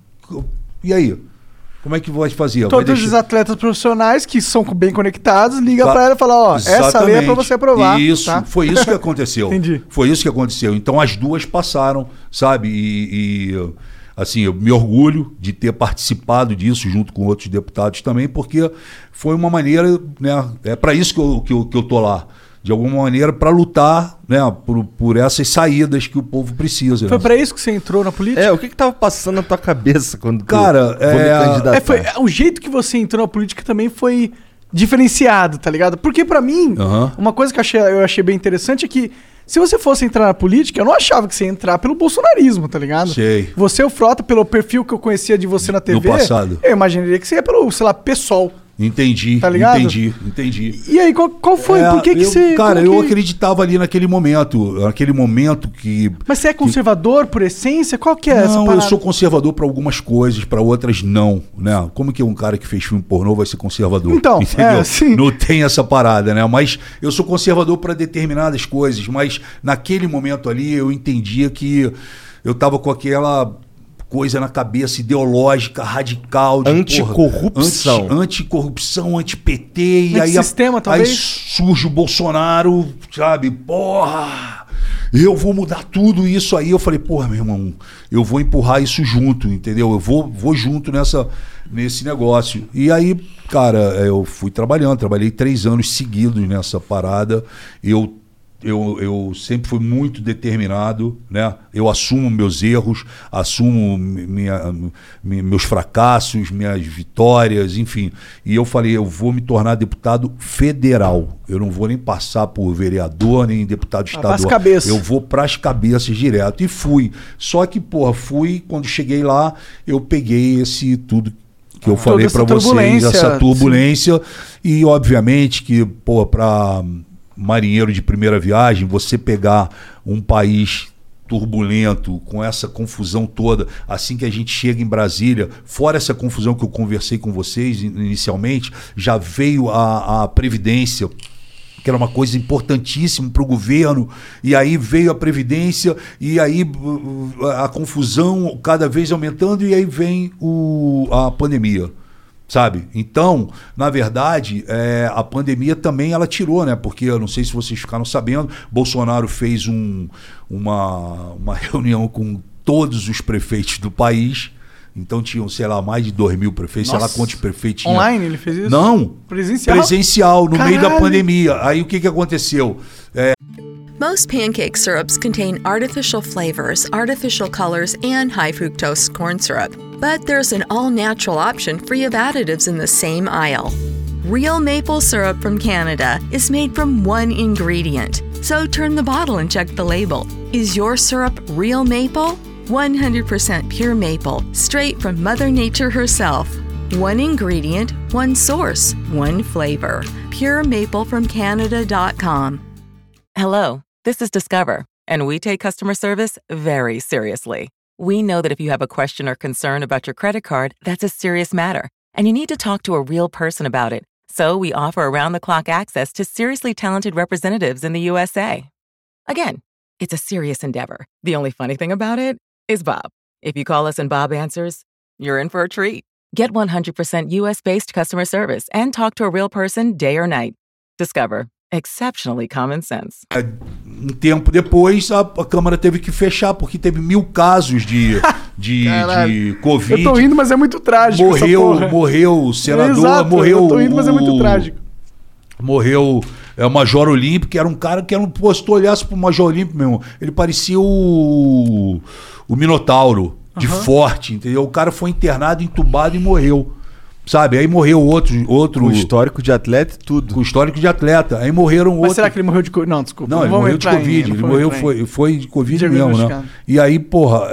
e aí? Como é que vai fazer? Todos os atletas profissionais que são bem conectados ligam para ela e falam, essa lei é para você aprovar. Isso, tá? Foi isso que aconteceu. Entendi. Foi isso que aconteceu. Então as 2 passaram, sabe? E assim, eu me orgulho de ter participado disso junto com outros deputados também, porque foi uma maneira, né? É para isso que eu tô lá. De alguma maneira, para lutar, né, por essas saídas que o povo precisa. Foi né? para isso que você entrou na política? O que tava passando na tua cabeça quando Cara, o jeito que você entrou na política também foi diferenciado, tá ligado? Porque para mim, uma coisa que eu achei bem interessante é que se você fosse entrar na política, eu não achava que você ia entrar pelo bolsonarismo, tá ligado? Sei. Você, o Frota, pelo perfil que eu conhecia de você na TV, no passado. Eu imaginaria que você ia pelo, sei lá, PSOL. Entendi, tá ligado? Entendi. E aí, qual foi? Por que você... Cara, eu acreditava ali naquele momento que... Mas você é conservador por essência? Qual que é essa parada? Não, eu sou conservador para algumas coisas, para outras não, né? Como que um cara que fez filme pornô vai ser conservador? Então, entendeu? Sim. Não tem essa parada, né? Mas eu sou conservador para determinadas coisas, mas naquele momento ali eu entendia que eu tava com aquela... coisa na cabeça ideológica, radical. De, anticorrupção. Anticorrupção, anti-PT. E aí, sistema, talvez? Aí surge o Bolsonaro, sabe? eu vou mudar tudo isso aí. Eu falei, porra, meu irmão, eu vou empurrar isso junto, entendeu? Eu vou junto nesse negócio. E aí, cara, eu fui trabalhei 3 anos seguidos nessa parada. Eu sempre fui muito determinado, né? Eu assumo meus erros, assumo meus fracassos, minhas vitórias, enfim. E eu falei, eu vou me tornar deputado federal. Eu não vou nem passar por vereador, nem deputado estadual. Eu vou pras cabeças direto. E fui. Só que, porra, quando cheguei lá, eu peguei esse tudo que eu falei pra vocês, essa turbulência. Sim. E, obviamente, que, pô, pra marinheiro de primeira viagem, você pegar um país turbulento, com essa confusão toda, assim que a gente chega em Brasília, fora essa confusão que eu conversei com vocês inicialmente, já veio a Previdência, que era uma coisa importantíssima para o governo, e aí veio a Previdência, e aí a confusão cada vez aumentando, e aí vem a pandemia. Sabe? Então, na verdade, a pandemia também ela tirou, né? Porque eu não sei se vocês ficaram sabendo, Bolsonaro fez uma reunião com todos os prefeitos do país. Então tinham, sei lá, mais de 2.000 prefeitos, sei lá quantos prefeitos tinham. Online ele fez isso? Não. Presencial, no meio da pandemia. Aí o que aconteceu? Most pancake syrups contain artificial flavors, artificial colors, and high fructose corn syrup. But there's an all-natural option free of additives in the same aisle. Real maple syrup from Canada is made from one ingredient. So turn the bottle and check the label. Is your syrup real maple? 100% pure maple, straight from Mother Nature herself. One ingredient, one source, one flavor. PureMapleFromCanada.com. Hello, this is Discover, and we take customer service very seriously. We know that if you have a question or concern about your credit card, that's a serious matter, and you need to talk to a real person about it. So we offer around-the-clock access to seriously talented representatives in the USA. Again, it's a serious endeavor. The only funny thing about it is Bob. If you call us and Bob answers, you're in for a treat. Get 100% US-based customer service and talk to a real person day or night. Discover. Exceptionally common sense. Tempo depois, a Câmara teve que fechar, porque teve 1.000 casos de Covid. Eu tô rindo, mas é muito trágico. Morreu o senador, Exato, morreu. Eu tô rindo, mas é muito trágico. Morreu o Major Olímpio, que era um cara que era se tu olhasse pro Major Olímpio, meu irmão, ele parecia o Minotauro, de forte, entendeu? O cara foi internado, entubado e morreu. Sabe? Aí morreu outro. Com histórico de atleta e tudo. Com histórico de atleta. Aí morreram outros. Mas será que ele morreu de Covid? Não, desculpa. Não, ele morreu de Covid. Ele morreu, foi de Covid mesmo, né? E aí, porra,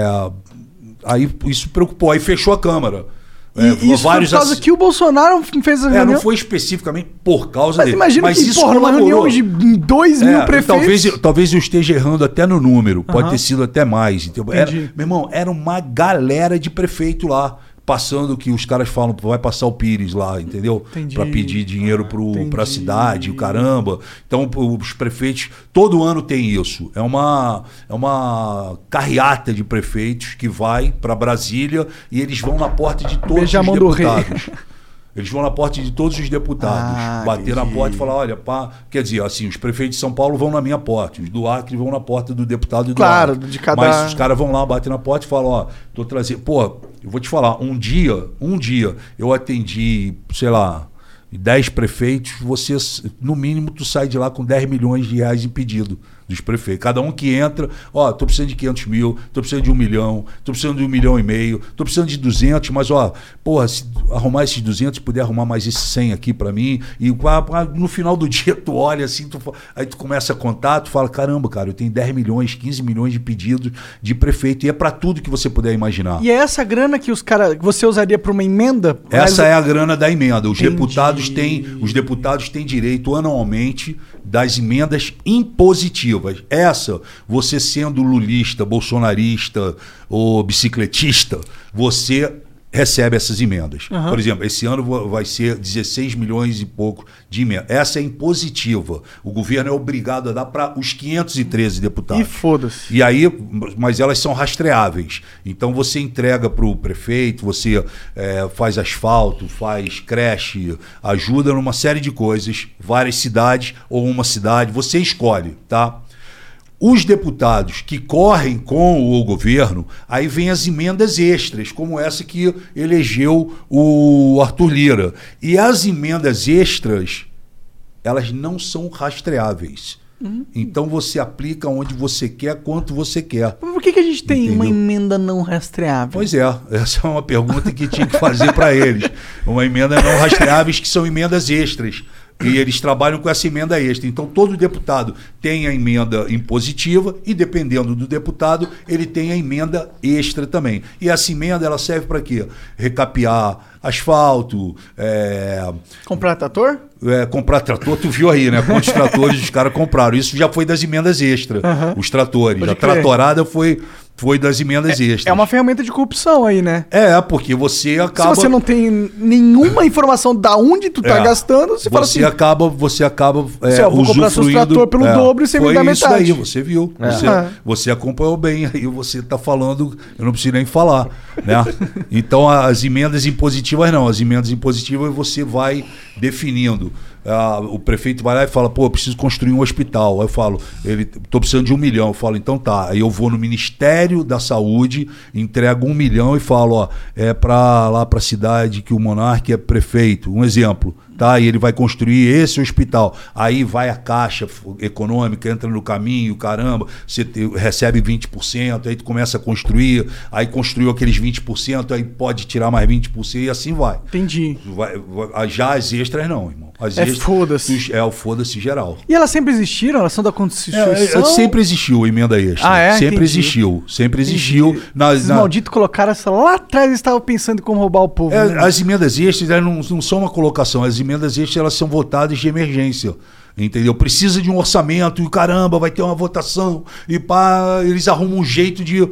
aí isso preocupou. Aí fechou a Câmara. E isso foi por causa que o Bolsonaro fez a reunião? Não foi especificamente por causa dele. Imagina que, isso porra, numa reunião de 2.000 prefeitos... Talvez eu esteja errando até no número. Pode ter sido até mais. Meu irmão, era uma galera de prefeito lá. Passando que os caras falam, vai passar o Pires lá, entendeu? Para pedir dinheiro pra cidade, o caramba. Então, os prefeitos, todo ano tem isso. É uma carreata de prefeitos que vai para Brasília e eles vão na porta de todos os deputados. Eles vão na porta de todos os deputados, bater na porta e falar, olha, quer dizer, assim, os prefeitos de São Paulo vão na minha porta, os do Acre vão na porta do deputado do Acre. De cada... Mas os caras vão lá, bater na porta e falam, ó, tô trazendo... Pô, eu vou te falar, um dia eu atendi, sei lá, 10 prefeitos, você, no mínimo, tu sai de lá com 10 milhões de reais em pedido dos prefeitos. Cada um que entra, ó, tô precisando de 500 mil, tô precisando de 1 milhão, tô precisando de 1,5 milhão, tô precisando de 200, mas ó, porra, se arrumar esses 200, puder arrumar mais esses 100 aqui pra mim, e no final do dia tu olha assim, aí tu começa a contar, tu fala, caramba, cara, eu tenho 10 milhões, 15 milhões de pedidos de prefeito, e é pra tudo que você puder imaginar. E é essa grana que você usaria pra uma emenda? Essa é a grana da emenda. Os deputados têm direito anualmente das emendas impositivas. Essa, você sendo lulista, bolsonarista ou bicicletista, você recebe essas emendas. Por exemplo, esse ano vai ser 16 milhões e pouco de emenda. Essa é impositiva. O governo é obrigado a dar para os 513 deputados. E foda-se. E aí, mas elas são rastreáveis. Então você entrega para o prefeito, você faz asfalto, faz creche, ajuda numa série de coisas, várias cidades ou uma cidade, você escolhe, tá? Os deputados que correm com o governo, aí vem as emendas extras, como essa que elegeu o Arthur Lira. E as emendas extras, elas não são rastreáveis. Então você aplica onde você quer, quanto você quer. Por que a gente tem uma emenda não rastreável? Pois é, essa é uma pergunta que tinha que fazer para eles. Uma emenda não rastreáveis, que são emendas extras. E eles trabalham com essa emenda extra. Então, todo deputado tem a emenda impositiva e, dependendo do deputado, ele tem a emenda extra também. E essa emenda, ela serve para quê? Recapear asfalto. Comprar trator? Comprar trator, tu viu aí, né? Quantos tratores os caras compraram. Isso já foi das emendas extras, os tratores. Pode a crer. tratorada foi das emendas extras. É uma ferramenta de corrupção aí, né? Porque você acaba... Se você não tem nenhuma informação da onde tu tá gastando, você fala assim... Você acaba eu vou comprar seus trator pelo dobro e você me dá metade. Foi isso daí, você viu. Você acompanhou bem, aí você tá falando, eu não preciso nem falar, né? Então, as emendas impositivas não. As emendas impositivas você vai definindo. O prefeito vai lá e fala, pô, eu preciso construir um hospital. Aí eu falo, tô precisando de 1 milhão. Eu falo, então tá. Aí eu vou no Ministério da Saúde, entrego 1 milhão e falo, ó, lá pra cidade que o Monark é prefeito. Um exemplo. Tá? E ele vai construir esse hospital. Aí vai a Caixa Econômica, entra no caminho, caramba, você recebe 20%, aí tu começa a construir, aí construiu aqueles 20%, aí pode tirar mais 20% e assim vai. Entendi. Já as extras não, irmão. As extras, foda-se. É o foda-se geral. E elas sempre existiram? Elas são da Constituição? Sempre existiu a emenda extra. Sempre Entendi. existiu. Sempre existiu. Esses malditos colocaram essa lá atrás e estavam pensando em como roubar o povo. As emendas extras não são uma colocação. As emendas extras elas são votadas de emergência. Entendeu? Precisa de um orçamento e caramba, vai ter uma votação. E eles arrumam um jeito de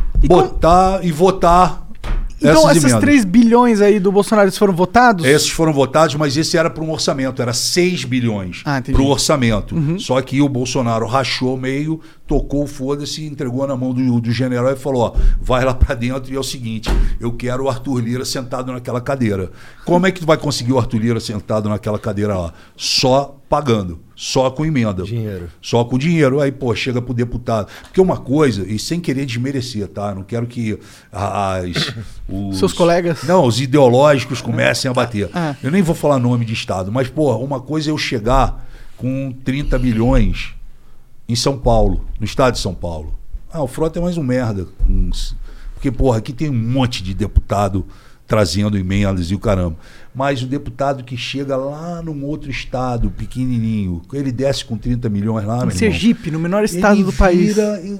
botar e votar. Então esses 3 bilhões aí do Bolsonaro, eles foram votados? Esses foram votados, mas esse era para um orçamento, era 6 bilhões para o orçamento. Só que o Bolsonaro rachou meio, tocou o foda-se, entregou na mão do general e falou, ó, vai lá para dentro e é o seguinte, eu quero o Arthur Lira sentado naquela cadeira. Como é que tu vai conseguir o Arthur Lira sentado naquela cadeira lá? Só pagando. Só com emenda. Dinheiro. Só com dinheiro. Aí, pô, chega pro deputado. Porque uma coisa, e sem querer desmerecer, tá? Não quero que seus colegas? Não, os ideológicos comecem a bater. Eu nem vou falar nome de estado, mas, pô, uma coisa é eu chegar com 30 milhões em São Paulo, no estado de São Paulo. O Frota é mais um merda. Porque, porra, aqui tem um monte de deputado trazendo emendas e o caramba. Mas o deputado que chega lá num outro estado, pequenininho, ele desce com 30 milhões lá, em Sergipe, no menor estado do país.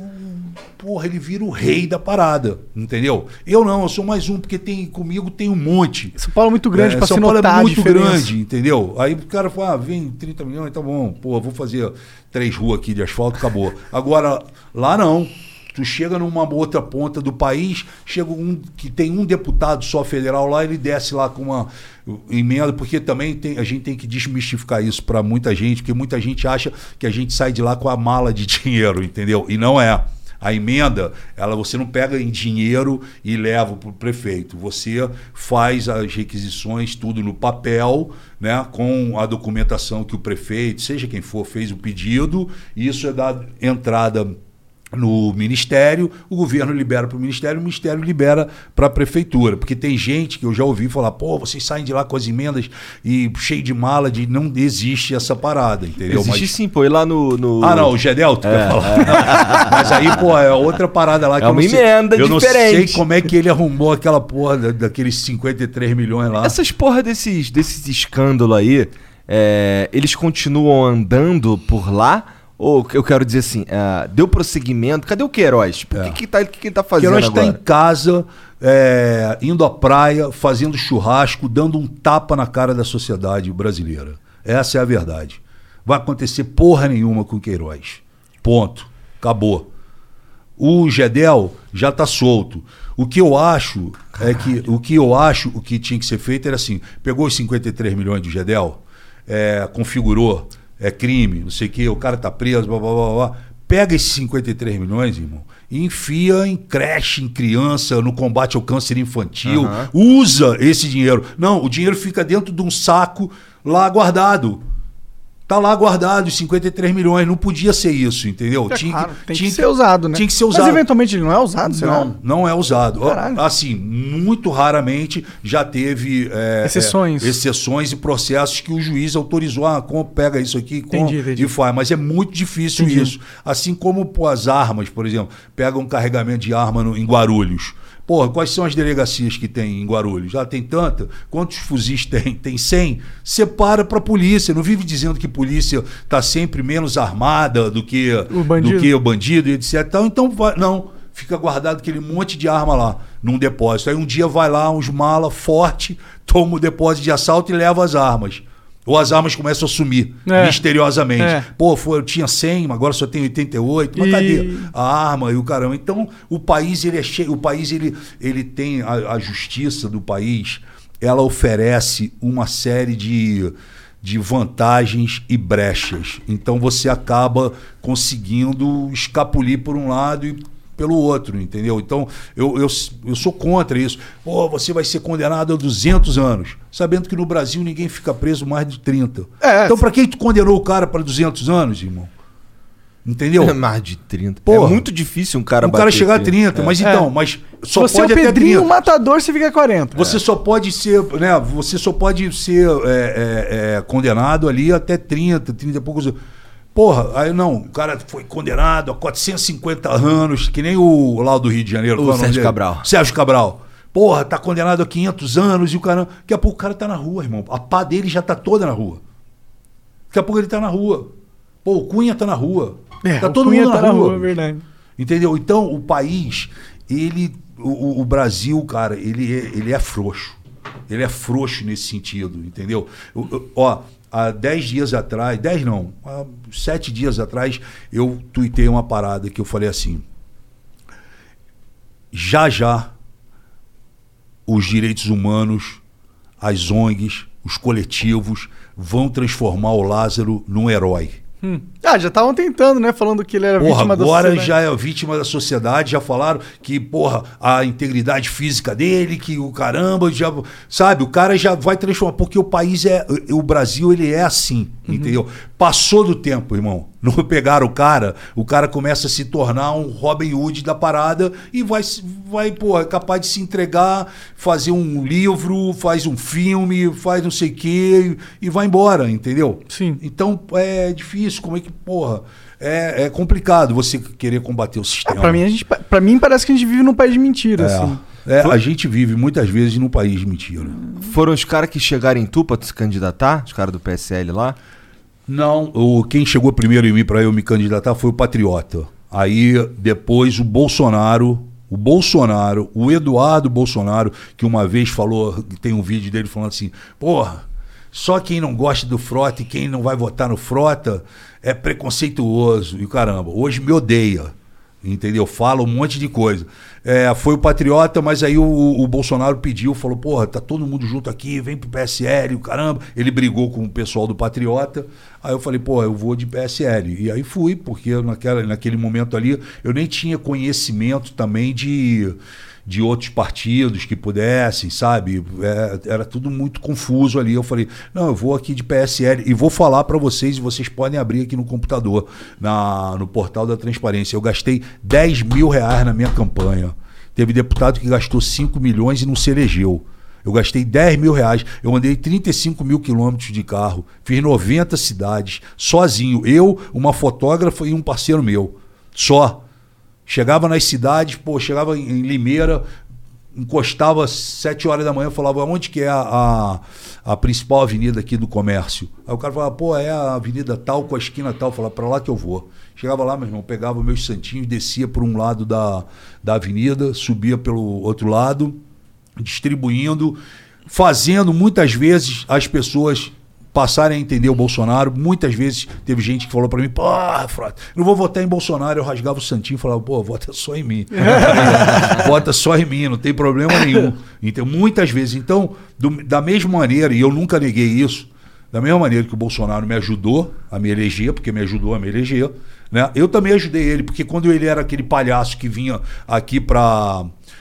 Ele vira o rei da parada, entendeu? Eu não, eu sou mais um, porque comigo tem um monte. São Paulo é muito grande pra se notar. São Paulo é muito grande, entendeu? Aí o cara fala, vem 30 milhões, tá bom, pô, vou fazer 3 ruas aqui de asfalto, acabou. Agora, lá não. Tu chega numa outra ponta do país, chega que tem um deputado só federal lá, ele desce lá com uma emenda, porque também a gente tem que desmistificar isso para muita gente, porque muita gente acha que a gente sai de lá com a mala de dinheiro, entendeu? E não é. A emenda, você não pega em dinheiro e leva para o prefeito. Você faz as requisições, tudo no papel, né, com a documentação que o prefeito, seja quem for, fez o pedido, e isso é dado entrada no Ministério, o governo libera para o Ministério libera para a Prefeitura. Porque tem gente que eu já ouvi falar, pô, vocês saem de lá com as emendas e cheio de mala, não existe essa parada, entendeu? Existe sim, pô, e lá no... não, o Gedel, tu quer falar? Mas aí, pô, é outra parada lá que uma emenda diferente. Eu não sei como é que ele arrumou aquela porra daqueles 53 milhões lá. Essas porra desses escândalos aí, eles continuam andando por lá? Ou eu quero dizer assim, deu prosseguimento? Cadê o Queiroz? O que ele tá fazendo agora? O Queiroz está em casa, indo à praia, fazendo churrasco, dando um tapa na cara da sociedade brasileira. Essa é a verdade. Vai acontecer porra nenhuma com o Queiroz. Ponto. Acabou. O Gedel já está solto. O que eu acho o que tinha que ser feito era assim, pegou os 53 milhões do Gedel, configurou, crime, não sei o que, o cara tá preso, blá, blá, blá, blá. Pega esses 53 milhões, irmão, e enfia em creche, em criança, no combate ao câncer infantil. Usa esse dinheiro. Não, o dinheiro fica dentro de um saco lá guardado. Tá lá guardado os 53 milhões, não podia ser isso, entendeu? Claro, tem que ser usado, né? Tinha que ser usado. Mas eventualmente ele não é usado, será? Não é usado. Caralho. Assim, muito raramente já teve exceções e processos que o juiz autorizou, pega isso aqui e faz. Mas é muito difícil isso. Assim como as armas, por exemplo, pega um carregamento de arma em Guarulhos. Porra, quais são as delegacias que tem em Guarulhos? Já tem tanta? Quantos fuzis tem? Tem 100? Separa para a polícia. Não vive dizendo que a polícia está sempre menos armada do que o bandido e etc. Então, não. Fica guardado aquele monte de arma lá, num depósito. Aí um dia vai lá, uns mala forte, toma o depósito de assalto e leva as armas. Ou as armas começam a sumir, misteriosamente. Pô, eu tinha 100, agora só tenho 88. Mas cadê a arma e o caramba? Então, o país, ele é cheio. O país, ele tem a justiça do país, ela oferece uma série de vantagens e brechas. Então, você acaba conseguindo escapulir por um lado e pelo outro, entendeu? Então, eu sou contra isso. Pô, você vai ser condenado a 200 anos, sabendo que no Brasil ninguém fica preso mais de 30. Então, pra quem tu condenou o cara para 200 anos, irmão? Entendeu? É mais de 30. Porra, é muito difícil um cara chegar a 30. Mas mas só você pode é o até Pedrinho 30. Matador, você fica 40. Você só pode ser, né? Você só pode ser condenado ali até 30 e poucos anos. Porra, aí não, o cara foi condenado a 450 anos, que nem o lá do Rio de Janeiro. O Sérgio Cabral. Sérgio Cabral. Porra, tá condenado a 500 anos e o cara... Daqui a pouco o cara tá na rua, irmão. A pá dele já tá toda na rua. Daqui a pouco ele tá na rua. Pô, o Cunha tá na rua. Tá todo mundo na rua. É verdade. Entendeu? Então, o país, o Brasil, cara, ele é frouxo. Ele é frouxo nesse sentido, entendeu? Há 10 dias atrás, 10 não, há 7 dias atrás, eu tuitei uma parada que eu falei assim: já os direitos humanos, as ONGs, os coletivos vão transformar o Lázaro num herói. Já estavam tentando, né? Falando que ele era vítima da sociedade. Agora já é vítima da sociedade, já falaram que, a integridade física dele, que o caramba, já, sabe, o cara já vai transformar, porque o país o Brasil, ele é assim, entendeu? Passou do tempo, irmão. Não pegaram o cara começa a se tornar um Robin Hood da parada e vai é capaz de se entregar, fazer um livro, faz um filme, faz não sei o quê e vai embora, entendeu? Sim. Então é difícil, como é que, é complicado você querer combater o sistema. Pra mim parece que a gente vive num país de mentira, assim. A gente vive muitas vezes num país de mentira. Foram os caras que chegaram em tu pra se candidatar? Os caras do PSL lá? Não, quem chegou primeiro em mim para eu me candidatar foi o Patriota. Aí depois o Eduardo Bolsonaro, que uma vez falou, tem um vídeo dele falando assim: porra, só quem não gosta do Frota e quem não vai votar no Frota é preconceituoso. E caramba, hoje me odeia. Entendeu? Fala um monte de coisa. Foi o Patriota, mas aí o Bolsonaro pediu, falou: porra, tá todo mundo junto aqui, vem pro PSL, o caramba. Ele brigou com o pessoal do Patriota. Aí eu falei: pô, eu vou de PSL. E aí fui, porque naquele momento ali eu nem tinha conhecimento também de outros partidos que pudessem, sabe? Era tudo muito confuso ali. Eu falei: não, eu vou aqui de PSL e vou falar para vocês, e vocês podem abrir aqui no computador, no portal da transparência. Eu gastei 10 mil reais na minha campanha. Teve deputado que gastou 5 milhões e não se elegeu. Eu gastei 10 mil reais, eu andei 35 mil quilômetros de carro, fiz 90 cidades, sozinho. Eu, uma fotógrafa e um parceiro meu. Só. Chegava nas cidades, chegava em Limeira, encostava às 7 horas da manhã, falava: onde que é a principal avenida aqui do comércio? Aí o cara falava: é a avenida tal com a esquina tal. Eu falava: para lá que eu vou. Chegava lá, meu irmão, pegava meus santinhos, descia por um lado da avenida, subia pelo outro lado, distribuindo, fazendo muitas vezes as pessoas passarem a entender o Bolsonaro. Muitas vezes teve gente que falou pra mim: Frota, não vou votar em Bolsonaro. Eu rasgava o santinho e falava: vota só em mim. Vota só em mim, não tem problema nenhum. Então, muitas vezes. Então, da mesma maneira, e eu nunca neguei isso, da mesma maneira que o Bolsonaro me ajudou a me eleger, porque me ajudou a me eleger, né? Eu também ajudei ele, porque quando ele era aquele palhaço que vinha aqui pra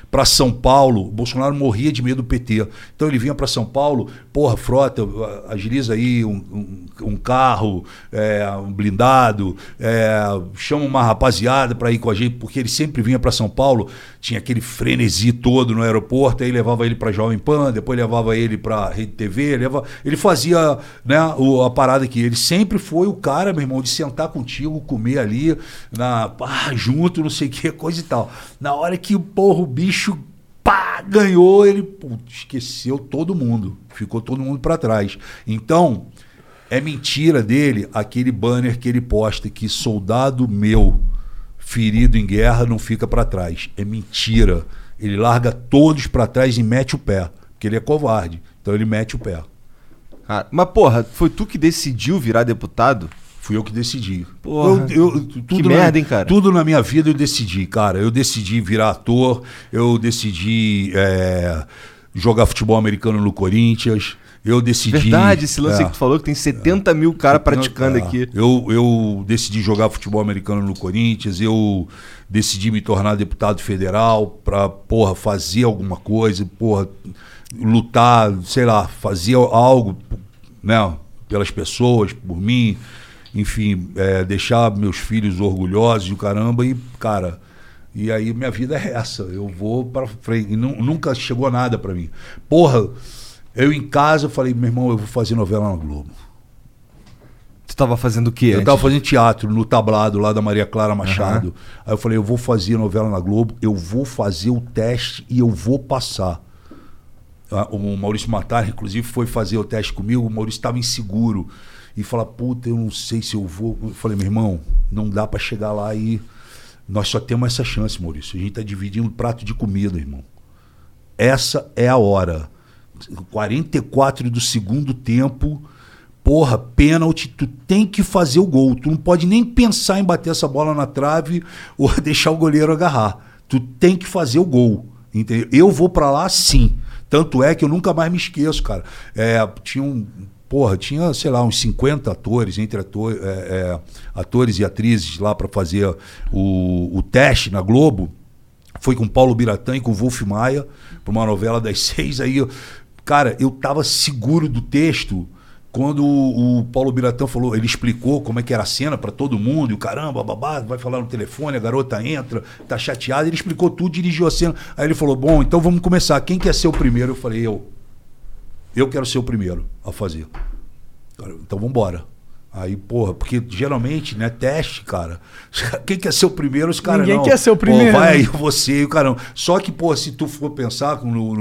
para São Paulo, o Bolsonaro morria de medo do PT. Então ele vinha para São Paulo, porra, Frota, agiliza aí um carro, um blindado, chama uma rapaziada para ir com a gente, porque ele sempre vinha para São Paulo, tinha aquele frenesi todo no aeroporto, aí levava ele para Jovem Pan, depois levava ele para Rede TV, ele fazia, né, a parada aqui. Ele sempre foi o cara, meu irmão, de sentar contigo, comer ali, junto, não sei o que, coisa e tal. Na hora que o bicho ganhou, ele esqueceu todo mundo, ficou todo mundo para trás. Então, é mentira dele aquele banner que ele posta que soldado meu ferido em guerra não fica para trás. É mentira. Ele larga todos para trás e mete o pé, porque ele é covarde. Então ele mete o pé. Ah, mas porra, foi tu que decidiu virar deputado? Fui eu que decidi. Porra, que merda, hein, cara? Tudo na minha vida eu decidi, cara. Eu decidi virar ator, eu decidi jogar futebol americano no Corinthians, eu decidi... Verdade, esse lance que tu falou, que tem 70 mil caras praticando aqui. Eu decidi jogar futebol americano no Corinthians, eu decidi me tornar deputado federal pra, porra, fazer alguma coisa, porra, lutar, sei lá, fazer algo, né, pelas pessoas, por mim... Enfim, deixar meus filhos orgulhosos e o caramba, e, cara, e aí minha vida é essa, eu vou para frente, e nunca chegou nada para mim. Porra, eu em casa falei, meu irmão, eu vou fazer novela na Globo. Tu tava fazendo o quê? Eu tava fazendo teatro no Tablado, lá da Maria Clara Machado. Aí eu falei, eu vou fazer novela na Globo, eu vou fazer o teste e eu vou passar. O Maurício Matar, inclusive, foi fazer o teste comigo, o Maurício estava inseguro. E falar, puta, eu não sei se eu vou. Eu falei, meu irmão, não dá pra chegar lá e nós só temos essa chance, Maurício. A gente tá dividindo um prato de comida, irmão. Essa é a hora. 44 do segundo tempo, porra, pênalti, tu tem que fazer o gol. Tu não pode nem pensar em bater essa bola na trave ou deixar o goleiro agarrar. Tu tem que fazer o gol. Entendeu? Eu vou pra lá sim. Tanto é que eu nunca mais me esqueço, cara. Tinha, sei lá, uns 50 atores, entre atores e atrizes lá para fazer o teste na Globo. Foi com Paulo Biratã e com Wolf Maia, para uma novela das 6. Aí, cara, eu tava seguro do texto quando o Paulo Biratã falou, ele explicou como é que era a cena para todo mundo, e o caramba, babá, vai falar no telefone, a garota entra, tá chateada, ele explicou tudo, dirigiu a cena. Aí ele falou, bom, então vamos começar. Quem quer ser o primeiro? Eu falei, eu quero ser o primeiro a fazer. Então vamos embora. Aí, porra, porque geralmente, né, teste, cara. Quem quer ser o primeiro, os caras não. Ninguém quer ser o primeiro. Pô, vai aí você e o caramba. Só que, pô, se tu for pensar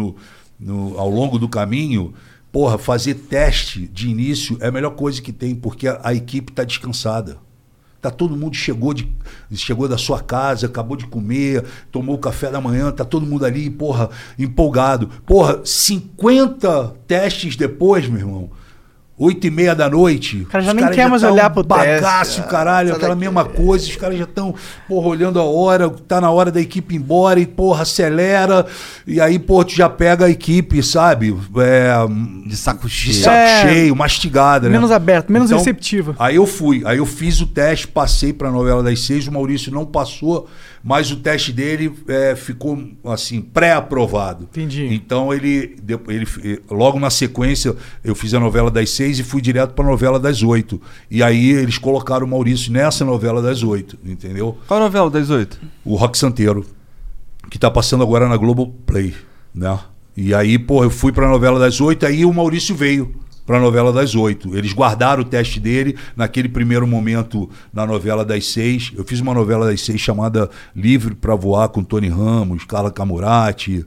ao longo do caminho, porra, fazer teste de início é a melhor coisa que tem, porque a equipe tá descansada. Tá todo mundo chegou da sua casa, acabou de comer, tomou o café da manhã, tá todo mundo ali, porra, empolgado. Porra, 50 testes depois, meu irmão, 8h30 da noite. O cara já nem quer mais olhar pro teste. Bagaço, caralho, aquela mesma coisa. Os caras já estão, porra, olhando a hora, tá na hora da equipe ir embora e, porra, acelera. E aí, porra, tu já pega a equipe, sabe? De saco cheio. De saco cheio, mastigada, né? Menos aberto, menos receptiva. Aí eu fiz o teste, passei pra novela das 6, o Maurício não passou, mas o teste dele ficou, assim, pré-aprovado. Entendi. Então ele, logo na sequência, eu fiz a novela das 6 e fui direto pra novela das 8. E aí eles colocaram o Maurício nessa novela das 8, entendeu? Qual novela das 8? O Rock Santeiro, que tá passando agora na Globoplay, né? E aí, pô, eu fui pra novela das 8, aí o Maurício veio pra novela das 8. Eles guardaram o teste dele naquele primeiro momento na novela das 6. Eu fiz uma novela das 6 chamada Livre pra Voar, com Tony Ramos, Carla Camurati,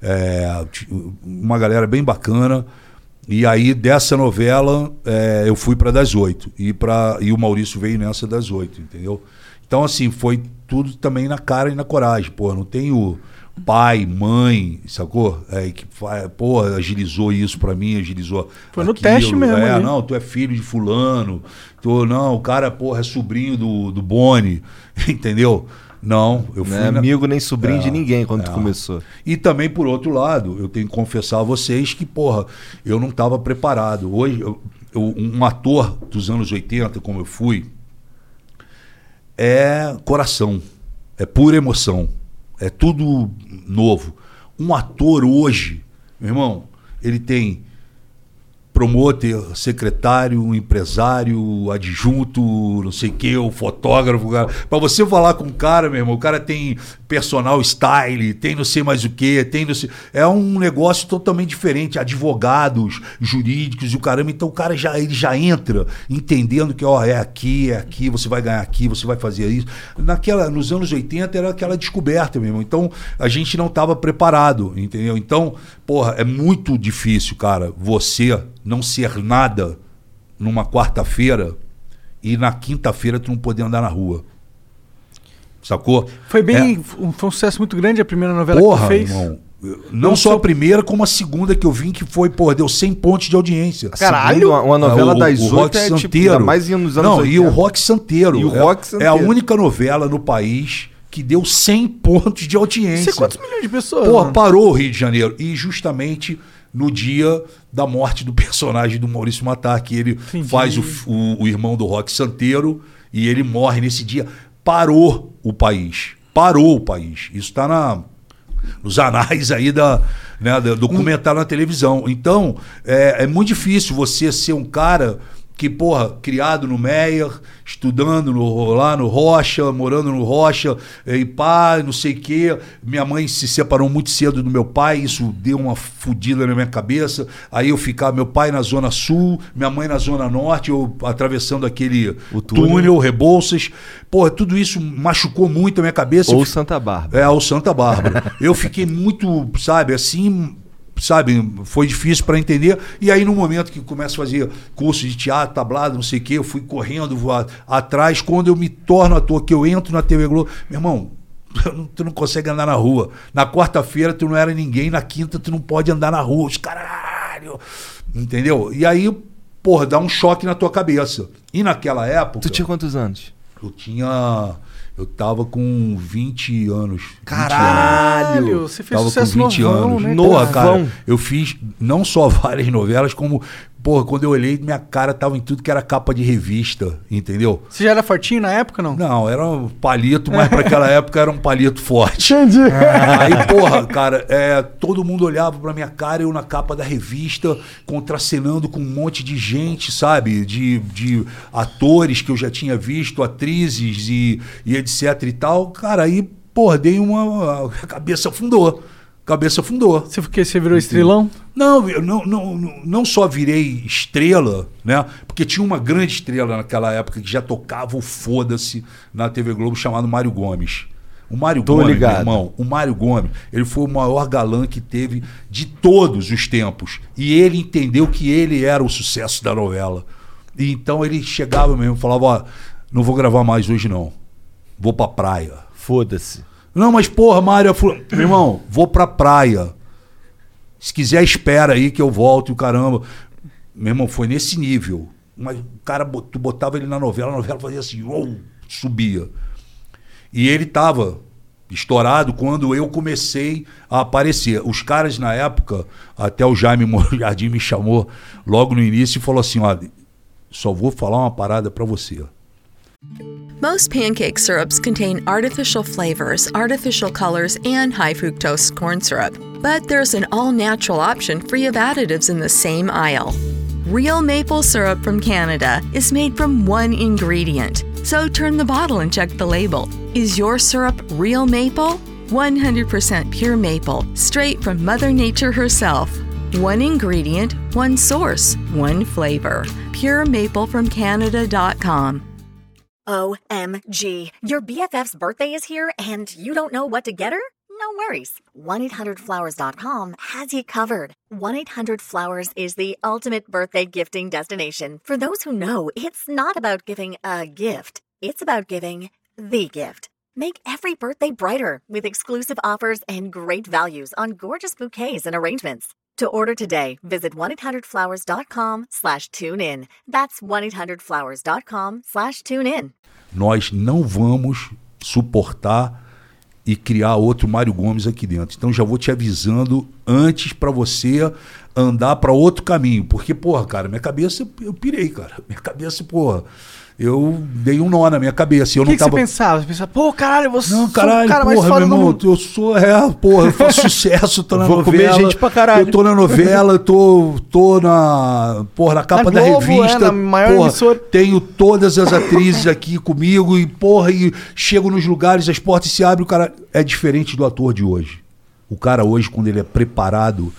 uma galera bem bacana. E aí, dessa novela, eu fui pra das 8. E o Maurício veio nessa das 8, entendeu? Então, assim, foi tudo também na cara e na coragem. Pô, não tenho pai, mãe, sacou? Agilizou isso pra mim, agilizou. Foi no teste mesmo. Não, tu é filho de fulano. O cara, porra, é sobrinho do Boni, entendeu? Não, eu fui. Não é amigo nem sobrinho de ninguém quando tu começou. E também, por outro lado, eu tenho que confessar a vocês que, porra, eu não estava preparado. Hoje, um ator dos anos 80, como eu fui, é coração, é pura emoção, é tudo novo. Um ator hoje, meu irmão, ele tem promotor, secretário, empresário, adjunto, não sei o que, o fotógrafo. Para você falar com o cara, meu irmão, o cara tem personal style, tem não sei mais o que, tem não sei... É um negócio totalmente diferente. Advogados, jurídicos e o caramba. Então o cara ele já entra entendendo que é aqui, você vai ganhar aqui, você vai fazer isso. Nos anos 80 era aquela descoberta, meu irmão. Então a gente não estava preparado, entendeu? Então, porra, é muito difícil, cara, você não ser nada numa quarta-feira e na quinta-feira tu não poder andar na rua. Sacou? Foi foi um sucesso muito grande a primeira novela que tu fez. Irmão, não só a primeira, como a segunda que eu vim, que foi, deu 100 pontos de audiência. Caralho! Uma novela das 8 é tipo, mais nos anos 80. E o Rock Santeiro. E o Rock Santeiro. É a única novela no país que deu 100 pontos de audiência. Você quantos milhões de pessoas? Porra, parou o Rio de Janeiro. E justamente no dia da morte do personagem do Maurício Matar, que ele faz o irmão do Rock Santeiro, e ele morre nesse dia. Parou o país. Parou o país. Isso está nos anais aí do documentário na televisão. Então, é muito difícil você ser um cara que, porra, criado no Meier, estudando lá no Rocha, morando no Rocha, e pá, não sei o quê. Minha mãe se separou muito cedo do meu pai, isso deu uma fodida na minha cabeça. Aí eu ficava, meu pai na Zona Sul, minha mãe na Zona Norte, eu atravessando aquele túnel, Rebouças. Porra, tudo isso machucou muito a minha cabeça. Ou Santa Bárbara. Ou Santa Bárbara. Eu fiquei muito, sabe, assim... foi difícil para entender. E aí no momento que começo a fazer curso de teatro, tablado, não sei o que, eu fui correndo atrás. Quando eu me torno ator, que eu entro na TV Globo, meu irmão, tu não consegue andar na rua. Na quarta-feira tu não era ninguém, na quinta tu não pode andar na rua. Os caralho, entendeu? E aí, porra, dá um choque na tua cabeça. E naquela época... Tu tinha quantos anos? Eu tava com 20 anos. Caralho! Você fez sucesso com 20 anos, né? Porra, cara, eu fiz não só várias novelas, como... Porra, quando eu olhei, minha cara tava em tudo que era capa de revista, entendeu? Você já era fortinho na época, não? Não, era um palito, mas pra aquela época era um palito forte. Entendi. Aí, porra, cara, todo mundo olhava pra minha cara, eu na capa da revista, contracenando com um monte de gente, sabe? De atores que eu já tinha visto, atrizes e etc e tal. Cara, aí, porra, a cabeça afundou. Você virou estrelão? Não só virei estrela, né? Porque tinha uma grande estrela naquela época que já tocava o foda-se na TV Globo, chamado Mário Gomes. O Mário Gomes, meu irmão, ele foi o maior galã que teve de todos os tempos. E ele entendeu que ele era o sucesso da novela. E então ele chegava mesmo e falava, não vou gravar mais hoje não. Vou pra praia. Foda-se. Não, mas porra, Mário, meu irmão, vou pra praia. Se quiser, espera aí que eu volto e o caramba. Meu irmão, foi nesse nível. Mas o cara, tu botava ele na novela, a novela fazia assim, subia. E ele tava estourado quando eu comecei a aparecer. Os caras na época, até o Jaime Jardim me chamou logo no início e falou assim, olha, só vou falar uma parada pra você. Most pancake syrups contain artificial flavors, artificial colors, and high fructose corn syrup. But there's an all-natural option free of additives in the same aisle. Real maple syrup from Canada is made from one ingredient. So turn the bottle and check the label. Is your syrup real maple? 100% pure maple, straight from Mother Nature herself. One ingredient, one source, one flavor. PureMapleFromCanada.com. OMG. Your BFF's birthday is here and you don't know what to get her? No worries. 1-800-Flowers.com has you covered. 1-800-Flowers is the ultimate birthday gifting destination. For those who know, it's not about giving a gift. It's about giving the gift. Make every birthday brighter with exclusive offers and great values on gorgeous bouquets and arrangements. To order today, visit 1-800-Flowers.com/tunein. That's 1-800-Flowers.com/tunein. Nós não vamos suportar e criar outro Mário Gomes aqui dentro. Então já vou te avisando antes para você andar para outro caminho. Porque, porra, cara, minha cabeça, eu pirei, cara. Minha cabeça, porra, eu dei um nó na minha cabeça. Eu O que não tava... você pensava? Você pensava, pô, caralho, eu Não, caralho, sou o cara mais porra, foda meu do irmão, mundo. eu sou, eu faço sucesso, tô na Vou novela. comer gente pra caralho. Eu tô na novela, tô na capa da Globo, revista. na maior emissora. Tenho todas as atrizes aqui comigo e, e chego nos lugares, as portas se abrem, o cara... É diferente do ator de hoje. O cara hoje, quando ele é preparado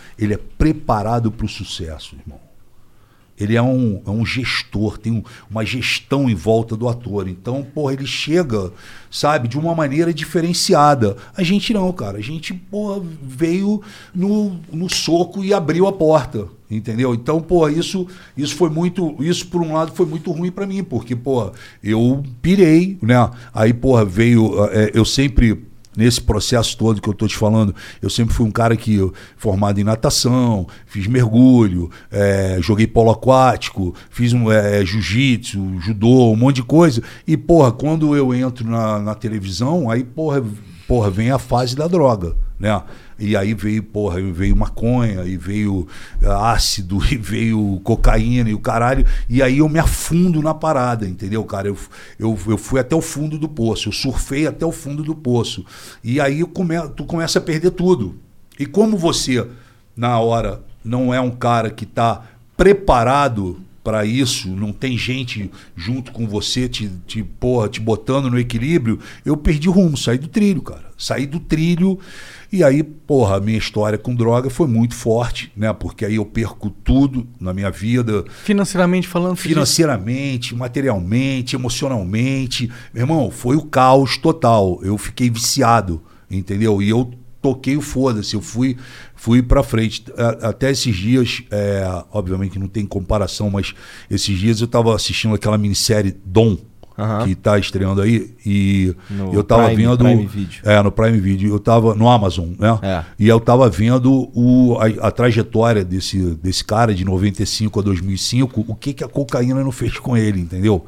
pro sucesso, irmão. Ele é um gestor, tem uma gestão em volta do ator. Então, ele chega, sabe, de uma maneira diferenciada. A gente não, cara. A gente, veio no soco e abriu a porta, entendeu? Então, isso foi muito... Isso, por um lado, foi muito ruim pra mim, porque, eu pirei, né? Aí, veio... eu sempre... Nesse processo todo que eu estou te falando, eu sempre fui um cara formado em natação, fiz mergulho, joguei polo aquático, fiz jiu-jitsu, judô, um monte de coisa. E, quando eu entro na televisão, aí, vem a fase da droga, né? E aí veio maconha, e veio ácido, e veio cocaína e o caralho. E aí eu me afundo na parada, entendeu, cara? Eu fui até o fundo do poço, eu surfei até o fundo do poço. E aí tu começa a perder tudo. E como você, na hora, não é um cara que tá preparado para isso, não tem gente junto com você te botando no equilíbrio, eu perdi rumo, saí do trilho, cara. Saí do trilho. E aí, a minha história com droga foi muito forte, né? Porque aí eu perco tudo na minha vida. Financeiramente falando? Financeiramente, materialmente, emocionalmente. Meu irmão, foi o caos total. Eu fiquei viciado, entendeu? E eu toquei o foda-se, eu fui pra frente. Até esses dias, obviamente não tem comparação, mas esses dias eu tava assistindo aquela minissérie Dom, que tá estreando aí, e eu tava vendo... Prime Video. No Prime Video. Eu tava no Amazon, né? E eu tava vendo a trajetória desse cara de 95 a 2005, o que a cocaína não fez com ele, entendeu?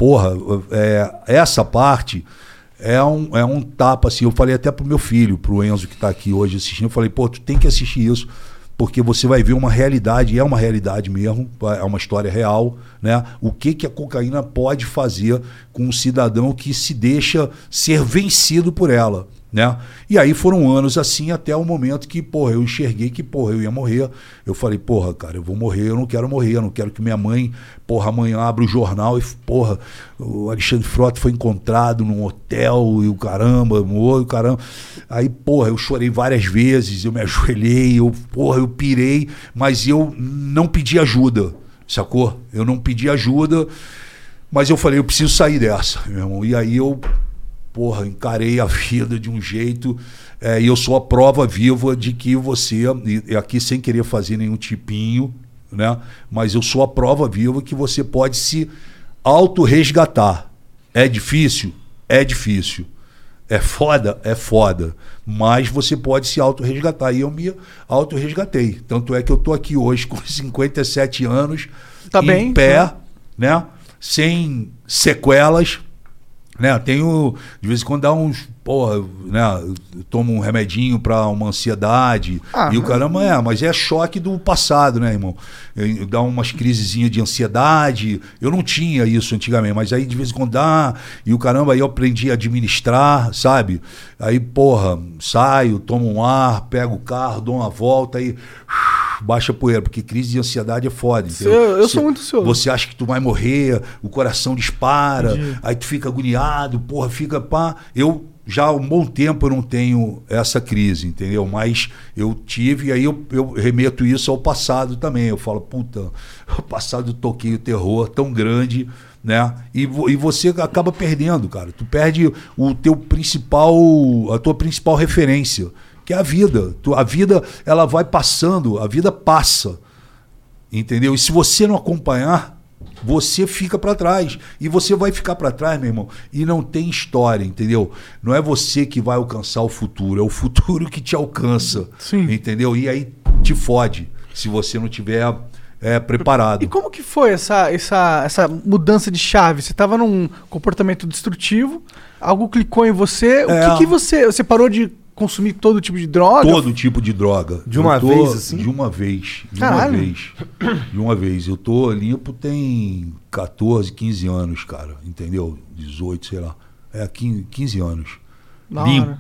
Essa parte é um tapa, assim. Eu falei até pro meu filho, pro Enzo, que tá aqui hoje assistindo, eu falei, tu tem que assistir isso, porque você vai ver uma realidade, é uma realidade mesmo, é uma história real, né? O que a cocaína pode fazer com um cidadão que se deixa ser vencido por ela, né? E aí foram anos assim até o momento que, eu enxerguei que, eu ia morrer. Eu falei, cara, eu vou morrer, eu não quero morrer, eu não quero que minha mãe, amanhã abra o jornal e, o Alexandre Frota foi encontrado num hotel e o caramba. Aí, eu chorei várias vezes, eu me ajoelhei, eu pirei, mas eu não pedi ajuda, sacou? Eu não pedi ajuda, mas eu falei, eu preciso sair dessa, meu irmão. E aí eu encarei a vida de um jeito, e eu sou a prova viva de que você, e aqui sem querer fazer nenhum tipinho, né? Mas eu sou a prova viva que você pode se auto-resgatar. É difícil? É difícil. É foda? É foda. Mas você pode se auto-resgatar. E eu me auto-resgatei. Tanto é que eu tô aqui hoje com 57 anos, em pé, né? Sem sequelas, né? Tenho, de vez em quando dá uns, né? Eu tomo um remedinho para uma ansiedade e o caramba, mas é choque do passado, né, irmão? Dá umas crisezinhas de ansiedade. Eu não tinha isso antigamente, mas aí de vez em quando dá, e o caramba, aí eu aprendi a administrar, sabe? Aí, saio, tomo um ar, pego o carro, dou uma volta, aí baixa a poeira, porque crise de ansiedade é foda. Eu sou muito ansioso. Você acha que tu vai morrer, o coração dispara, aí tu fica agoniado, fica pá. Eu já há um bom tempo eu não tenho essa crise, entendeu? Mas eu tive, e aí eu remeto isso ao passado também. Eu falo, o passado eu toquei o terror tão grande, né? E você acaba perdendo, cara. Tu perde a tua principal referência, que é a vida. A vida, ela vai passando, a vida passa, entendeu? E se você não acompanhar, você fica para trás. E você vai ficar para trás, meu irmão, e não tem história, entendeu? Não é você que vai alcançar o futuro, é o futuro que te alcança. Sim. Entendeu? E aí te fode, se você não tiver preparado. E como que foi essa mudança de chave? Você estava num comportamento destrutivo, algo clicou em você, o que você parou de consumir todo tipo de droga? Todo tipo de droga. De uma vez, assim? De uma vez. Caralho. De uma vez. Eu tô limpo tem 14, 15 anos, cara. Entendeu? 18, sei lá. 15 anos. Da hora.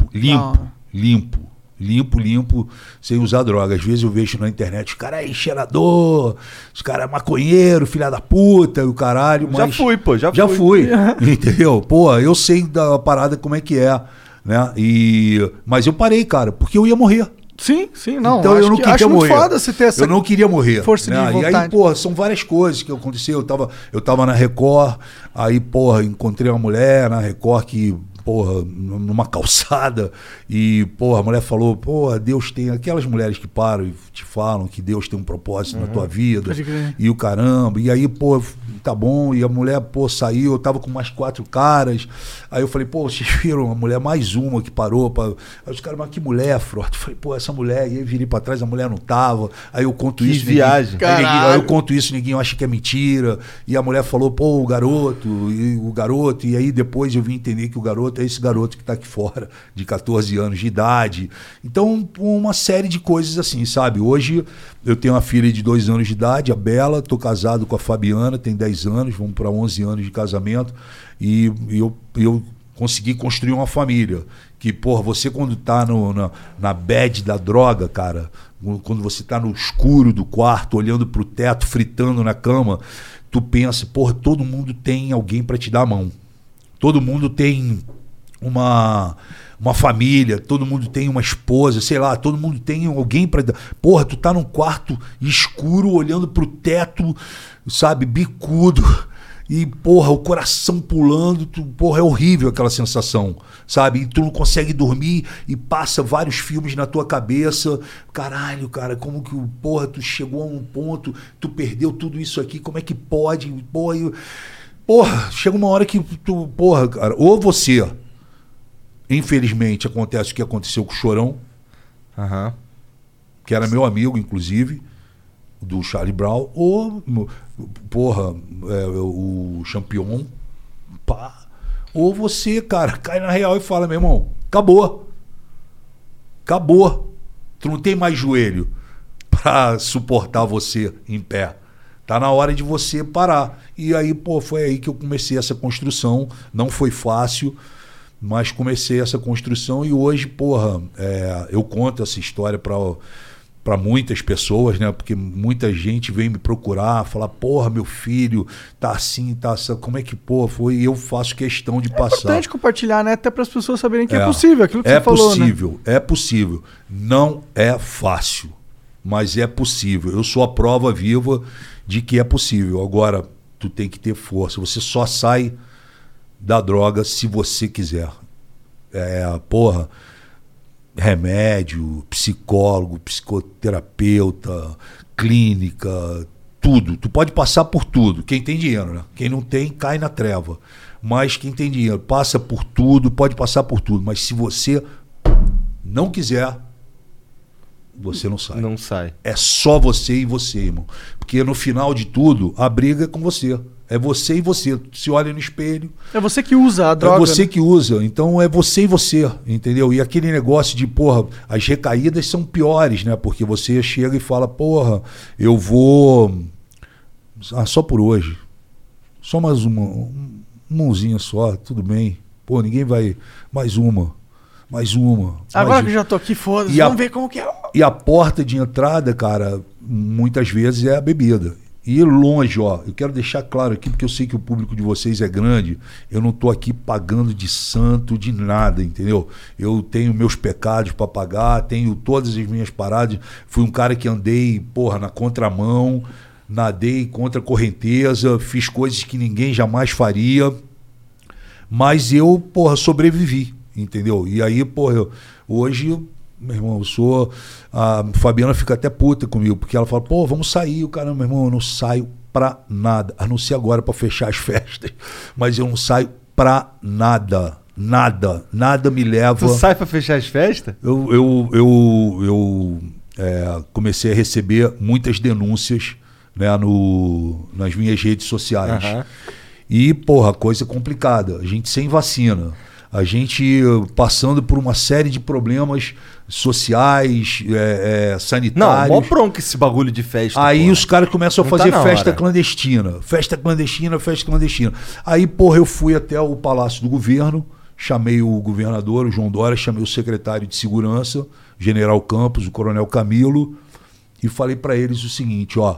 Limpo, sem usar droga. Às vezes eu vejo na internet, os caras é cheirador, os caras é maconheiro, filha da puta, e o caralho. Já mas fui, pô, já fui. Entendeu? Pô, eu sei da parada como é que é, né? Mas eu parei, cara, porque eu ia morrer. Sim, não. Então eu não queria morrer. Muito foda você ter essa eu não queria morrer. força de vontade. E aí, porra, são várias coisas que aconteceram. Eu tava na Record, aí, porra, encontrei uma mulher na Record que, porra, numa calçada, e, porra, a mulher falou, porra, Deus tem aquelas mulheres que param e te falam que Deus tem um propósito na tua vida, Pode crer. e o caramba, e aí, pô, tá bom, e a mulher, pô, saiu, eu tava com mais 4 caras, aí eu falei, pô, vocês viram a mulher, mais uma que parou, aí os caras, mas que mulher, Frota? Eu falei, pô, essa mulher, e aí virei pra trás, a mulher não tava, aí eu conto que isso, viagem. aí eu conto isso, ninguém acha que é mentira, e a mulher falou, pô, o garoto, e aí depois eu vim entender que o garoto é esse garoto que tá aqui fora, de 14 anos de idade. Então, uma série de coisas assim, sabe? Hoje eu tenho uma filha de 2 anos de idade, a Bela, tô casado com a Fabiana, tem 10 anos, vamos para 11 anos de casamento, e eu consegui construir uma família. Que, porra, você quando tá na bad da droga, cara, quando você tá no escuro do quarto, olhando pro teto, fritando na cama, tu pensa, porra, todo mundo tem alguém para te dar a mão. Todo mundo tem uma família, todo mundo tem uma esposa, sei lá, todo mundo tem alguém pra... Porra, tu tá num quarto escuro, olhando pro teto, sabe, bicudo, e, porra, o coração pulando, porra, é horrível aquela sensação, sabe? E tu não consegue dormir e passa vários filmes na tua cabeça. Caralho, cara, como que, porra, tu chegou a um ponto, tu perdeu tudo isso aqui, como é que pode? Porra, chega uma hora que tu, porra, cara, ou você... Infelizmente, acontece o que aconteceu com o Chorão, que era meu amigo, inclusive, do Charlie Brown, ou, porra, o Champion, pá. Ou você, cara, cai na real e fala, meu irmão, acabou. Tu não tem mais joelho pra suportar você em pé. Tá na hora de você parar. E aí, pô, foi aí que eu comecei essa construção. Não foi fácil, mas comecei essa construção e hoje, porra, eu conto essa história para muitas pessoas, né? Porque muita gente vem me procurar, falar, porra, meu filho tá assim, tá assim, como é que, porra, foi? E eu faço questão de passar. É importante compartilhar, né? Até para as pessoas saberem que é possível, aquilo que você falou, né? É possível. Não é fácil, mas é possível. Eu sou a prova viva de que é possível. Agora, tu tem que ter força. Você só sai da droga se você quiser. Porra, remédio, psicólogo, psicoterapeuta, clínica, tudo. Tu pode passar por tudo. Quem tem dinheiro, né? Quem não tem, cai na treva. Mas quem tem dinheiro passa por tudo, pode passar por tudo. Mas se você não quiser, você não sai. Não sai. É só você e você, irmão. Porque no final de tudo, a briga é com você. É você e você. Tu se olha no espelho. É você que usa a droga. É você, né, que usa. Então é você e você, entendeu? E aquele negócio de, porra, as recaídas são piores, né? Porque você chega e fala, porra, eu vou... só por hoje. Só mais uma mãozinha só, tudo bem. Pô, ninguém vai... Mais uma. Agora que eu já tô aqui, foda-se, vamos ver como que é. E a porta de entrada, cara, muitas vezes é a bebida. E longe, ó, eu quero deixar claro aqui, porque eu sei que o público de vocês é grande, eu não tô aqui pagando de santo, de nada, entendeu? Eu tenho meus pecados para pagar, tenho todas as minhas paradas, fui um cara que andei, porra, na contramão, nadei contra a correnteza, fiz coisas que ninguém jamais faria, mas eu, porra, sobrevivi, entendeu? E aí, porra, hoje... Meu irmão, eu sou... A Fabiana fica até puta comigo, porque ela fala, pô, vamos sair. O cara, meu irmão, eu não saio pra nada. A não ser agora pra fechar as festas. Mas eu não saio pra nada. Nada me leva... Tu sai pra fechar as festas? Eu comecei a receber muitas denúncias, né, nas minhas redes sociais. E, porra, coisa complicada. A gente sem vacina. A gente passando por uma série de problemas sociais, sanitários. Não, mó bronca esse bagulho de festa. Aí porra. os caras começam a Não fazer tá na festa hora. clandestina. Festa clandestina, festa clandestina. Aí, porra, eu fui até o Palácio do Governo, chamei o governador, o João Dória, chamei o secretário de Segurança, o General Campos, o Coronel Camilo, e falei para eles o seguinte, ó,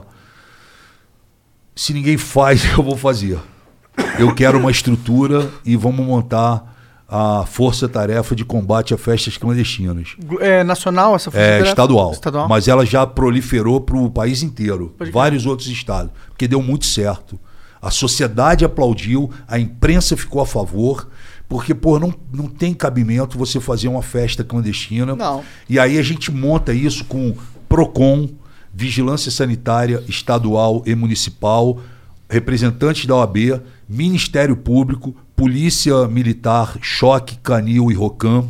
se ninguém faz, eu vou fazer. Eu quero uma estrutura e vamos montar a força-tarefa de combate a festas clandestinas. É nacional essa força? Estadual. Estadual. Mas ela já proliferou para o país inteiro. Vários outros estados. Porque deu muito certo. A sociedade aplaudiu, a imprensa ficou a favor, porque, pô, não tem cabimento você fazer uma festa clandestina. Não. E aí a gente monta isso com PROCON, Vigilância Sanitária Estadual e Municipal, representantes da OAB, Ministério Público, Polícia Militar, Choque, Canil e Rocam,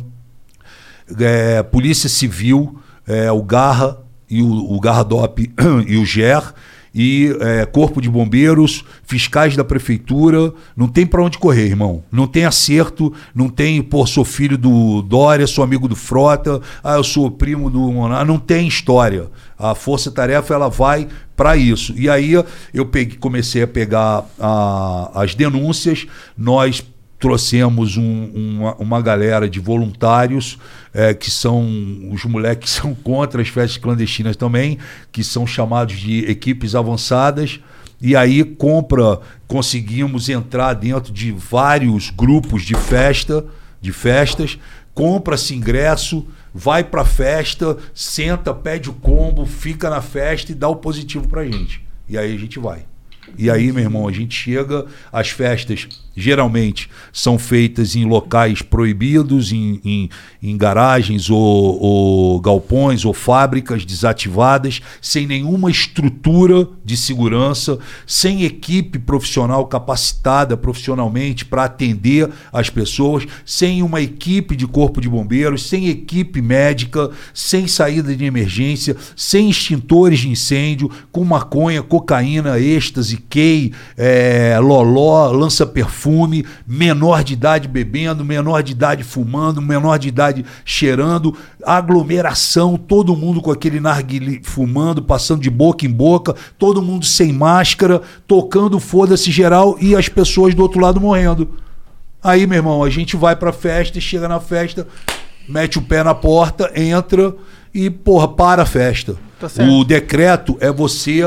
Polícia Civil, o Garra e o Garra DOP e o GER, e Corpo de Bombeiros, fiscais da Prefeitura. Não tem pra onde correr, irmão. Não tem acerto, não tem, pô, sou filho do Dória, sou amigo do Frota, eu sou primo do Monar. Não tem história. A Força-Tarefa, ela vai para isso. E aí eu comecei a pegar as denúncias, nós trouxemos uma galera de voluntários, que são os moleques que são contra as festas clandestinas também, que são chamados de equipes avançadas, e aí conseguimos entrar dentro de vários grupos de festas, compra-se ingresso, vai pra festa, senta, pede o combo, fica na festa e dá o positivo pra gente. E aí a gente vai. E aí, meu irmão, a gente chega, as festas geralmente são feitas em locais proibidos, em garagens ou galpões ou fábricas desativadas, sem nenhuma estrutura de segurança, sem equipe profissional capacitada profissionalmente para atender as pessoas, sem uma equipe de corpo de bombeiros, sem equipe médica, sem saída de emergência, sem extintores de incêndio, com maconha, cocaína, êxtase, key, loló, lança-perfume, menor de idade bebendo, menor de idade fumando, menor de idade cheirando, aglomeração, todo mundo com aquele narguilé fumando, passando de boca em boca, todo mundo sem máscara, tocando foda-se geral e as pessoas do outro lado morrendo. Aí, meu irmão, a gente vai pra festa, chega na festa, mete o pé na porta, entra e, porra, para a festa. Tá certo. O decreto é você...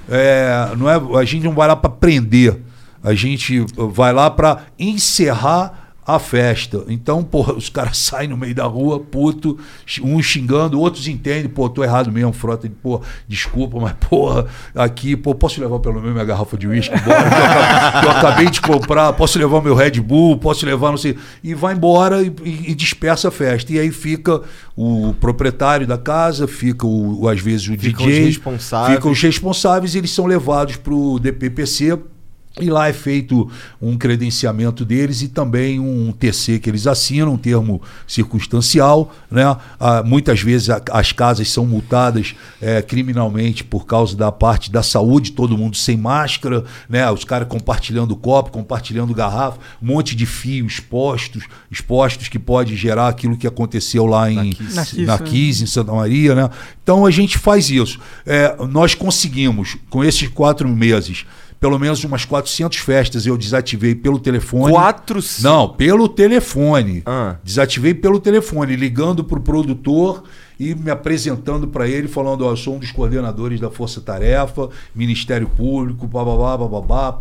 a gente não vai lá para prender, a gente vai lá para encerrar a festa. Então, porra, os caras saem no meio da rua, puto, uns xingando, outros entendem, pô, tô errado mesmo, Frota, pô, desculpa, mas porra, aqui, pô, posso levar pelo menos minha garrafa de uísque embora, que eu acabei de comprar, posso levar meu Red Bull, posso levar, não sei, e vai embora e dispersa a festa. E aí fica o proprietário da casa, fica às vezes o DJ, ficam os responsáveis, e eles são levados pro DPPC, e lá é feito um credenciamento deles e também um TC que eles assinam, um termo circunstancial, né? Muitas vezes as casas são multadas criminalmente por causa da parte da saúde, todo mundo sem máscara, né? Os caras compartilhando copo, compartilhando garrafa, um monte de fios expostos que pode gerar aquilo que aconteceu lá na Kiss, em Santa Maria, né? Então a gente faz isso. Nós conseguimos, com esses 4 meses, pelo menos umas 400 festas eu desativei pelo telefone. 400? Não, pelo telefone. Desativei pelo telefone, ligando pro produtor e me apresentando para ele, falando, ó, eu sou um dos coordenadores da Força Tarefa, Ministério Público, bababá.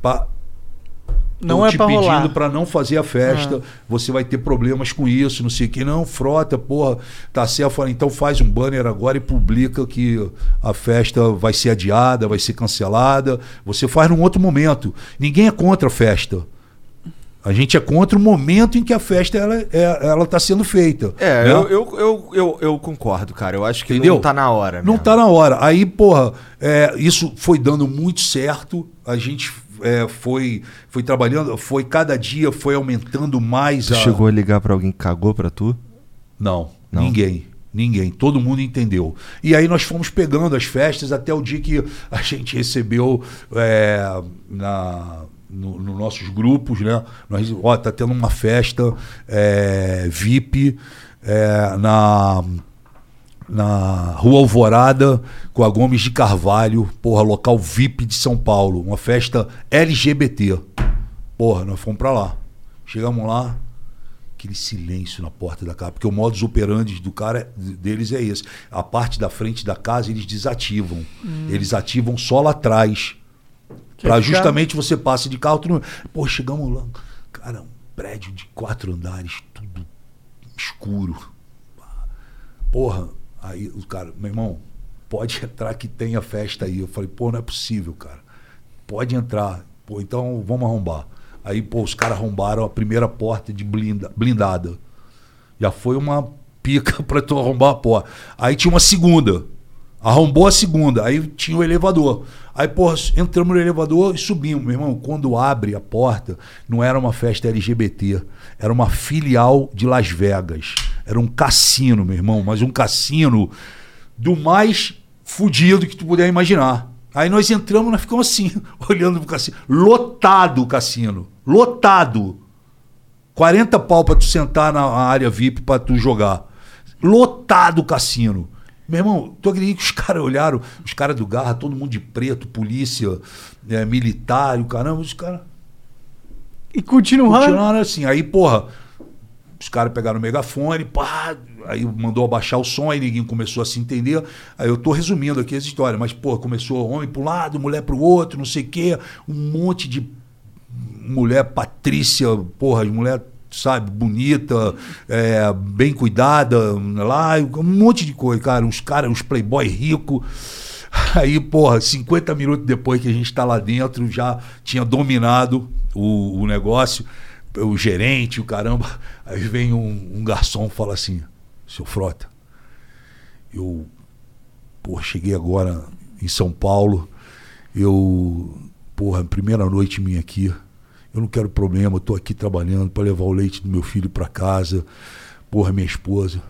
Não é pra rolar. Pedindo para não fazer a festa, você vai ter problemas com isso, não sei o que. Não, Frota, porra, tá certo. Falei, então faz um banner agora e publica que a festa vai ser adiada, vai ser cancelada. Você faz num outro momento. Ninguém é contra a festa. A gente é contra o momento em que a festa ela tá sendo feita. Né? Eu concordo, cara. Eu acho que entendeu? Não tá na hora. Não tá na hora. Aí, porra, isso foi dando muito certo. A gente foi trabalhando, cada dia foi aumentando mais. Tu chegou a ligar pra alguém que cagou pra tu? Não, ninguém. Ninguém. Todo mundo entendeu. E aí nós fomos pegando as festas até o dia que a gente recebeu nos nossos grupos, né? Nós, tá tendo uma festa VIP na Rua Alvorada com a Gomes de Carvalho, porra, local VIP de São Paulo, uma festa LGBT. Porra, nós fomos pra lá. Chegamos lá, aquele silêncio na porta da casa, porque o modus operandi deles é esse. A parte da frente da casa eles desativam. Eles ativam só lá atrás. Pra justamente você passe de carro. Tudo... Pô, chegamos lá, cara, um prédio de 4 andares, tudo escuro. Porra, aí o cara, meu irmão, pode entrar que tenha festa aí. Eu falei, pô, não é possível, cara. Pode entrar. Pô, então vamos arrombar. Aí, pô, os caras arrombaram a primeira porta de blindada. Já foi uma pica pra tu arrombar a porta. Aí tinha uma segunda. Arrombou a segunda. Aí tinha o elevador. Aí, pô, entramos no elevador e subimos. Meu irmão, quando abre a porta, não era uma festa LGBT. Era uma filial de Las Vegas. Era um cassino, meu irmão. Mas um cassino do mais fudido que tu puder imaginar. Aí nós entramos, nós ficamos assim, olhando pro cassino. Lotado o cassino. Lotado. 40 pau pra tu sentar na área VIP pra tu jogar. Lotado o cassino. Meu irmão, tu acredita que os caras olharam, os caras do Garra, todo mundo de preto, polícia, militar, caramba, os caras... E continuaram assim. Aí, porra, os caras pegaram o megafone, pá, aí mandou abaixar o som, aí ninguém começou a se entender. Aí eu tô resumindo aqui as histórias, mas, porra, começou homem pro lado, mulher pro outro, não sei o quê, um monte de mulher patrícia, porra, mulher, sabe, bonita, bem cuidada, lá, um monte de coisa, cara, uns playboy rico. Aí, porra, 50 minutos depois que a gente tá lá dentro, já tinha dominado o negócio, o gerente, o caramba. Aí vem um garçom e fala assim, seu Frota, eu, porra, cheguei agora em São Paulo, porra, primeira noite minha aqui, eu não quero problema, eu tô aqui trabalhando para levar o leite do meu filho para casa, porra, minha esposa,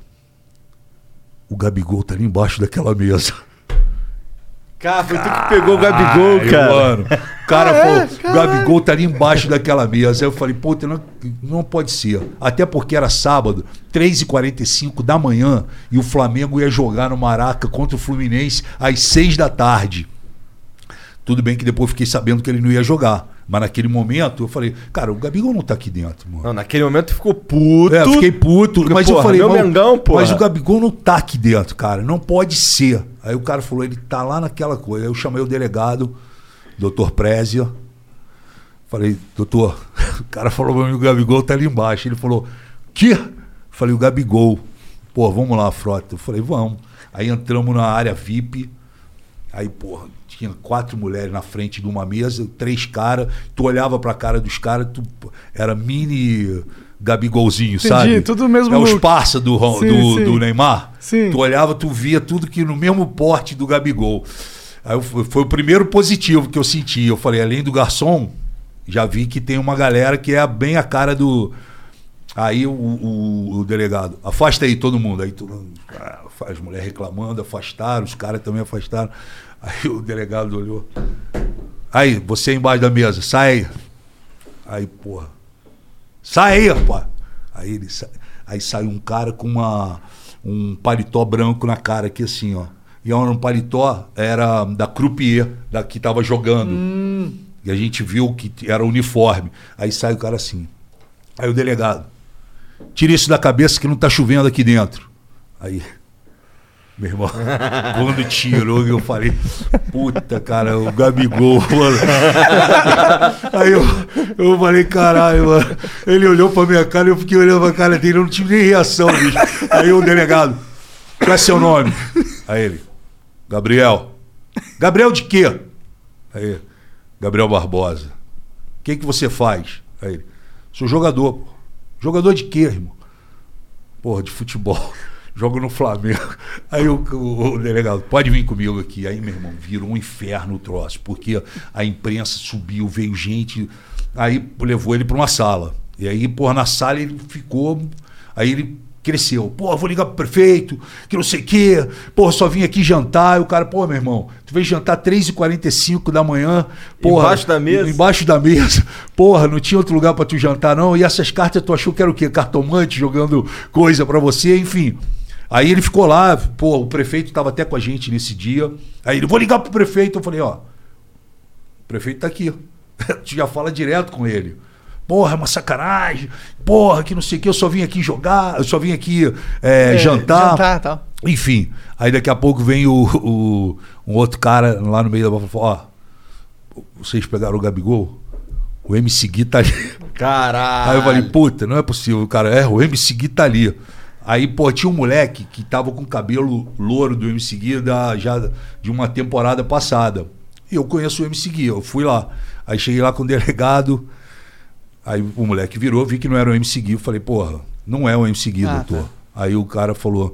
o Gabigol tá ali embaixo daquela mesa. Cara, foi tu que pegou o Gabigol, cara. Mano, o cara falou, o Gabigol tá ali embaixo daquela mesa. Aí eu falei, pô, não pode ser. Até porque era sábado, 3h45 da manhã, e o Flamengo ia jogar no Maraca contra o Fluminense às 6 da tarde. Tudo bem que depois fiquei sabendo que ele não ia jogar. Mas naquele momento eu falei, cara, o Gabigol não tá aqui dentro, mano. Não, naquele momento tu ficou puto. Eu fiquei puto, porque, mas porra, eu falei, Mengão, mas o Gabigol não tá aqui dentro, cara. Não pode ser. Aí o cara falou, ele tá lá naquela coisa. Aí eu chamei o delegado, doutor Prézia. Falei, doutor, o cara falou pra mim, o Gabigol tá ali embaixo. Ele falou, quê? Falei, o Gabigol. Pô, vamos lá, Frota. Eu falei, vamos. Aí entramos na área VIP. Aí, porra, tinha 4 mulheres na frente de uma mesa, 3 caras. Tu olhava pra cara dos caras, era mini Gabigolzinho, entendi, sabe? Tudo mesmo. Os parça do Neymar. Sim. Tu olhava, tu via tudo que no mesmo porte do Gabigol. Aí foi o primeiro positivo que eu senti. Eu falei, além do garçom, já vi que tem uma galera que é bem a cara do... Aí o delegado, afasta aí todo mundo. Aí as mulheres reclamando, afastaram, os caras também afastaram. Aí o delegado olhou. Aí, você embaixo da mesa, sai aí. Aí, porra. Sai aí, rapaz. Aí saiu um cara com um paletó branco na cara aqui assim, ó. E um paletó era da Croupier, da que tava jogando. E a gente viu que era uniforme. Aí sai o cara assim. Aí o delegado, tira isso da cabeça que não tá chovendo aqui dentro. Aí, meu irmão, quando tirou, eu falei, puta, cara, o Gabigol, mano. Aí eu falei, caralho, mano. Ele olhou pra minha cara e eu fiquei olhando pra cara dele, eu não tive nem reação, bicho. Aí o delegado, qual é seu nome? Aí ele, Gabriel. Gabriel de quê? Aí, Gabriel Barbosa. O que você faz? Aí ele, sou jogador, pô. Jogador de quê, irmão? Porra, de futebol. Jogo no Flamengo. Aí o delegado, pode vir comigo aqui. Aí, meu irmão, virou um inferno o troço, porque a imprensa subiu, veio gente. Aí levou ele para uma sala. E aí, porra, na sala ele ficou. Aí ele cresceu. Pô, vou ligar pro prefeito, que não sei o quê. Pô, só vim aqui jantar. E o cara, pô, meu irmão, tu veio jantar 3h45 da manhã. Porra, embaixo da mesa? Embaixo da mesa. Porra, não tinha outro lugar pra tu jantar, não. E essas cartas tu achou que era o quê? Cartomante jogando coisa pra você, enfim. Aí ele ficou lá, pô, o prefeito tava até com a gente nesse dia. Aí ele, vou ligar pro prefeito. Eu falei, ó, o prefeito tá aqui. Tu já fala direto com ele. Porra, é uma sacanagem. Porra, que não sei o que, eu só vim aqui jogar, eu só vim aqui jantar. Jantar, tal. Enfim, aí daqui a pouco vem um outro cara lá no meio da bola e fala, ó, vocês pegaram o Gabigol? O MC Gui tá ali. Caralho. Aí eu falei, puta, não é possível, cara. O MC Gui tá ali. Aí, pô, tinha um moleque que tava com o cabelo louro do MC Gui já de uma temporada passada. E eu conheço o MC Gui, eu fui lá. Aí cheguei lá com o delegado, aí o moleque virou, vi que não era o MC Gui. Eu falei, porra, não é o MC Gui, doutor. Tá. Aí o cara falou,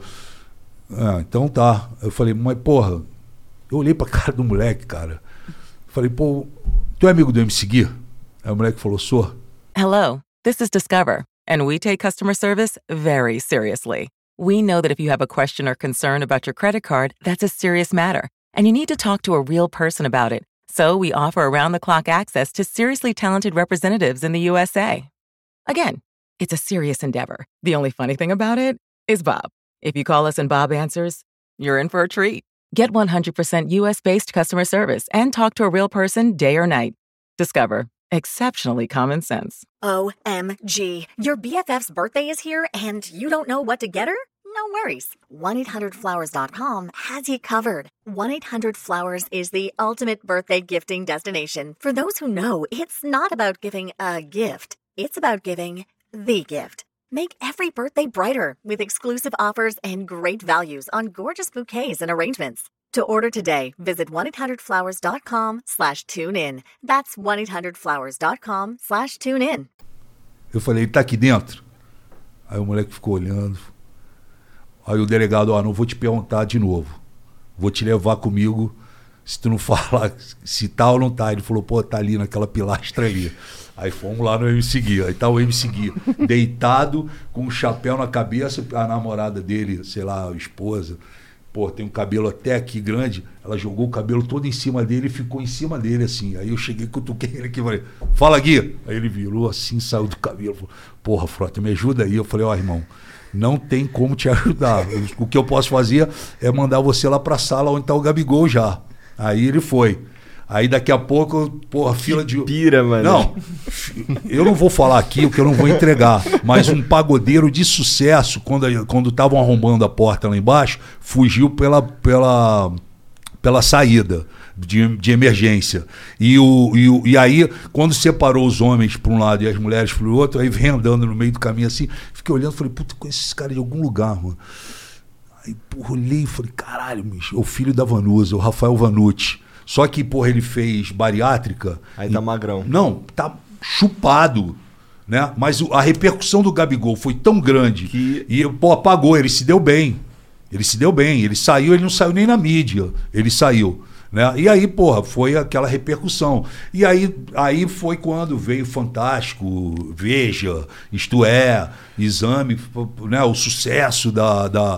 então tá. Eu falei, mas porra, eu olhei pra cara do moleque, cara. Falei, pô, tu é amigo do MC Gui? Aí o moleque falou, sou. Hello, this is Discover, and we take customer service very seriously. We know that if you have a question or concern about your credit card, that's a serious matter, and you need to talk to a real person about it. So we offer around-the-clock access to seriously talented representatives in the USA. Again, it's a serious endeavor. The only funny thing about it is Bob. If you call us and Bob answers, you're in for a treat. Get 100% US-based customer service and talk to a real person day or night. Discover. Exceptionally common sense. OMG. Your BFF's birthday is here and you don't know what to get her? No worries. 1-800-Flowers.com has you covered. 1-800-Flowers is the ultimate birthday gifting destination. For those who know, it's not about giving a gift. It's about giving the gift. Make every birthday brighter with exclusive offers and great values on gorgeous bouquets and arrangements. To order today, visit 1-800-Flowers.com/tune-in. That's 1-800-Flowers.com/tune-in. Eu falei, ele tá aqui dentro? Aí o moleque ficou olhando. Aí o delegado, não vou te perguntar de novo. Vou te levar comigo se tu não falar se tá ou não tá. Ele falou, pô, tá ali naquela pilastra ali. Aí fomos lá no MC Gui. Aí tá o MC Gui deitado, com um chapéu na cabeça. A namorada dele, sei lá, a esposa, pô, tem um cabelo até aqui grande. Ela jogou o cabelo todo em cima dele e ficou em cima dele assim. Aí eu cheguei, cutuquei ele aqui e falei, fala, Gui. Aí ele virou assim, saiu do cabelo. Falou, porra, Frota, me ajuda aí. Eu falei, irmão, não tem como te ajudar. O que eu posso fazer é mandar você lá pra sala onde tá o Gabigol já. Aí ele foi. Aí daqui a pouco, porra, fila de... Pira, mano. Não, eu não vou falar aqui o que eu não vou entregar, mas um pagodeiro de sucesso, quando estavam arrombando a porta lá embaixo, fugiu pela saída de emergência. E aí, quando separou os homens para um lado e as mulheres para o outro, aí vem andando no meio do caminho assim, fiquei olhando e falei, puta, conheço esse cara de algum lugar, mano. Aí, porra, olhei e falei, caralho, bicho, é o filho da Vanusa, o Rafael Vanucci. Só que, porra, ele fez bariátrica. Aí tá magrão. Não, tá chupado, né? Mas a repercussão do Gabigol foi tão grande e, pô, apagou, ele se deu bem. Ele se deu bem, ele saiu, ele não saiu nem na mídia, ele saiu. Né? E aí, porra, foi aquela repercussão. E aí foi quando veio Fantástico, Veja, Isto É, Exame, né? O sucesso da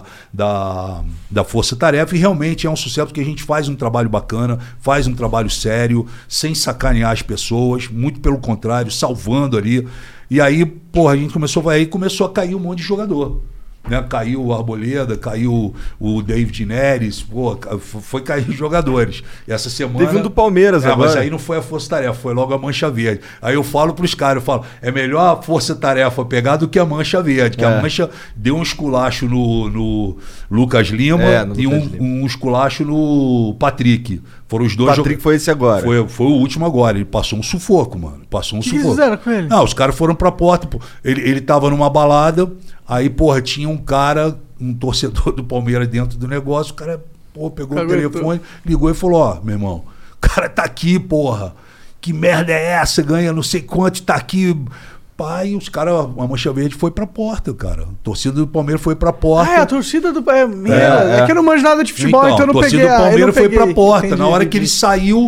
Força Tarefa. E realmente é um sucesso porque a gente faz um trabalho bacana, faz um trabalho sério, sem sacanear as pessoas, muito pelo contrário, salvando ali. E aí, porra, a gente começou a cair um monte de jogador. Né? Caiu o Arboleda, caiu o David Neres, pô, foi cair jogadores. Essa semana... Teve um do Palmeiras agora. Mas aí não foi a Força Tarefa, foi logo a Mancha Verde. Aí eu falo pros caras, é melhor a Força Tarefa pegar do que a Mancha Verde, que a Mancha deu um esculacho no Lucas Lima e um esculacho no Patrick. Foram os dois. O Patrick foi esse agora. Foi o último agora. Ele passou um sufoco, mano. Passou um sufoco. O que fizeram com ele? Não, os caras foram pra porta. Pô. Ele tava numa balada, aí, porra, tinha um cara, um torcedor do Palmeiras dentro do negócio, o cara, pô, pegou o telefone, ligou e falou, meu irmão, o cara tá aqui, porra. Que merda é essa? Ganha não sei quanto, tá aqui... Pai, os caras, a Mancha Verde foi pra porta, cara. A torcida do Palmeiras foi pra porta. A torcida do... É que eu não manjo nada de futebol, então eu não peguei. A torcida do Palmeiras foi pra porta. Entendi. Na hora que ele saiu,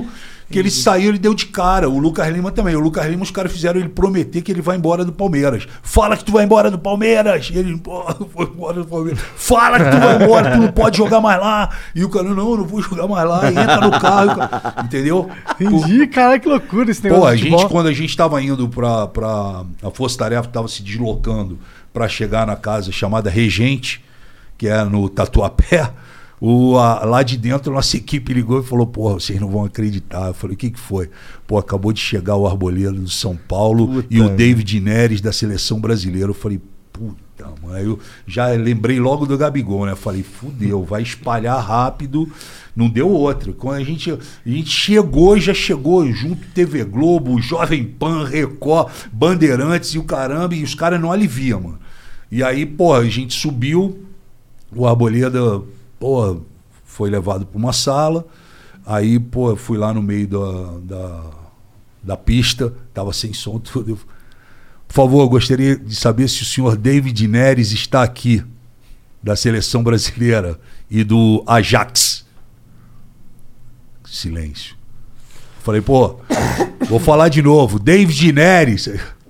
que ele saiu, ele deu de cara. O Lucas Lima também. O Lucas Lima, os caras fizeram ele prometer que ele vai embora do Palmeiras. Fala que tu vai embora do Palmeiras. E ele, porra, foi embora do Palmeiras. Fala que tu vai embora, tu não pode jogar mais lá. E o cara, não vou jogar mais lá. E entra no carro. Entendeu? Entendi, cara, que loucura esse negócio. Pô, de futebol. quando a gente tava indo pra a Força Tarefa, tava se deslocando pra chegar na casa chamada Regente, que é no Tatuapé. Lá de dentro, a nossa equipe ligou e falou, porra, vocês não vão acreditar. Eu falei, o que foi? Pô, acabou de chegar o Arboleda do São Paulo e o David Neres da Seleção Brasileira. Eu falei, puta, mano. Aí eu já lembrei logo do Gabigol, né? Eu falei, fudeu, vai espalhar rápido. Não deu outra. Quando a gente chegou, já chegou junto TV Globo, Jovem Pan, Record, Bandeirantes e o caramba, e os caras não aliviam, mano. E aí, pô, a gente subiu, o Arboleda... Pô, foi levado para uma sala, aí, pô, eu fui lá no meio da pista, tava sem som, tudo. Por favor, eu gostaria de saber se o senhor David Neres está aqui, da Seleção Brasileira e do Ajax. Silêncio. Falei, pô, vou falar de novo, David Neres.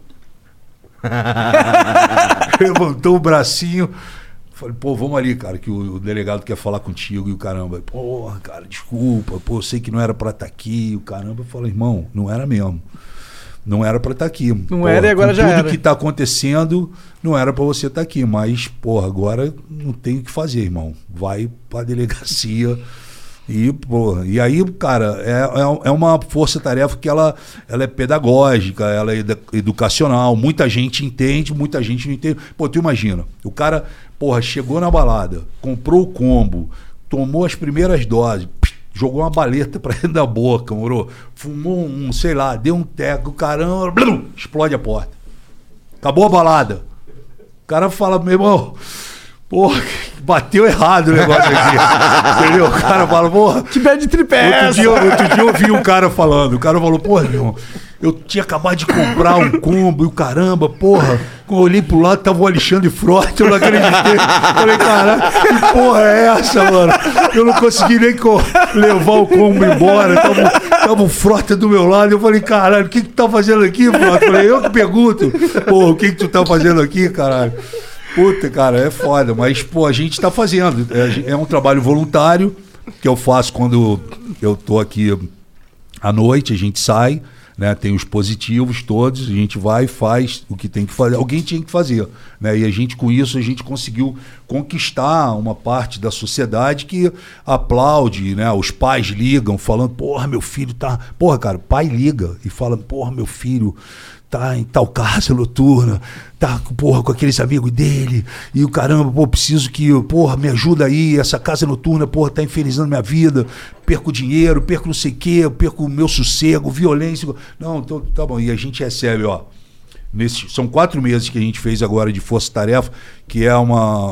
Levantou o bracinho. Falei, pô, vamos ali, cara, que o delegado quer falar contigo e o caramba. Porra, cara, desculpa, pô, eu sei que não era pra estar aqui, o caramba. Eu falei, irmão, não era mesmo. Não era pra estar aqui. Não era e agora já era. Tudo que tá acontecendo, não era pra você estar aqui. Mas, porra, agora não tem o que fazer, irmão. Vai pra delegacia. E, porra, e aí, cara, é uma força-tarefa que ela é pedagógica, ela é educacional. Muita gente entende, muita gente não entende. Pô, tu imagina, o cara... Porra, chegou na balada, comprou o combo, tomou as primeiras doses, jogou uma baleta pra dentro da boca, moro? Fumou sei lá, deu um teco, caramba, blum, explode a porta. Acabou a balada. O cara fala, meu irmão, porra, bateu errado o negócio aqui. Entendeu? O cara fala, porra... Que pé de tripé. Outro dia eu ouvi um cara falando, o cara falou, porra, meu irmão, eu tinha acabado de comprar um combo e o caramba, porra, quando eu olhei pro lado tava o Alexandre Frota, eu não acreditei. Falei, caralho, que porra é essa, mano? Eu não consegui nem levar o combo embora, tava o Frota do meu lado, eu falei, caralho, o que tu tá fazendo aqui, Frota? Eu falei, eu que pergunto, pô, o que tu tá fazendo aqui, caralho? Puta, cara, é foda, mas, pô, a gente tá fazendo, é um trabalho voluntário que eu faço quando eu tô aqui à noite, a gente sai, né, tem os positivos todos, a gente vai e faz o que tem que fazer, alguém tinha que fazer, né, e a gente com isso a gente conseguiu conquistar uma parte da sociedade que aplaude, né, os pais ligam falando, porra, meu filho tá, porra, cara, o pai liga e fala, porra, meu filho tá em tal casa noturna, tá, porra, com aqueles amigos dele, e o caramba, pô, preciso que, porra, me ajuda aí, essa casa noturna, porra, tá infernizando minha vida, perco dinheiro, perco não sei o quê, perco o meu sossego, violência, não, então, tá bom, e a gente recebe, ó, são 4 meses que a gente fez agora de Força Tarefa, que é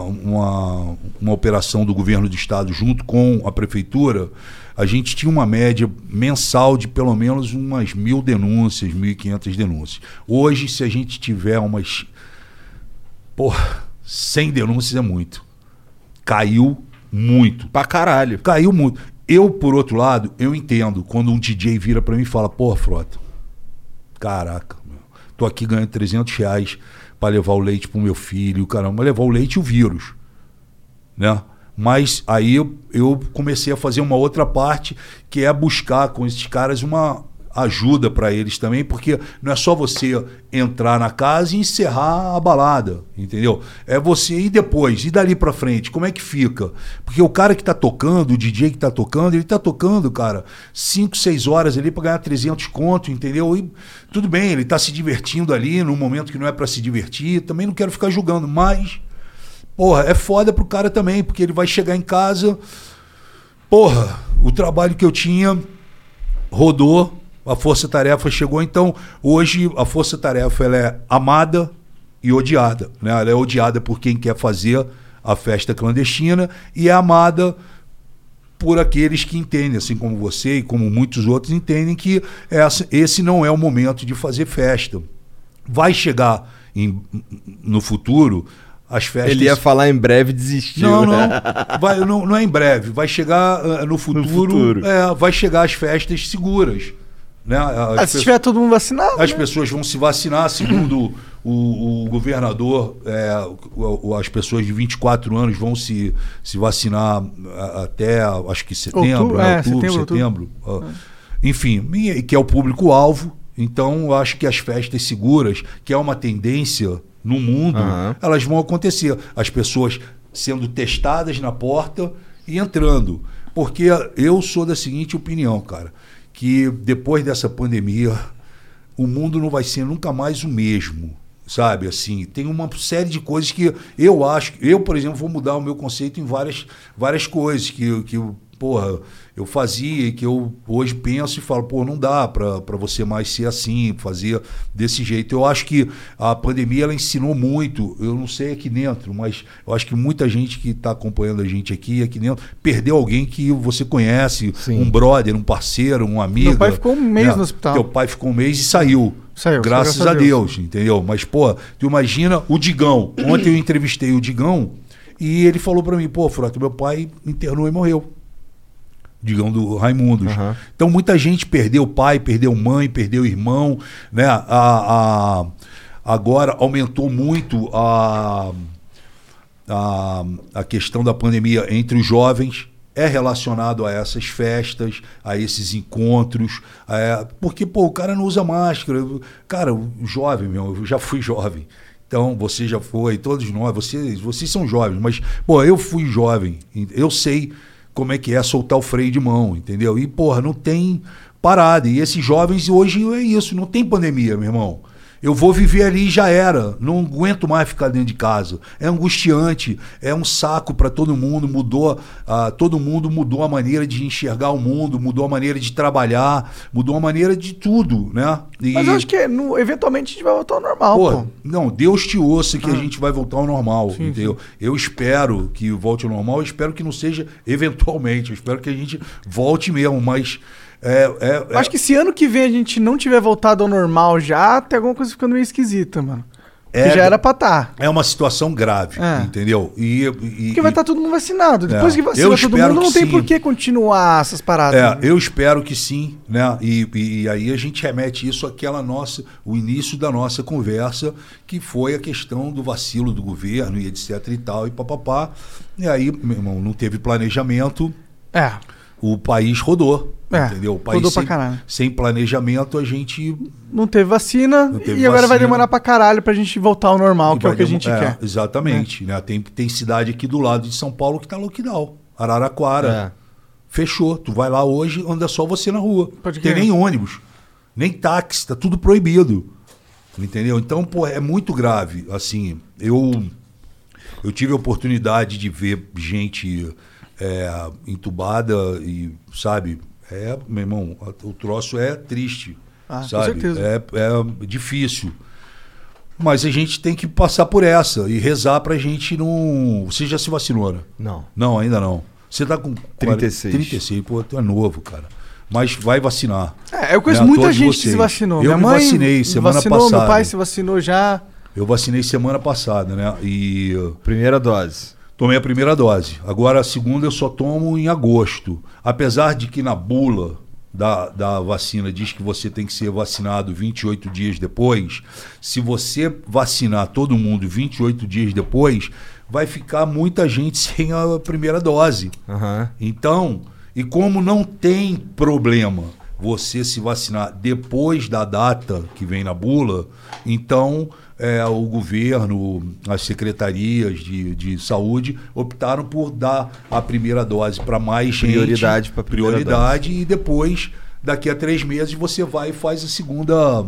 uma operação do governo do estado junto com a prefeitura. A gente tinha uma média mensal de pelo menos umas 1.000 denúncias, 1.500 denúncias. Hoje, se a gente tiver umas 100 denúncias é muito. Caiu muito. Pra caralho. Caiu muito. Eu, por outro lado, eu entendo quando um DJ vira pra mim e fala, porra, Frota, caraca, meu, tô aqui ganhando R$300 pra levar o leite pro meu filho, caramba, levar o leite e o vírus, né? Mas aí eu comecei a fazer uma outra parte, que é buscar com esses caras uma ajuda para eles também, porque não é só você entrar na casa e encerrar a balada, entendeu? É você ir depois, e dali para frente, como é que fica? Porque o cara que tá tocando, o DJ que tá tocando, ele tá tocando, cara, 5, 6 horas ali para ganhar 300 conto, entendeu? E tudo bem, ele tá se divertindo ali num momento que não é para se divertir, também não quero ficar julgando, mas... Porra, é foda pro cara também, porque ele vai chegar em casa, porra, o trabalho que eu tinha rodou, a força-tarefa chegou, então hoje a força-tarefa ela é amada e odiada, né? Ela é odiada por quem quer fazer a festa clandestina e é amada por aqueles que entendem, assim como você e como muitos outros entendem que esse não é o momento de fazer festa. Vai chegar no futuro as festas... Ele ia falar em breve e desistiu. Não, né? não é em breve. Vai chegar no futuro. Vai chegar as festas seguras. Né? Se tiver todo mundo vacinado. As pessoas vão se vacinar, segundo o governador, as pessoas de 24 anos vão se vacinar até, acho que setembro, setembro. Enfim, que é o público-alvo. Então, eu acho que as festas seguras, que é uma tendência no mundo, elas vão acontecer. As pessoas sendo testadas na porta e entrando. Porque eu sou da seguinte opinião, cara, que depois dessa pandemia, o mundo não vai ser nunca mais o mesmo, sabe? Assim, tem uma série de coisas que eu acho... Eu, por exemplo, vou mudar o meu conceito em várias coisas que eu fazia e que eu hoje penso e falo, não dá para você mais ser assim, fazer desse jeito. Eu acho que a pandemia, ela ensinou muito, eu não sei aqui dentro, mas eu acho que muita gente que está acompanhando a gente aqui dentro, perdeu alguém que você conhece, um brother, um parceiro, um amigo. Meu pai ficou um mês no hospital. Teu pai ficou um mês e saiu. Graças a Deus, entendeu? Mas, tu imagina o Digão. Ontem eu entrevistei o Digão e ele falou para mim, Frota, meu pai internou e morreu. Digão do Raimundos. Então muita gente perdeu pai, perdeu mãe, perdeu irmão, né? Agora aumentou muito a questão da pandemia entre os jovens, é relacionado a essas festas, a esses encontros, porque o cara não usa máscara. Cara, o jovem, eu já fui jovem. Então, você já foi, todos nós, vocês são jovens, mas, eu fui jovem, eu sei como é que é soltar o freio de mão, entendeu? E, não tem parada. E esses jovens hoje é isso, não tem pandemia, meu irmão. Eu vou viver ali e já era. Não aguento mais ficar dentro de casa. É angustiante, é um saco para todo mundo. Todo mundo mudou a maneira de enxergar o mundo, mudou a maneira de trabalhar, mudou a maneira de tudo, né? Mas eu acho que eventualmente a gente vai voltar ao normal, Não, Deus te ouça que a gente vai voltar ao normal, entendeu? Eu espero que volte ao normal, eu espero que não seja eventualmente, eu espero que a gente volte mesmo, mas... Acho que se ano que vem a gente não tiver voltado ao normal já, tem alguma coisa ficando meio esquisita, mano. Que já era pra estar. É uma situação grave, entendeu? Porque vai estar todo mundo vacinado. Depois que vacina todo mundo, não tem por que continuar essas paradas. Eu espero que sim, né? E aí a gente remete isso o início da nossa conversa, que foi a questão do vacilo do governo e etc e tal, e papapá. E aí, meu irmão, não teve planejamento. O país rodou, entendeu? O país rodou pra caralho. Sem planejamento, a gente... Não teve vacina agora vai demorar pra caralho pra gente voltar ao normal, que é o que a gente quer. Exatamente. Né? Tem cidade aqui do lado de São Paulo que tá lockdown. Araraquara. Fechou. Tu vai lá hoje, anda só você na rua. Tem nem ônibus, nem táxi, tá tudo proibido. Entendeu? Então, é muito grave. Assim, eu tive a oportunidade de ver gente... entubada e, sabe, meu irmão, o troço é triste, sabe? Com certeza. É difícil. Mas a gente tem que passar por essa e rezar pra gente não... Você já se vacinou, né? Não. Não, ainda não. Você tá com 36. 36, tu é novo, cara. Mas vai vacinar. Eu conheço muita gente que se vacinou. Eu me vacinei semana passada. Meu pai se vacinou já. Eu vacinei semana passada, né? E... Primeira dose. Tomei a primeira dose. Agora a segunda eu só tomo em agosto. Apesar de que na bula da vacina diz que você tem que ser vacinado 28 dias depois, se você vacinar todo mundo 28 dias depois, vai ficar muita gente sem a primeira dose. Então, e como não tem problema você se vacinar depois da data que vem na bula, então... o governo, as secretarias de saúde optaram por dar a primeira dose para mais gente. Prioridade para prioridade dose. E depois, daqui a 3 meses, você vai e faz a segunda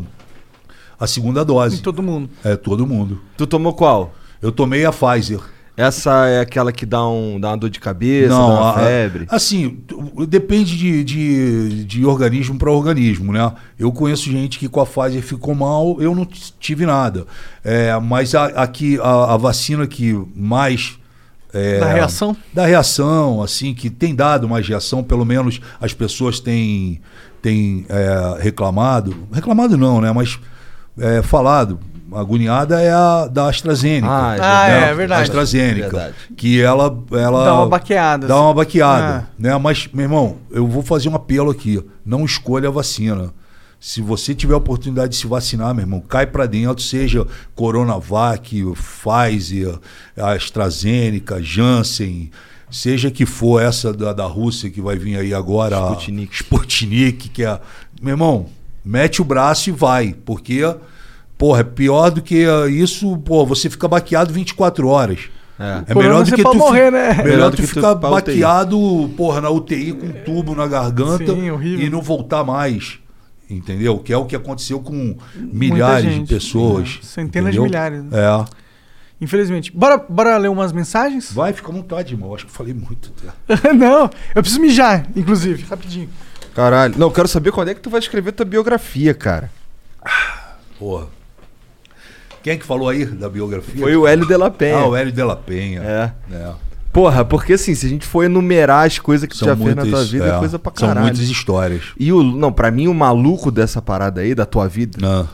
dose. Em todo mundo. Todo mundo. Tu tomou qual? Eu tomei a Pfizer. Essa é aquela que dá uma dor de cabeça, dá uma febre? Assim, depende de organismo para organismo, né? Eu conheço gente que com a Pfizer ficou mal, eu não tive nada. Mas aqui a vacina que mais... da reação? Da reação, assim, que tem dado mais reação, pelo menos as pessoas têm reclamado. Reclamado não, né? Mas falado... agoniada é a da AstraZeneca. É verdade. A AstraZeneca. Verdade. Que ela Dá uma baqueada. Dá uma baqueada, né? Mas, meu irmão, eu vou fazer um apelo aqui. Não escolha a vacina. Se você tiver a oportunidade de se vacinar, meu irmão, cai pra dentro, seja Coronavac, Pfizer, AstraZeneca, Janssen, seja que for essa da Rússia que vai vir aí agora, Sputnik, que é... Meu irmão, mete o braço e vai, porque, porra, é pior do que isso, pô, você fica baqueado 24 horas. É melhor do que tu morrer, né? Melhor do que ficar baqueado, porra, na UTI com um tubo na garganta. Sim, e não voltar mais. Entendeu? Que é o que aconteceu com milhares de pessoas. Centenas de milhares. Né? É. Infelizmente. Bora ler umas mensagens? Vai, fica à vontade, irmão. Acho que eu falei muito. Não, eu preciso mijar, inclusive, rapidinho. Caralho. Não, eu quero saber quando é que tu vai escrever tua biografia, cara. Porra. Quem é que falou aí da biografia? Foi o Hélio de la Penha. O Hélio de la Penha. É. Porra, porque assim, se a gente for enumerar as coisas que tu já fez na tua vida, é coisa pra caralho. São muitas histórias. E pra mim o maluco dessa parada aí, da tua vida,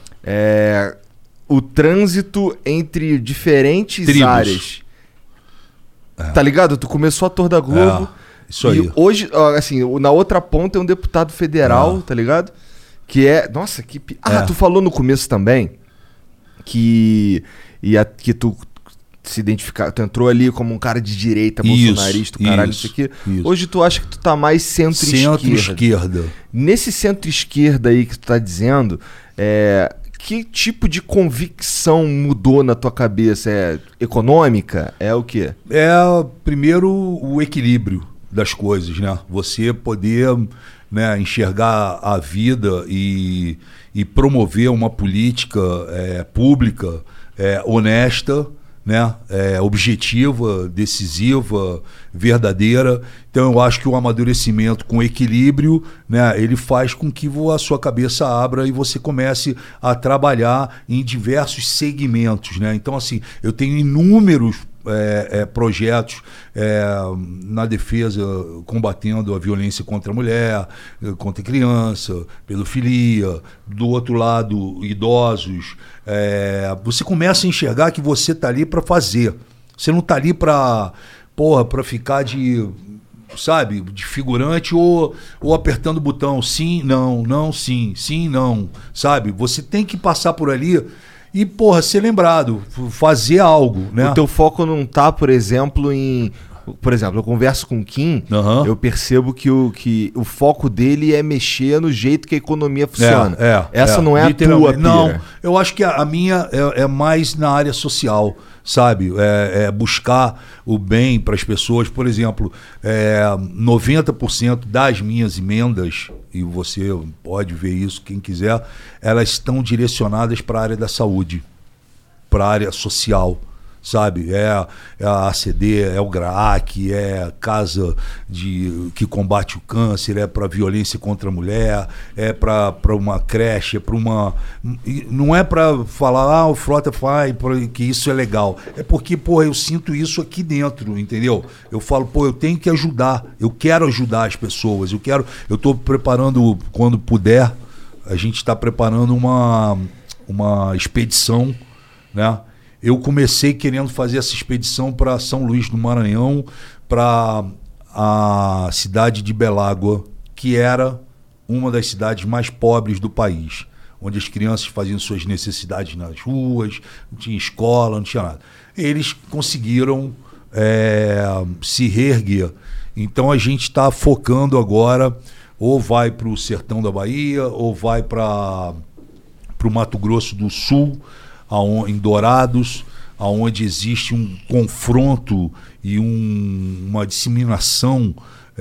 é o trânsito entre diferentes áreas. Tá ligado? Tu começou ator da Globo. Isso aí. E hoje, assim, na outra ponta é um deputado federal, tá ligado? Que é... Nossa, que... tu falou no começo também que tu se identificar, tu entrou ali como um cara de direita, bolsonarista, caralho, isso aqui. Hoje tu acha que tu tá mais centro-esquerda. Nesse centro-esquerda aí que tu tá dizendo, que tipo de convicção mudou na tua cabeça? É econômica? É o quê? Primeiro, o equilíbrio das coisas, né? Você poder, né, enxergar a vida e promover uma política pública, honesta, né? Objetiva, decisiva, verdadeira. Então eu acho que o amadurecimento com equilíbrio, né, ele faz com que a sua cabeça abra e você comece a trabalhar em diversos segmentos, né? Então assim, eu tenho inúmeros projetos na defesa, combatendo a violência contra a mulher, contra a criança, pedofilia, do outro lado, idosos. Você começa a enxergar que você está ali para fazer. Você não está ali para ficar de figurante ou apertando o botão sim, não, sim, não, sabe? Você tem que passar por ali e, ser lembrado, fazer algo, né? O teu foco não tá, por exemplo, em... Por exemplo, eu converso com o Kim, eu percebo que o foco dele é mexer no jeito que a economia funciona. Essa não é a tua pira. Não, eu acho que a minha é mais na área social, sabe? Buscar o bem para as pessoas. Por exemplo, 90% das minhas emendas, e você pode ver isso, quem quiser, elas estão direcionadas para a área da saúde, para a área social. Sabe? É a ACD, é o GRAAC, é casa que combate o câncer, é para violência contra a mulher, é para uma creche, é para uma... Não é para falar, o Frota faz, que isso é legal. É porque, eu sinto isso aqui dentro, entendeu? Eu falo, eu tenho que ajudar, eu quero ajudar as pessoas, eu estou preparando, quando puder, a gente está preparando uma expedição, né? Eu comecei querendo fazer essa expedição para São Luís do Maranhão, para a cidade de Belágua, que era uma das cidades mais pobres do país, onde as crianças faziam suas necessidades nas ruas, não tinha escola, não tinha nada. Eles conseguiram se reerguer. Então a gente está focando agora, ou vai para o sertão da Bahia, ou vai para o Mato Grosso do Sul, em Dourados, onde existe um confronto e uma disseminação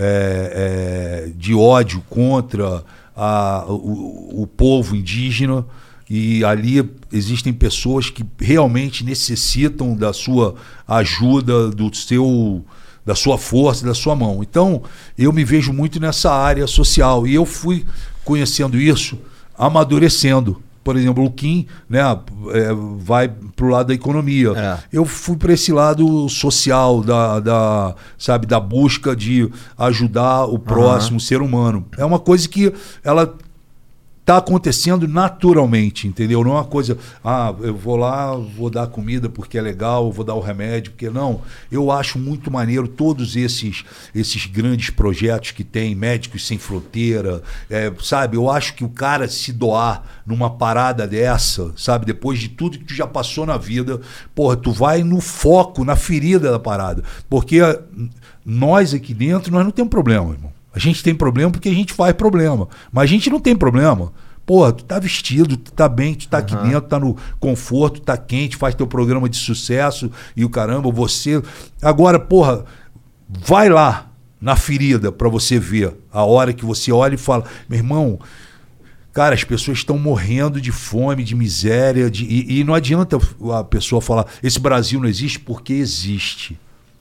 de ódio contra o povo indígena, e ali existem pessoas que realmente necessitam da sua ajuda, da sua força, da sua mão. Então eu me vejo muito nessa área social, e eu fui conhecendo isso, amadurecendo. Por exemplo, o Kim, né, vai para o lado da economia. Eu fui para esse lado social, da busca de ajudar o próximo ser humano. É uma coisa que ela tá acontecendo naturalmente, entendeu? Não é uma coisa, eu vou lá, vou dar comida porque é legal, vou dar o remédio, porque não. Eu acho muito maneiro todos esses grandes projetos que tem, Médicos Sem Fronteira, sabe? Eu acho que o cara se doar numa parada dessa, sabe? Depois de tudo que tu já passou na vida, porra, tu vai no foco, na ferida da parada. Porque nós aqui dentro, nós não temos problema, irmão. A gente tem problema porque a gente faz problema. Mas a gente não tem problema. Porra, tu tá vestido, tu tá bem, tu tá aqui dentro, tá no conforto, tá quente, faz teu programa de sucesso e o caramba, você... Agora, porra, vai lá na ferida pra você ver a hora que você olha e fala, meu irmão, cara, as pessoas estão morrendo de fome, de miséria, e não adianta a pessoa falar, esse Brasil não existe, porque existe.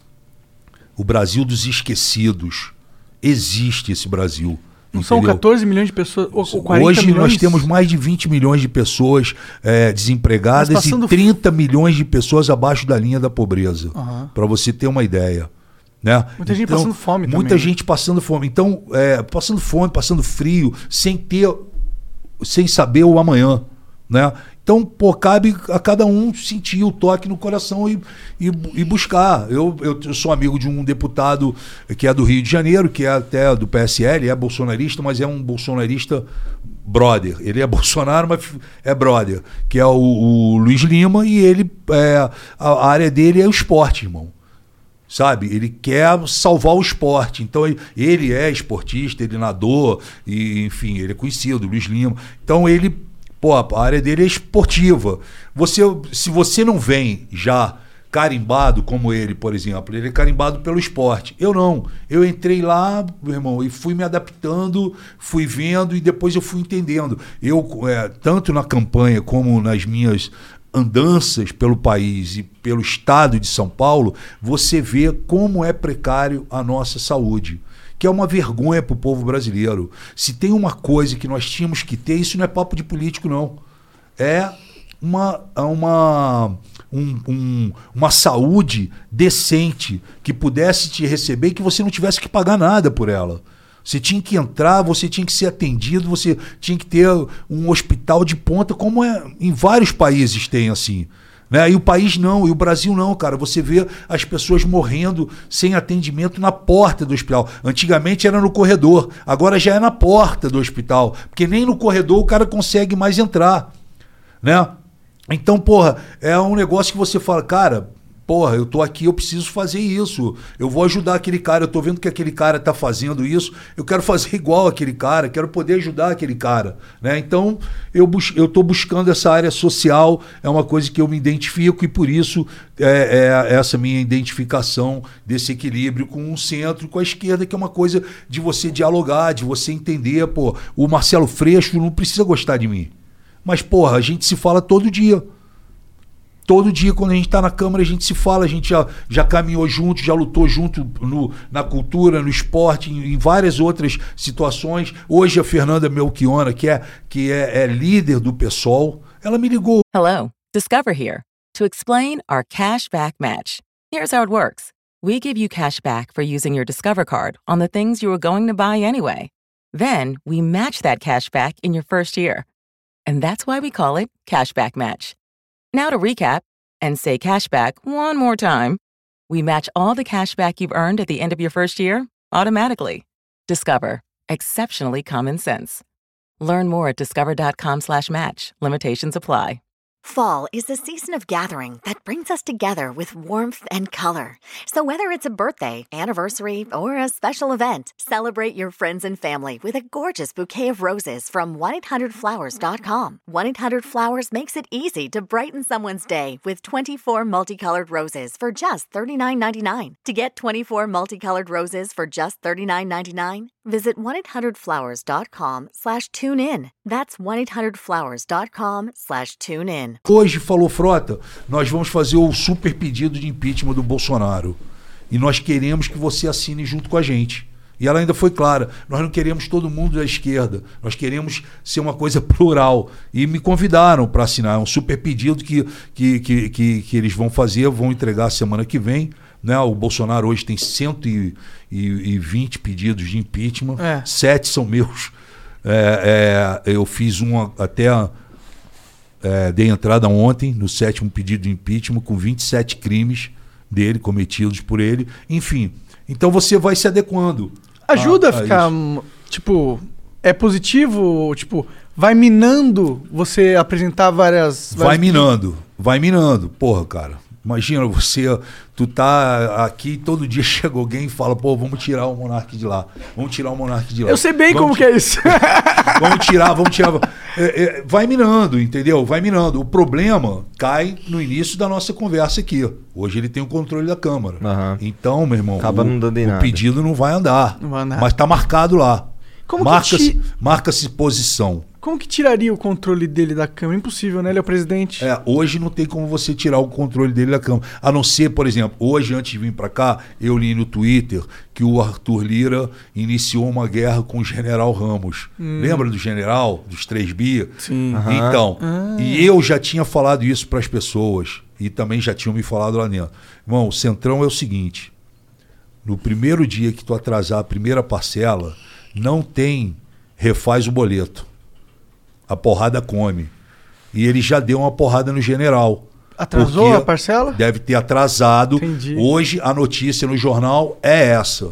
O Brasil dos esquecidos. Existe esse Brasil. Não são 14 milhões de pessoas, ou 40 Hoje milhões? nós temos mais de 20 milhões de pessoas desempregadas e 30 milhões de pessoas abaixo da linha da pobreza. Para você ter uma ideia. Né? Muita gente passando fome também. Muita gente passando fome. Então, passando fome, passando frio, sem saber o amanhã. Né? Então, pô, cabe a cada um sentir o toque no coração e buscar. Eu sou amigo de um deputado que é do Rio de Janeiro, que é até do PSL, é bolsonarista, mas é um bolsonarista brother. Ele é Bolsonaro, mas é brother, que é o Luiz Lima, e ele a área dele é o esporte, irmão. Sabe? Ele quer salvar o esporte. Então, ele é esportista, ele nadou, e, enfim, ele é conhecido, Luiz Lima. Então, pô, a área dele é esportiva. Se você não vem já carimbado como ele, por exemplo, ele é carimbado pelo esporte. Eu não. Eu entrei lá, meu irmão, e fui me adaptando, fui vendo e depois eu fui entendendo. Tanto na campanha como nas minhas andanças pelo país e pelo estado de São Paulo, você vê como é precário a nossa saúde. Que é uma vergonha para o povo brasileiro. Se tem uma coisa que nós tínhamos que ter, isso não é papo de político, não. É uma saúde decente, que pudesse te receber e que você não tivesse que pagar nada por ela. Você tinha que entrar, você tinha que ser atendido, você tinha que ter um hospital de ponta, como em vários países tem assim. Né? E o país não, e o Brasil não, cara. Você vê as pessoas morrendo sem atendimento na porta do hospital. Antigamente era no corredor, agora já é na porta do hospital, porque nem no corredor o cara consegue mais entrar, né? Então, porra, é um negócio que você fala, cara, porra, eu tô aqui, eu preciso fazer isso, eu vou ajudar aquele cara, eu tô vendo que aquele cara tá fazendo isso, eu quero fazer igual aquele cara, quero poder ajudar aquele cara, né? Então, eu tô buscando essa área social, é uma coisa que eu me identifico, e por isso essa minha identificação desse equilíbrio com o centro e com a esquerda, que é uma coisa de você dialogar, de você entender, pô, o Marcelo Freixo não precisa gostar de mim, mas, porra, a gente se fala todo dia. Todo dia, quando a gente está na Câmara, a gente se fala, a gente já caminhou junto, já lutou junto na cultura, no esporte, em várias outras situações. Hoje a Fernanda Melchiona, que é líder do PSOL, ela me ligou. Hello, Discover here to explain our cash back match. Here's how it works. We give you cash back for using your Discover card on the things you were going to buy anyway. Then we match that cash back in your first year. And that's why we call it Cashback Match. Now to recap and say cashback one more time. We match all the cashback you've earned at the end of your first year automatically. Discover. Exceptionally common sense. Learn more at discover.com/match. Limitations apply. Fall is the season of gathering that brings us together with warmth and color. So whether it's a birthday, anniversary, or a special event, celebrate your friends and family with a gorgeous bouquet of roses from 1-800-Flowers.com. 1-800-Flowers makes it easy to brighten someone's day with 24 multicolored roses for just $39.99. To get 24 multicolored roses for just $39.99, visit 1-800-Flowers.com/tunein. That's 1-800-Flowers.com/tunein. Hoje falou, Frota, nós vamos fazer o super pedido de impeachment do Bolsonaro. E nós queremos que você assine junto com a gente. E ela ainda foi clara, nós não queremos todo mundo da esquerda, nós queremos ser uma coisa plural. E me convidaram para assinar, é um super pedido que eles vão fazer, vão entregar semana que vem. Né? O Bolsonaro hoje tem 120 pedidos de impeachment, 7 são meus. Eu fiz dei entrada ontem no 7º pedido de impeachment com 27 crimes dele, cometidos por ele. Enfim, então você vai se adequando. Ajuda a ficar, tipo, é positivo, tipo, vai minando você apresentar várias... Vai minando. Porra, cara. Imagina tu tá aqui, todo dia chega alguém e fala, pô, vamos tirar o Monark de lá. Eu sei bem como que é isso. Vamos tirar. Vai minando, entendeu? Vai minando. O problema cai no início da nossa conversa aqui. Hoje ele tem o controle da Câmara. Uhum. Então, meu irmão, acaba não dando em nada. O pedido não vai andar. Mas tá marcado lá. Marca-se posição. Como que tiraria o controle dele da Câmara? Impossível, né? Ele é o presidente. Hoje não tem como você tirar o controle dele da Câmara. A não ser, por exemplo, hoje, antes de vir para cá, eu li no Twitter que o Arthur Lira iniciou uma guerra com o general Ramos. Lembra do general, dos 3 bi? Sim. Uhum. Então, e eu já tinha falado isso para as pessoas. E também já tinham me falado lá dentro. Irmão, o Centrão é o seguinte. No primeiro dia que tu atrasar a primeira parcela, refaz o boleto. A porrada come. E ele já deu uma porrada no general. Atrasou a parcela? Deve ter atrasado. Entendi. Hoje a notícia no jornal é essa.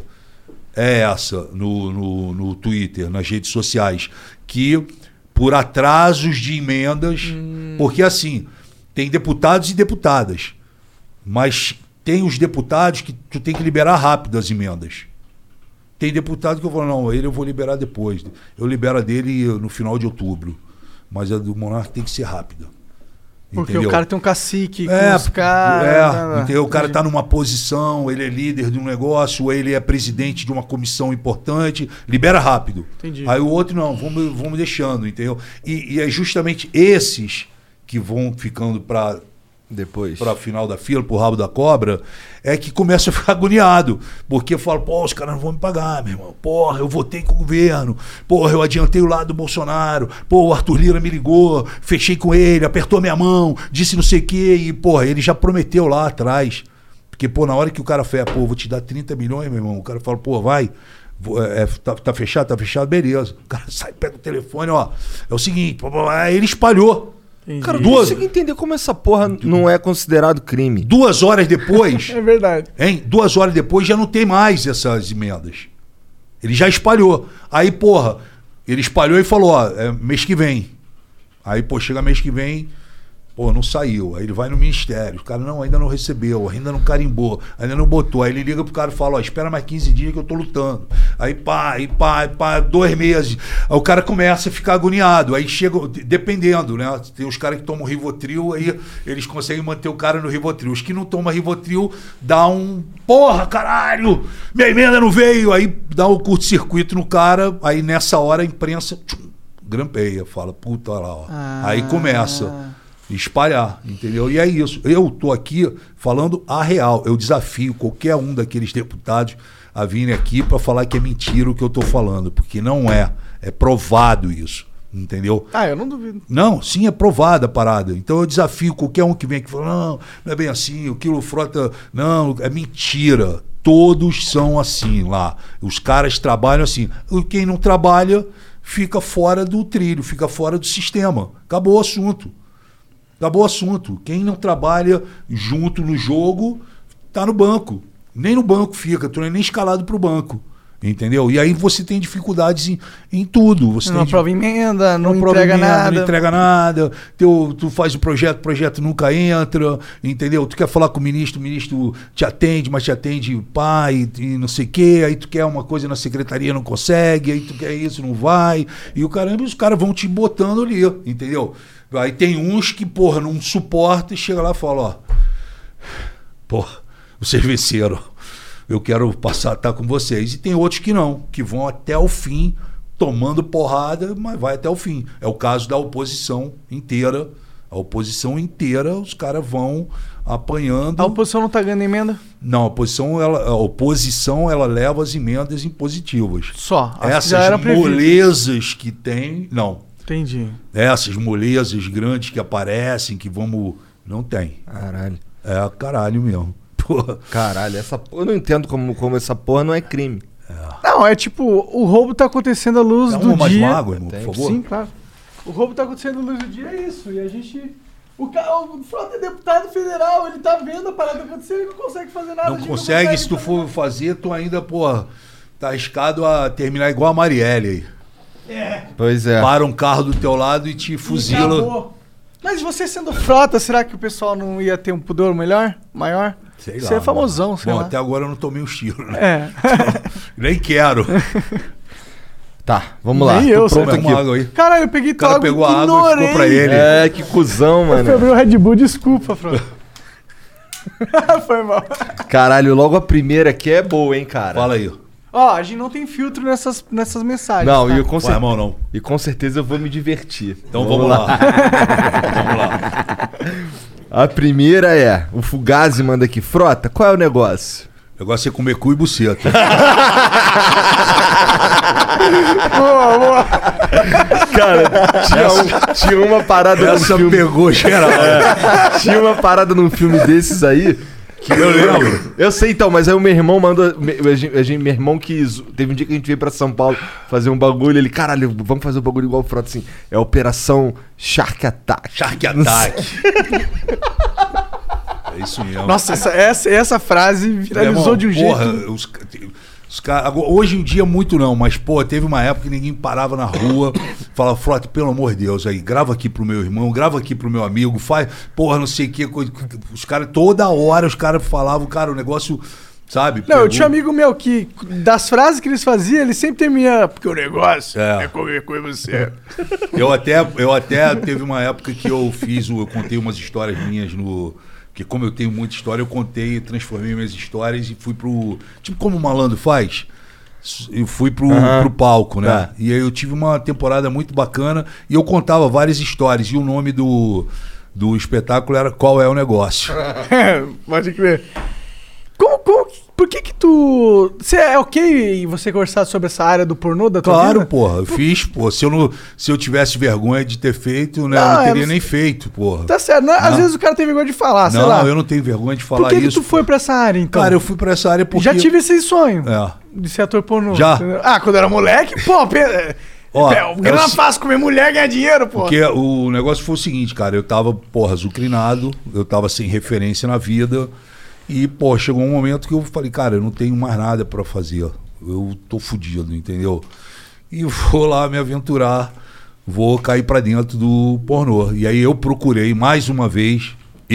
No Twitter, nas redes sociais. Que por atrasos de emendas. Porque assim, tem deputados e deputadas. Mas tem os deputados que tu tem que liberar rápido as emendas. Tem deputado que eu falo, não, ele eu vou liberar depois. Eu libero a dele no final de outubro. Mas a do Monark tem que ser rápida. Porque entendeu? O cara tem um cacique com os caras. Entendeu? O cara está numa posição, ele é líder de um negócio, ou ele é presidente de uma comissão importante, libera rápido. Entendi. Aí o outro não, vamos deixando, entendeu? E é justamente esses que vão ficando para final da fila, pro rabo da cobra, é que começa a ficar agoniado. Porque eu falo, pô, os caras não vão me pagar, meu irmão. Porra, eu votei com o governo. Porra, eu adiantei o lado do Bolsonaro. Pô, o Arthur Lira me ligou, fechei com ele, apertou minha mão, disse não sei o quê. E, porra, ele já prometeu lá atrás. Porque, pô, na hora que o cara fala, pô, vou te dar 30 milhões, meu irmão. O cara fala, pô, vai. Tá fechado, beleza. O cara sai, pega o telefone, ó. É o seguinte, aí ele espalhou. Entendi. Cara, não consigo entender como essa porra não é considerado crime. 2 horas depois... É verdade. 2 horas depois já não tem mais essas emendas. Ele já espalhou. Aí, porra, ele espalhou e falou, ó, mês que vem. Aí, pô, chega mês que vem, pô, não saiu. Aí ele vai no ministério. O cara, não, ainda não recebeu, ainda não carimbou, ainda não botou. Aí ele liga pro cara e fala, ó, espera mais 15 dias que eu tô lutando. Aí pá, 2 meses. Aí o cara começa a ficar agoniado. Aí chega, dependendo, né? Tem os caras que tomam Rivotril, aí eles conseguem manter o cara no Rivotril. Os que não tomam Rivotril, dá porra, caralho, minha emenda não veio. Aí dá um curto-circuito no cara, aí nessa hora a imprensa grampeia, fala, puta, olha lá, ó. Aí começa espalhar, entendeu? E é isso. Eu tô aqui falando a real. Eu desafio qualquer um daqueles deputados a virem aqui para falar que é mentira o que eu tô falando, porque não é. É provado isso, entendeu? Eu não duvido. Não, sim, é provada a parada. Então eu desafio qualquer um que vem aqui e fala, não é bem assim, o Quilo Frota, não, é mentira. Todos são assim lá. Os caras trabalham assim. Quem não trabalha fica fora do trilho, fica fora do sistema. Acabou o assunto. Quem não trabalha junto no jogo tá no banco. Nem no banco fica, tu não é nem escalado pro banco. Entendeu? E aí você tem dificuldades em tudo. Você não aprova emenda, não entrega nada. Não entrega nada. Tu faz o projeto nunca entra. Entendeu? Tu quer falar com o ministro te atende, mas te atende pai e não sei o quê. Aí tu quer uma coisa na secretaria, não consegue. Aí tu quer isso, não vai. E os caras vão te botando ali, entendeu? Aí tem uns que, porra, não suporta e chega lá e fala, ó, porra, vocês venceram. Eu quero passar a estar com vocês. E tem outros que não, que vão até o fim, tomando porrada, mas vai até o fim. É o caso da oposição inteira. A oposição inteira, os caras vão apanhando. A oposição não está ganhando emenda? Não, a oposição ela leva as emendas impositivas. Só? Essas molezas que tem, não. Entendi. Essas molezas grandes que aparecem, que vamos... Não tem. Caralho. É caralho mesmo. Porra. Caralho, eu não entendo como essa porra não é crime. Não, é tipo, o roubo tá acontecendo à luz do mais dia. uma água, irmão, por favor? Sim, claro. O roubo tá acontecendo à luz do dia, é isso. E a gente... O Frota é deputado federal, ele tá vendo a parada acontecendo e não consegue fazer nada. Não consegue, se tu for fazer, tu ainda, pô, tá arriscado a terminar igual a Marielle aí. Pois é. Para um carro do teu lado e te fuzila. Mas você sendo Frota, será que o pessoal não ia ter um pudor maior? Sei Você lá, é famosão, sei bom, lá. até agora eu não tomei um tiro, né? É. Nem quero. Tá, vamos lá. Nem Tô eu, pronto você aqui. Uma água aí. Caralho, eu peguei O cara tua pegou água a água e ficou pra ele. É, que cuzão, Eu mano. abri o Red Bull, desculpa, Frota. Foi mal. Caralho, logo a primeira aqui é boa, hein, cara. Fala aí. Ó, a gente não tem filtro nessas mensagens. Não, tá? e com, Vai, irmão, não. e com certeza eu vou me divertir. Então vamos lá. Vamos lá. A primeira é, o Fugazi manda aqui, Frota, qual é o negócio? O negócio é comer cu e buceta. Boa. Cara, tinha uma parada num Essa filme... pegou geral. Tinha uma parada num filme desses aí... Que eu lembro. Eu sei então, mas aí o meu irmão mandou... Meu irmão teve um dia que a gente veio pra São Paulo fazer um bagulho, ele, caralho, vamos fazer um bagulho igual o Frota, assim. É Operação Shark Attack. Shark Attack. É isso mesmo. Nossa, essa frase viralizou Irmão, de um porra, jeito... os caras, hoje em dia muito não, mas pô, teve uma época que ninguém parava na rua, falava, Frota, pelo amor de Deus, aí grava aqui pro meu irmão, grava aqui pro meu amigo, faz, porra, não sei o que, os caras, toda hora os caras falavam, cara, o negócio, sabe? Não, eu tinha um amigo meu que, das frases que eles faziam, ele sempre termina, porque o negócio é comer com você. Eu até teve uma época que eu contei umas histórias minhas porque como eu tenho muita história, eu contei, transformei minhas histórias e fui pro... Tipo como o Malandro faz, eu fui pro palco, né? Tá. E aí eu tive uma temporada muito bacana e eu contava várias histórias. E o nome do espetáculo era Qual é o Negócio? Pode crer. Por que tu... Você é ok você conversar sobre essa área do pornô da tua Claro, vida? porra. Eu fiz, pô. Se eu tivesse vergonha de ter feito, né? Não, eu não teria nem feito, porra. Tá certo. Às vezes o cara tem vergonha de falar, sei lá. Não, eu não tenho vergonha de falar Por que isso. tu foi pra essa área, então? Cara, eu fui pra essa área porque... Já tive esse sonho É. de ser ator pornô. Já? Entendeu? Ah, quando eu era moleque, pô... Ó, grana fácil comer mulher e ganhar dinheiro, pô. Porque o negócio foi o seguinte, cara, eu tava, porra, azucrinado, eu tava sem referência na vida e, pô, chegou um momento que eu falei, cara, eu não tenho mais nada pra fazer, eu tô fudido, entendeu? E vou lá me aventurar, vou cair pra dentro do pornô. E aí eu procurei, mais uma vez,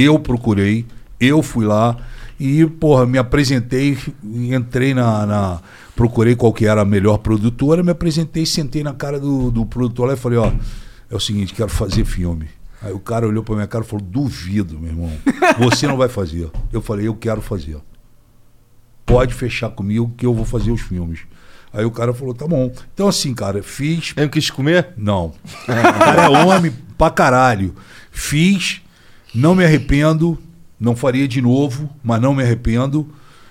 eu fui lá e, porra, me apresentei, entrei procurei qual que era a melhor produtora, me apresentei, sentei na cara do produtor lá e falei, ó, é o seguinte, quero fazer filme. Aí o cara olhou pra minha cara e falou, duvido, meu irmão, você não vai fazer. Eu falei, eu quero fazer. Pode fechar comigo que eu vou fazer os filmes. Aí o cara falou, tá bom. Então assim, cara, fiz... Eu não quis comer? Não. O cara é homem pra caralho. Fiz, não me arrependo, não faria de novo, mas não me arrependo.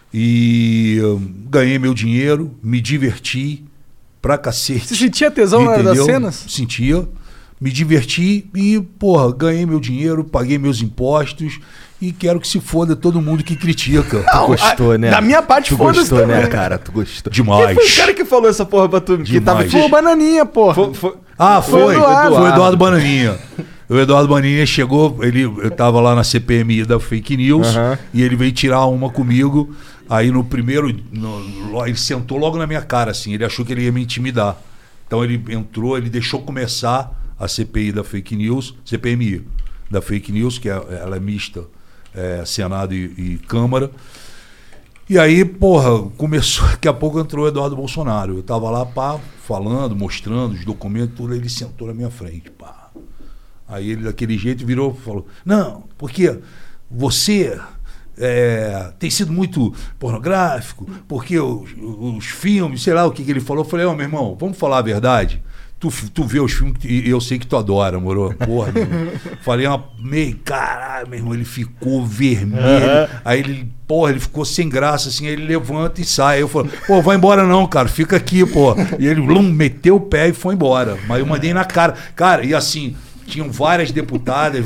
E ganhei meu dinheiro, me diverti pra cacete. Você sentia tesão na hora das cenas? Sentia. Me diverti e, porra, ganhei meu dinheiro, paguei meus impostos e quero que se foda todo mundo que critica. Tu gostou, né? Da minha parte, tu foda-se gostou, também. né, cara? Tu gostou. Demais. Quem foi o cara que falou essa porra pra tu? Que tava Demais. Foi o Bananinha, porra. Ah, Foi foi. o Eduardo. Foi o Eduardo Bananinha. O Eduardo Bananinha chegou, eu tava lá na CPMI da Fake News e ele veio tirar uma comigo. Aí no primeiro, ele sentou logo na minha cara, assim, ele achou que ele ia me intimidar. Então ele entrou, ele deixou começar a CPI da Fake News, CPMI da Fake News, que ela é mista, Senado e Câmara. E aí, porra, começou, daqui a pouco entrou o Eduardo Bolsonaro. Eu tava lá, pá, falando, mostrando os documentos, tudo, ele sentou na minha frente, pá. Aí ele daquele jeito virou e falou, não, porque você... tem sido muito pornográfico, porque os filmes, sei lá o que ele falou. Eu falei, meu irmão, vamos falar a verdade. Tu vê os filmes e eu sei que tu adora, moro? Porra, meu irmão. Falei, caralho, meu irmão, ele ficou vermelho. Aí ele, porra, ele ficou sem graça, assim, aí ele levanta e sai. Aí eu falei, pô, vai embora não, cara, fica aqui, pô. E ele meteu o pé e foi embora. Mas eu mandei na cara. Cara, e assim, Tinham várias deputadas,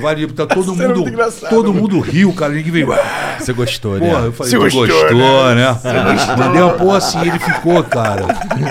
todo mundo riu, cara. Ninguém veio. Você gostou, né? Porra, eu falei, você gostou, né? Mandei uma porra assim, ele ficou, cara.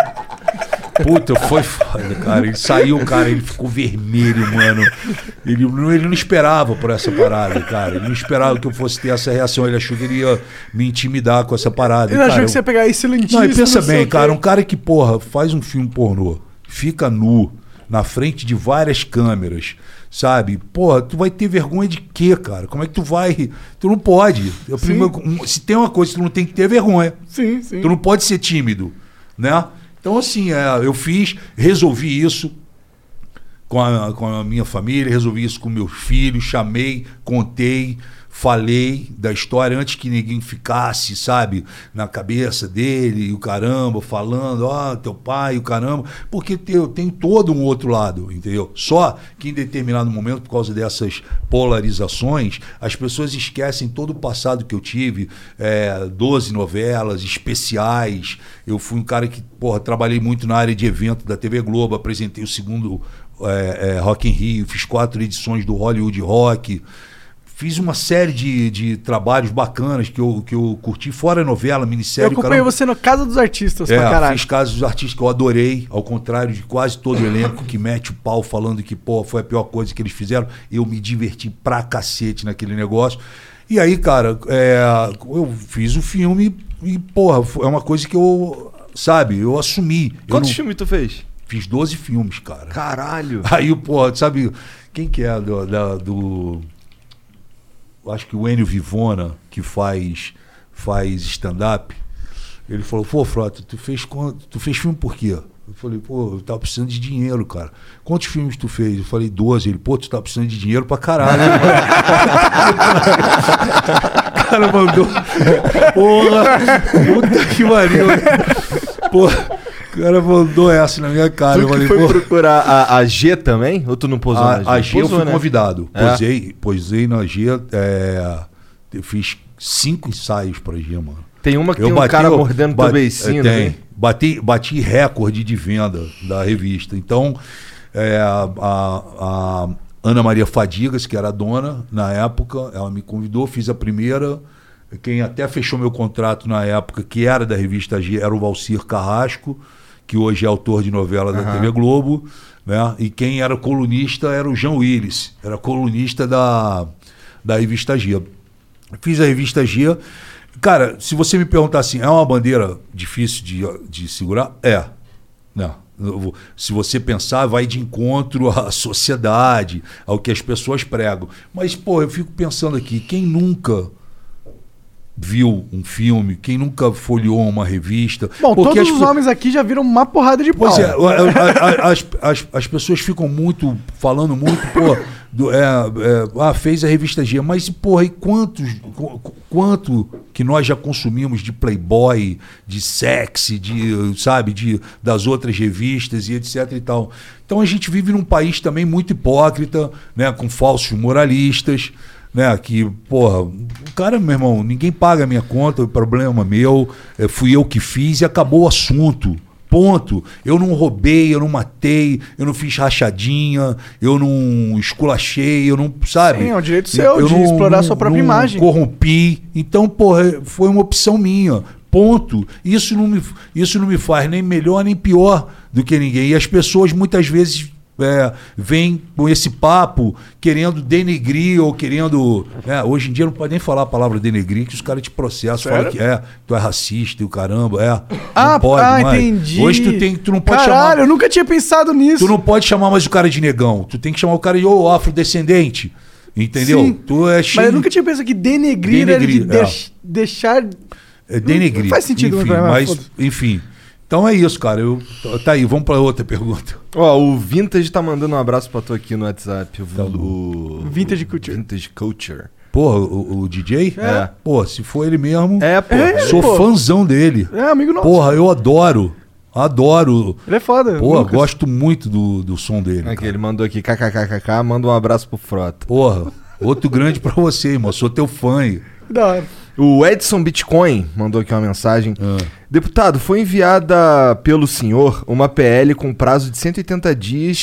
Puta, foi foda, cara. Ele saiu, cara, ele ficou vermelho, mano. Ele não esperava por essa parada, cara. Ele não esperava que eu fosse ter essa reação. Ele achou que ele ia me intimidar com essa parada. Ele achou que você ia pegar isso lentíssimo. Não, e pensa bem, cara, um cara que, porra, faz um filme pornô, fica nu, na frente de várias câmeras, sabe? Porra, tu vai ter vergonha de quê, cara? Como é que tu vai... Tu não pode. Se tem uma coisa, tu não tem que ter vergonha. Sim, sim. Tu não pode ser tímido, né? Então, assim, eu resolvi isso com a minha família, resolvi isso com meus filhos, chamei, contei, falei da história antes que ninguém ficasse, sabe, na cabeça dele, e o caramba, falando, teu pai, o caramba, porque tem todo um outro lado, entendeu? Só que em determinado momento, por causa dessas polarizações, as pessoas esquecem todo o passado que eu tive, 12 novelas, especiais, eu fui um cara que, trabalhei muito na área de evento da TV Globo, apresentei o segundo Rock in Rio, fiz 4 edições do Hollywood Rock, fiz uma série de trabalhos bacanas que eu curti, fora a novela, minissérie. Eu acompanhei você no Casa dos Artistas, pra caralho. Fiz Casa dos Artistas que eu adorei, ao contrário de quase todo o elenco que mete o pau falando que, foi a pior coisa que eles fizeram. Eu me diverti pra cacete naquele negócio. E aí, cara, eu fiz o filme e, é uma coisa que eu assumi. Quantos filmes tu fez? Fiz 12 filmes, cara. Caralho! Aí, sabe, quem que é do acho que o Enio Vivona, que faz stand-up, ele falou, Frota, tu fez filme por quê? Eu falei, eu tava precisando de dinheiro, cara. Quantos filmes tu fez? Eu falei, 12. Ele, tu tá precisando de dinheiro pra caralho. O cara mandou, puta que pariu. O cara mandou essa na minha cara. Tu foi procurar a G também? Ou tu não posou na G? A G eu fui convidado. Posei na G. Eu fiz 5 ensaios pra G, mano. Tem uma que tem um cara mordendo teu beicinho, né? Bati recorde de venda da revista. Então, a Ana Maria Fadigas, que era a dona na época, ela me convidou, fiz a primeira. Quem até fechou meu contrato na época, que era da revista G, era o Valcir Carrasco, que hoje é autor de novela da TV Globo, né? E quem era colunista era o Jean Willis, era colunista da revista G. Fiz a revista G. Cara, se você me perguntar assim, é uma bandeira difícil de segurar? Né? Se você pensar, vai de encontro à sociedade, ao que as pessoas pregam. Mas, eu fico pensando aqui, quem nunca viu um filme, quem nunca folheou uma revista... Bom, todos os homens aqui já viram uma porrada de pau. Pois as pessoas ficam falando muito, fez a revista G, mas, e quanto que nós já consumimos de Playboy, de Sexy, das outras revistas e etc e tal. Então a gente vive num país também muito hipócrita, né, com falsos moralistas, né, que, o cara, meu irmão, ninguém paga a minha conta, o problema meu, fui eu que fiz e acabou o assunto. Ponto. Eu não roubei, eu não matei, eu não fiz rachadinha, eu não esculachei, eu não, sabe? Sim, é um direito seu de explorar a sua própria imagem. Corrompi. Então, foi uma opção minha. Ponto. Isso não me faz nem melhor nem pior do que ninguém. E as pessoas muitas vezes vem com esse papo querendo denegrir ou querendo... hoje em dia não pode nem falar a palavra denegrir, que os caras te processam, falam que tu é racista e o caramba, não pode mais. Entendi. Hoje tu não pode chamar... Caralho, eu nunca tinha pensado nisso. Tu não pode chamar mais o cara de negão, tu tem que chamar o cara de afrodescendente, entendeu? Sim, tu é cheio... Mas eu nunca tinha pensado que denegrir era de deixar... denegrir. Não faz sentido. Enfim, mas enfim... Então é isso, cara. Tá aí, vamos pra outra pergunta. O Vintage tá mandando um abraço pra tu aqui no WhatsApp. O Vintage Culture. Vintage Culture. O DJ? Se for ele mesmo, sou fãzão dele. Amigo nosso. Eu adoro. Ele é foda. Gosto muito do som dele. Aqui, ele mandou aqui, kkkk, manda um abraço pro Frota. Outro grande pra você, irmão. Sou teu fã aí. Da hora. O Edson Bitcoin mandou aqui uma mensagem. Deputado, foi enviada pelo senhor uma PL com prazo de 180 dias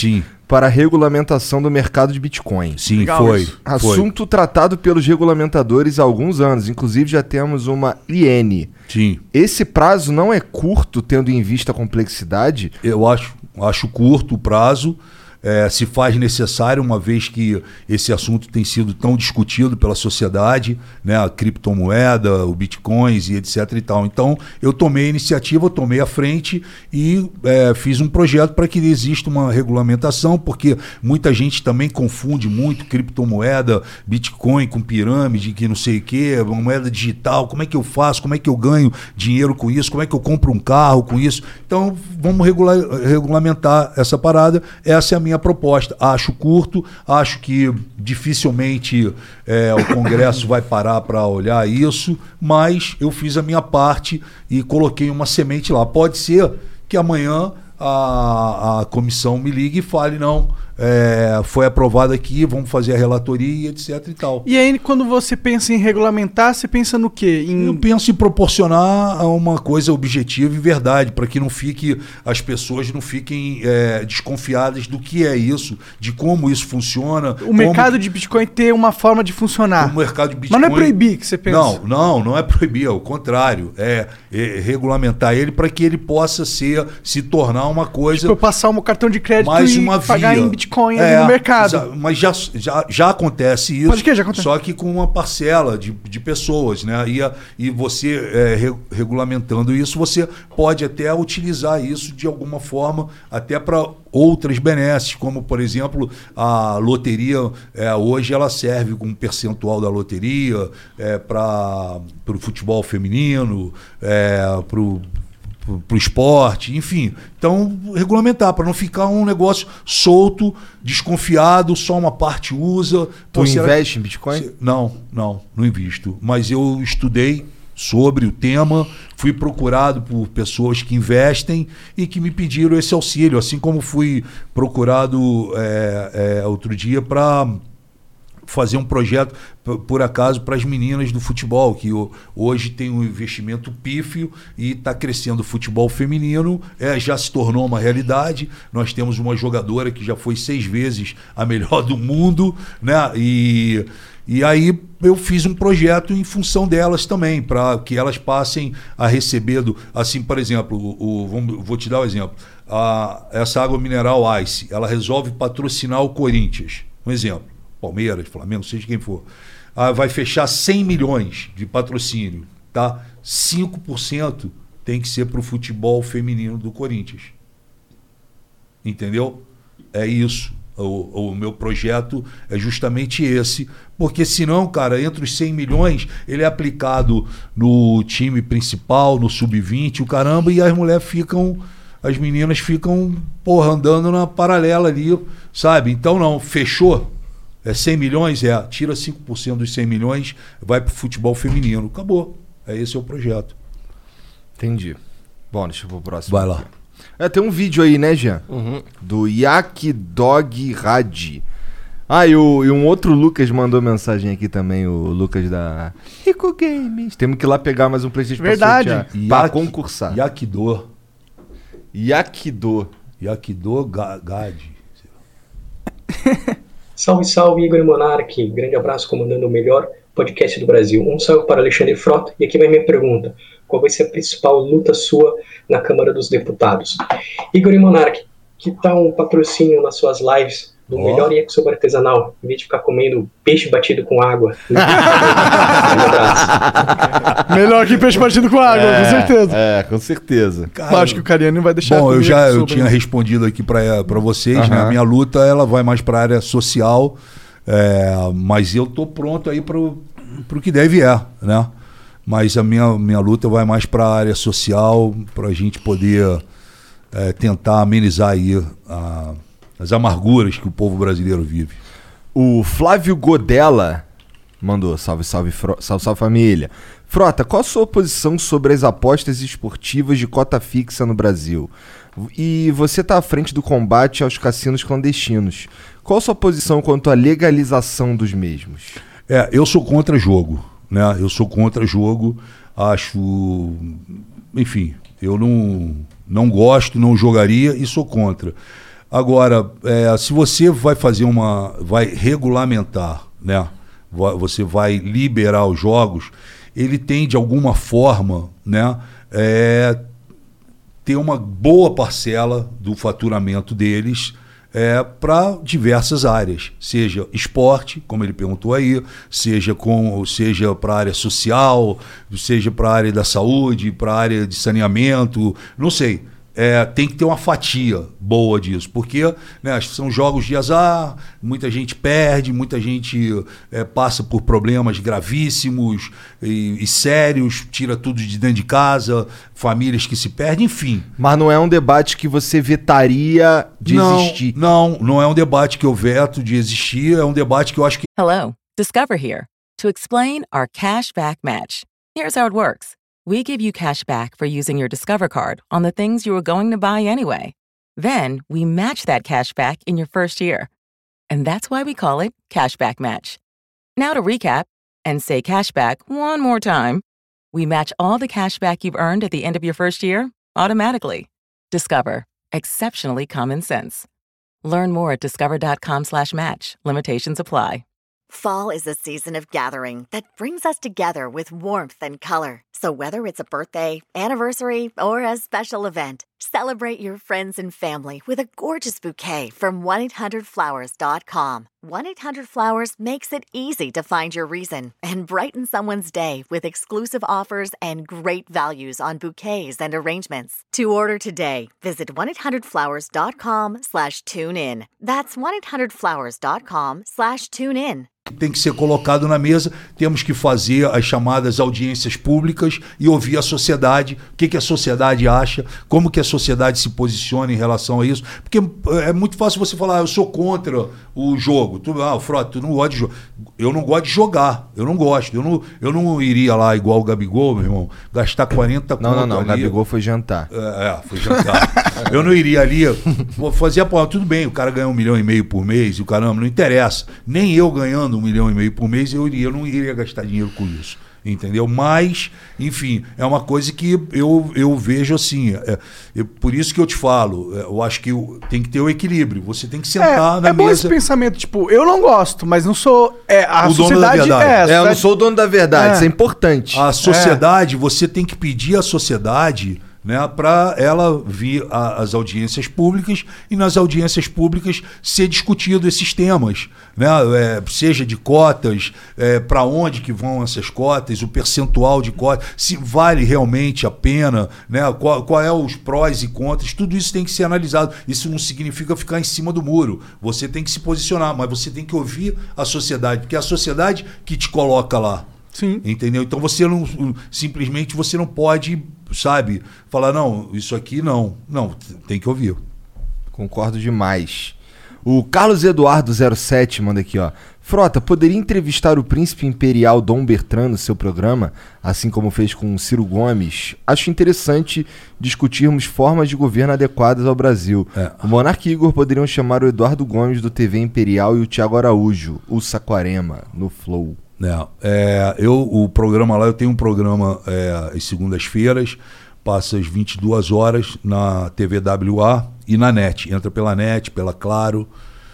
para a regulamentação do mercado de Bitcoin. Sim, Legal foi. isso. Assunto tratado pelos regulamentadores há alguns anos. Inclusive já temos uma IN. Sim. Esse prazo não é curto, tendo em vista a complexidade? Eu acho curto o prazo. Se faz necessário, uma vez que esse assunto tem sido tão discutido pela sociedade, né, a criptomoeda, o bitcoins e etc e tal. Então, eu tomei a iniciativa, tomei a frente e fiz um projeto para que exista uma regulamentação, porque muita gente também confunde muito criptomoeda, bitcoin com pirâmide, que não sei o quê, uma moeda digital, como é que eu faço, como é que eu ganho dinheiro com isso, como é que eu compro um carro com isso. Então, vamos regulamentar essa parada. Essa é a minha proposta. Acho curto, acho que dificilmente o Congresso vai parar para olhar isso, mas eu fiz a minha parte e coloquei uma semente lá. Pode ser que amanhã a comissão me ligue e fale, não, foi aprovado aqui, vamos fazer a relatoria, etc e tal. E aí, quando você pensa em regulamentar, você pensa no quê? Eu penso em proporcionar uma coisa objetiva e verdade, para que as pessoas não fiquem desconfiadas do que é isso, de como isso funciona. O mercado de Bitcoin ter uma forma de funcionar. O mercado de Bitcoin... Mas não é proibir que você pensa? Não é proibir, ao contrário. É regulamentar ele para que ele possa se tornar uma coisa... Tipo, eu passar um cartão de crédito mais uma pagar via. em Bitcoin ali no mercado. Mas já acontece isso. Pode que já acontece. Só que com uma parcela de pessoas, né? E você regulamentando isso, você pode até utilizar isso de alguma forma até para outras benesses, como por exemplo a loteria hoje ela serve com um percentual da loteria para o futebol feminino, para o esporte, enfim. Então, regulamentar, para não ficar um negócio solto, desconfiado, só uma parte usa. Tu investe em Bitcoin? Não invisto. Mas eu estudei sobre o tema, fui procurado por pessoas que investem e que me pediram esse auxílio, assim como fui procurado outro dia para fazer um projeto, por acaso, para as meninas do futebol, que hoje tem um investimento pífio e está crescendo o futebol feminino, já se tornou uma realidade. Nós temos uma jogadora que já foi 6 vezes a melhor do mundo, né? E aí eu fiz um projeto em função delas também, para que elas passem a receber, assim, por exemplo, vou te dar um exemplo, essa água mineral Ice, ela resolve patrocinar o Corinthians, um exemplo. Palmeiras, Flamengo, seja quem for, vai fechar 100 milhões de patrocínio, tá? 5% tem que ser para o futebol feminino do Corinthians. Entendeu? É isso. O meu projeto é justamente esse, porque senão, cara, entre os 100 milhões, ele é aplicado no time principal, no sub-20, o caramba, e as meninas ficam, andando na paralela ali, sabe? Então não, fechou. 100 milhões, tira 5% dos 100 milhões, vai pro futebol feminino. Acabou. Esse é o projeto. Entendi. Bom, deixa eu ir pro próximo. Vai lá. Tem um vídeo aí, né, Jean? Do Yak Dog Rad. E um outro Lucas mandou mensagem aqui também, o Lucas da Rico Games. Temos que ir lá pegar mais um PlayStation Verdade. pra sortear, pra concursar. Yakido. Gade. Salve, salve, Igor e Monark. Grande abraço, comandando o melhor podcast do Brasil. Um salve para Alexandre Frota. E aqui vai minha pergunta. Qual vai ser a principal luta sua na Câmara dos Deputados? Igor e Monark, que tal um patrocínio nas suas lives do melhor yakisoba artesanal, em vez de ficar comendo peixe batido com água? Um abraço. Melhor que peixe batido com água, com certeza. Com certeza. Cara, acho que o Cariani não vai deixar. Bom, eu tinha respondido aqui para vocês, né? A minha luta ela vai mais para a área social, mas eu tô pronto aí para o que deve né? Mas a minha luta vai mais para a área social, para a gente poder tentar amenizar aí as amarguras que o povo brasileiro vive. O Flávio Godella mandou, salve família. Frota, qual a sua posição sobre as apostas esportivas de cota fixa no Brasil? E você está à frente do combate aos cassinos clandestinos. Qual a sua posição quanto à legalização dos mesmos? Eu sou contra jogo, né? Eu sou contra jogo, acho... Enfim, eu não gosto, não jogaria e sou contra. Agora, se você vai fazer vai regulamentar, né? Você vai liberar os jogos, ele tem de alguma forma, né? Ter uma boa parcela do faturamento deles para diversas áreas, seja esporte, como ele perguntou aí, seja para a área social, seja para a área da saúde, para a área de saneamento, não sei. Tem que ter uma fatia boa disso, porque, né, são jogos de azar, muita gente perde, muita gente passa por problemas gravíssimos e sérios, tira tudo de dentro de casa, famílias que se perdem, enfim. Mas não é um debate que você vetaria de existir? Não é um debate que eu veto de existir, é um debate que eu acho que... Hello, Discover here to explain our cash back match. Here's how it works. We give you cash back for using your Discover card on the things you were going to buy anyway. Then we match that cash back in your first year. And that's why we call it Cashback Match. Now to recap and say cashback one more time. We match all the cash back you've earned at the end of your first year automatically. Discover. Exceptionally common sense. Learn more at discover.com/match. Limitations apply. Fall is a season of gathering that brings us together with warmth and color. So whether it's a birthday, anniversary, or a special event, celebrate your friends and family with a gorgeous bouquet from 1-800-Flowers.com. 1-800-Flowers makes it easy to find your reason and brighten someone's day with exclusive offers and great values on bouquets and arrangements. To order today, visit 1-800-Flowers.com/tune-in. That's 1-800-Flowers.com/tune-in. Tem que ser colocado na mesa, temos que fazer as chamadas audiências públicas e ouvir a sociedade, o que a sociedade acha, como que a sociedade se posiciona em relação a isso, porque é muito fácil você falar, eu sou contra o jogo, Frota, tu não gosta de jogo, eu não gosto de jogar, eu não gosto, eu não iria lá igual o Gabigol, meu irmão, gastar 40 conto Não, ali. o Gabigol foi jantar. Foi jantar. Eu não iria ali, vou fazer tudo bem, o cara ganha 1,5 milhão por mês, e o caramba, não interessa, nem eu ganhando 1,5 milhão por mês, eu não iria gastar dinheiro com isso, entendeu? Mas, enfim, é uma coisa que eu vejo assim, por isso que eu te falo, eu acho que tem que ter o equilíbrio, você tem que sentar na mesa... É bom esse pensamento, tipo, eu não gosto, mas não sou a o sociedade, dono da verdade. Eu não sou o dono da verdade, isso é importante. A sociedade, você tem que pedir à sociedade... né, para ela vir às audiências públicas e nas audiências públicas ser discutido esses temas, né, seja de cotas, para onde que vão essas cotas, o percentual de cotas, se vale realmente a pena, né, qual é os prós e contras, tudo isso tem que ser analisado. Isso não significa ficar em cima do muro, você tem que se posicionar, mas você tem que ouvir a sociedade, porque é a sociedade que te coloca lá. Sim. Entendeu? Então você não simplesmente você não pode, sabe, falar, não, isso aqui não. Não, tem que ouvir. Concordo demais. O Carlos Eduardo 07 manda aqui, ó. Frota, poderia entrevistar o príncipe imperial Dom Bertrand no seu programa, assim como fez com Ciro Gomes? Acho interessante discutirmos formas de governo adequadas ao Brasil. O Monark e Igor poderiam chamar o Eduardo Gomes do TV Imperial e o Thiago Araújo, o Saquarema, no Flow. O programa lá, eu tenho um programa às segundas-feiras, passa às 22 horas na TVWA e na NET, entra pela NET, pela Claro.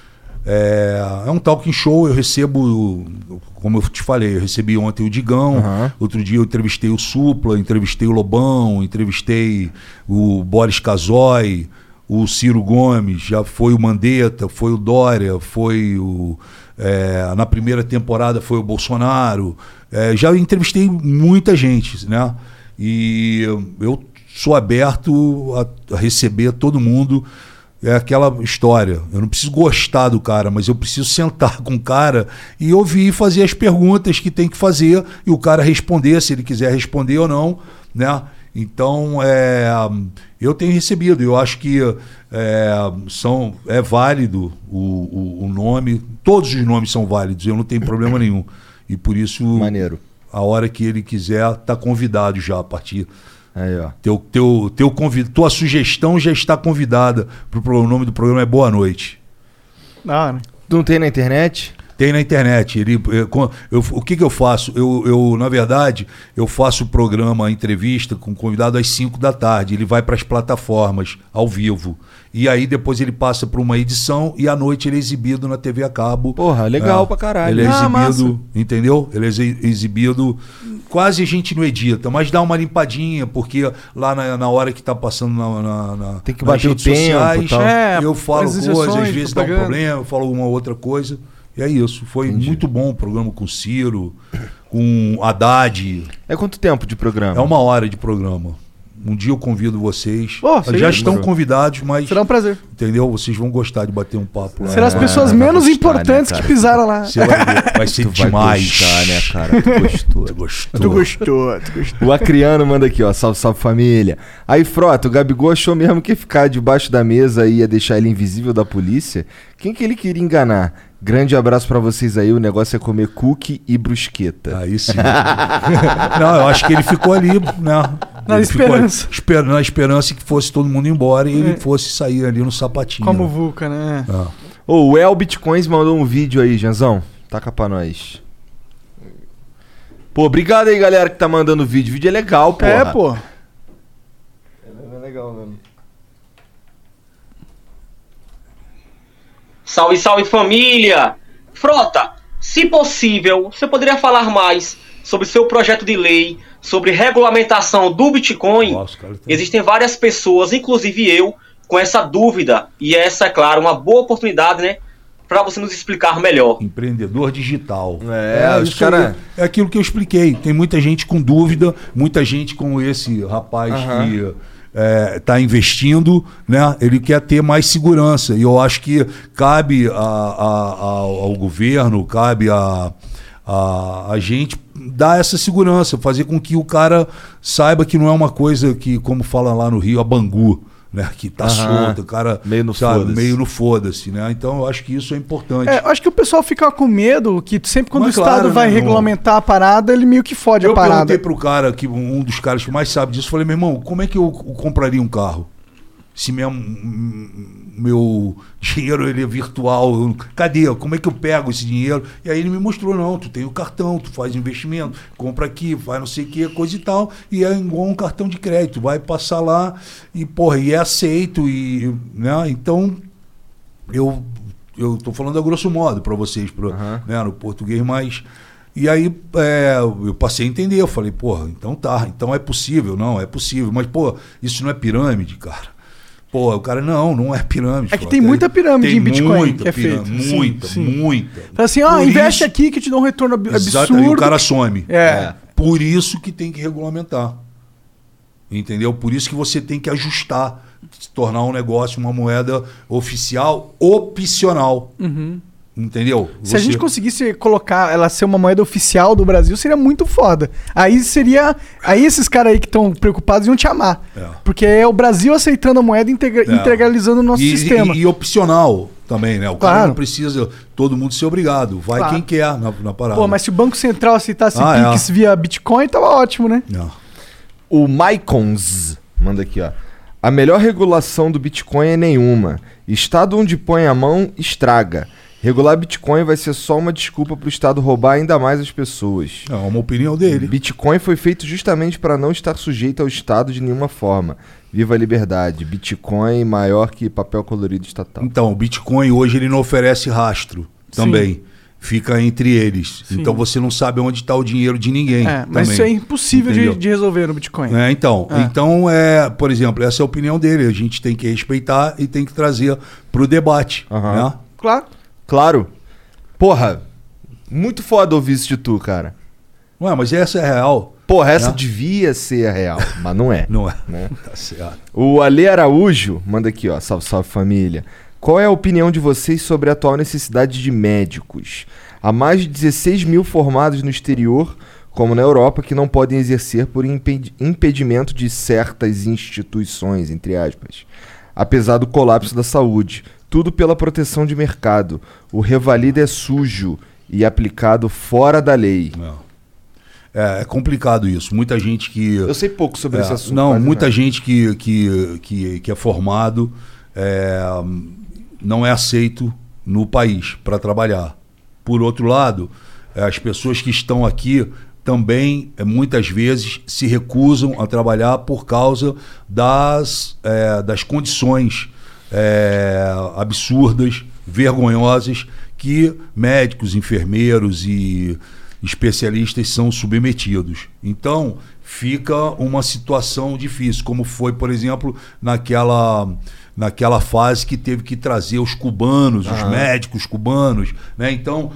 É um talking show, eu recebo, como eu te falei, eu recebi ontem o Digão, outro dia eu entrevistei o Supla, entrevistei o Lobão, entrevistei o Boris Casoy, o Ciro Gomes, já foi o Mandetta, foi o Dória, foi o... na primeira temporada foi o Bolsonaro, já entrevistei muita gente, né? E eu sou aberto a receber todo mundo. É aquela história, eu não preciso gostar do cara, mas eu preciso sentar com o cara e ouvir e fazer as perguntas que tem que fazer e o cara responder, se ele quiser responder ou não, né? Então, eu tenho recebido, eu acho que é válido o nome, todos os nomes são válidos, eu não tenho problema nenhum. E por isso, maneiro. A hora que ele quiser, tá convidado já a partir... Aí, ó. Tua sugestão já está convidada. O nome do programa é Boa Noite. Ah, né? Tu não tem na internet? Tem na internet. O que eu faço? Na verdade, eu faço o programa, entrevista com convidado às 5 da tarde. Ele vai para as plataformas, ao vivo. E aí depois ele passa para uma edição e à noite ele é exibido na TV a cabo. Porra, legal pra caralho. Ele é exibido, massa. entendeu? Ele é exibido, quase a gente não edita, mas dá uma limpadinha, porque lá na hora que tá passando Tem que nas bater o redes tempo sociais, e tal. eu falo as coisas, injeções, às vezes dá um propaganda. problema, eu falo alguma outra coisa. E é isso. Foi muito bom o programa com o Ciro, com Haddad. É quanto tempo de programa? É 1 hora de programa. Um dia eu convido vocês. Oh, seria já estão demorou. convidados, mas... Será um prazer. Entendeu? Vocês vão gostar de bater um papo lá. Serão as pessoas vai menos gostar, importantes né, que cara? pisaram lá. Você vai ver. Vai ser Tu demais. vai gostar, né, cara? Tu gostou. Tu gostou. Tu gostou, tu gostou. O Acriano manda aqui, ó. Salve, salve família. Aí, Frota, o Gabigol achou mesmo que ficar debaixo da mesa ia deixar ele invisível da polícia? Quem que ele queria enganar? Grande abraço pra vocês aí. O negócio é comer cookie e brusqueta. Aí sim. Não, eu acho que ele ficou ali, né? Na Ele ficou ali, esperança. na esperança que fosse todo mundo embora e ele fosse sair ali no sapatinho. Como Vulca, né? Ô, o El Bitcoins mandou um vídeo aí, Janzão. Taca pra nós. Pô, obrigado aí, galera, que tá mandando vídeo. O vídeo é legal, pô. É, pô. É legal mesmo. Salve, salve família! Frota, se possível, você poderia falar mais sobre seu projeto de lei, sobre regulamentação do Bitcoin? Nossa, cara, Existem várias pessoas, inclusive eu, com essa dúvida. E essa, é claro, uma boa oportunidade, né? Para você nos explicar melhor. Empreendedor digital. Os isso cara- aí é aquilo que eu expliquei. Tem muita gente com dúvida, muita gente com esse rapaz que está investindo, né? Ele quer ter mais segurança. E eu acho que cabe ao governo, cabe a gente dar essa segurança, fazer com que o cara saiba que não é uma coisa que, como fala lá no Rio, a Bangu, né? Que tá solto, o cara Meio no sabe, foda-se. meio no foda-se, né? Então eu acho que isso é importante. É, eu acho que o pessoal fica com medo que sempre quando Mas o Estado claro, vai né, regulamentar a parada, ele meio que fode Eu a parada. perguntei pro cara, que um dos caras que mais sabe disso, falei, meu irmão, como é que eu compraria um carro? Se meu dinheiro ele é virtual, cadê? Como é que eu pego esse dinheiro? E aí ele me mostrou, não, tu tem o cartão, tu faz investimento, compra aqui, faz não sei o que, coisa e tal, e é igual um cartão de crédito, vai passar lá e, porra, e é aceito, e, né? Então, eu tô falando a grosso modo para vocês, né, no português, mas... E aí eu passei a entender, eu falei, porra, então tá, então é possível, não, é possível, mas, pô, isso não é pirâmide, cara. Pô, o cara, não é pirâmide. É que tem muita pirâmide em Bitcoin muita que é pirâmide, feita. muita, Sim. muita. Fala assim, Por investe isso- aqui que te dá um retorno Exato, absurdo. e o cara some. É. Por isso que tem que regulamentar. Entendeu? Por isso que você tem que ajustar, se tornar um negócio, uma moeda oficial, opcional. Entendeu? Se a gente conseguisse colocar ela ser uma moeda oficial do Brasil, seria muito foda. Aí esses caras aí que estão preocupados iam te amar. É. Porque é o Brasil aceitando a moeda e integralizando o nosso sistema. E opcional também, né? O cara Claro. não precisa todo mundo ser obrigado. Vai Claro. quem quer na parada. Pô, mas se o Banco Central aceitasse Ah, Pix via Bitcoin, tava ótimo, né? Não. O Mycons manda aqui, ó. A melhor regulação do Bitcoin é nenhuma. Estado onde põe a mão, estraga. Regular Bitcoin vai ser só uma desculpa para o Estado roubar ainda mais as pessoas. É uma opinião dele. Bitcoin foi feito justamente para não estar sujeito ao Estado de nenhuma forma. Viva a liberdade. Bitcoin maior que papel colorido estatal. Então, o Bitcoin hoje ele não oferece rastro também. Fica entre eles. Sim. Então você não sabe onde está o dinheiro de ninguém. É, mas também. isso é impossível Entendeu? de resolver no Bitcoin. Então, por exemplo, essa é a opinião dele. A gente tem que respeitar e tem que trazer para o debate. Aham. Né? Claro. Claro. Porra, muito foda ouvir isso de tu, cara. Ué, mas essa é real. Porra, essa Né? devia ser a real, mas não é. Não é. Né? Tá certo. O Ale Araújo manda aqui, ó. Salve, salve família. Qual é a opinião de vocês sobre a atual necessidade de médicos? Há mais de 16 mil formados no exterior, como na Europa, que não podem exercer por impedimento de certas instituições, entre aspas. Apesar do colapso da saúde. Tudo pela proteção de mercado. O revalida é sujo e aplicado fora da lei. É complicado isso. Muita gente que... Eu sei pouco sobre esse assunto. Não, quase muita nada. gente que é formado não é aceito no país para trabalhar. por outro lado, as pessoas que estão aqui também, muitas vezes, se recusam a trabalhar por causa das condições absurdas, vergonhosas, que médicos, enfermeiros e especialistas são submetidos. Então, fica uma situação difícil, como foi, por exemplo, naquela fase que teve que trazer os cubanos, os médicos cubanos, né? Então,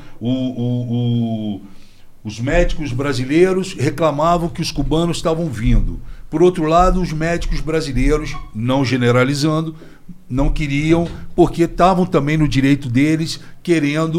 os médicos brasileiros reclamavam que os cubanos estavam vindo. Por outro lado, os médicos brasileiros, não generalizando, não queriam, porque estavam também no direito deles, querendo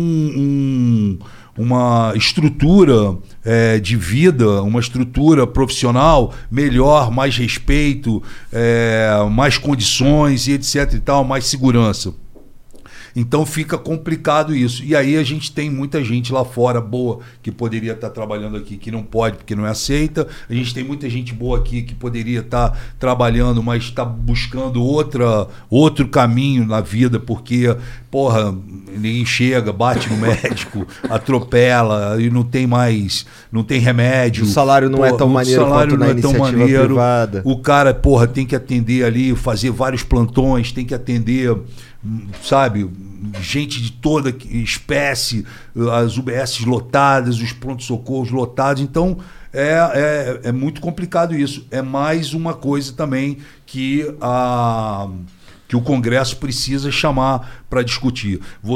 uma estrutura de vida, uma estrutura profissional melhor, mais respeito, mais condições e etc e tal, mais segurança. Então fica complicado isso. E aí a gente tem muita gente lá fora boa que poderia estar trabalhando aqui, que não pode porque não é aceita. A gente tem muita gente boa aqui que poderia estar trabalhando, mas está buscando outro caminho na vida, porque, porra, ninguém chega, bate no médico, atropela e não tem remédio. O salário não é tão maneiro quanto na iniciativa privada. O cara, porra, tem que atender ali, fazer vários plantões, tem que atender, sabe, gente de toda espécie, as UBS lotadas, os pronto-socorros lotados. Então é muito complicado isso. É mais uma coisa também que o Congresso precisa chamar para discutir.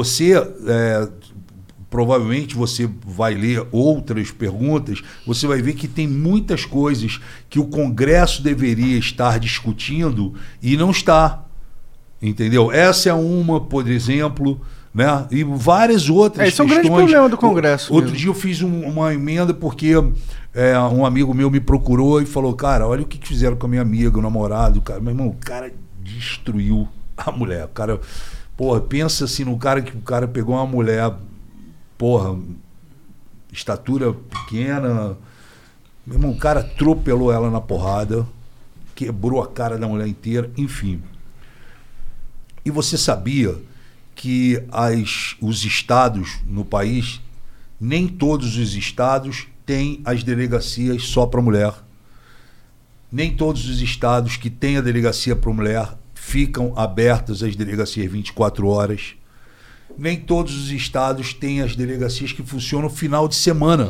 Provavelmente você vai ler outras perguntas, você vai ver que tem muitas coisas que o Congresso deveria estar discutindo e não está. Entendeu? Essa é uma, por exemplo, né? E várias outras questões. Esse é um grande problema do Congresso. Outro dia eu fiz uma emenda porque um amigo meu me procurou e falou: cara, olha o que fizeram com a minha amiga, o namorado. Cara, meu irmão, o cara destruiu a mulher. O cara, porra, pensa assim no cara que o cara pegou uma mulher, porra, estatura pequena. Meu irmão, o cara atropelou ela na porrada, quebrou a cara da mulher inteira, enfim. E você sabia que os estados no país, nem todos os estados têm as delegacias só para mulher. Nem todos os estados que têm a delegacia para mulher ficam abertas as delegacias 24 horas. Nem todos os estados têm as delegacias que funcionam no final de semana.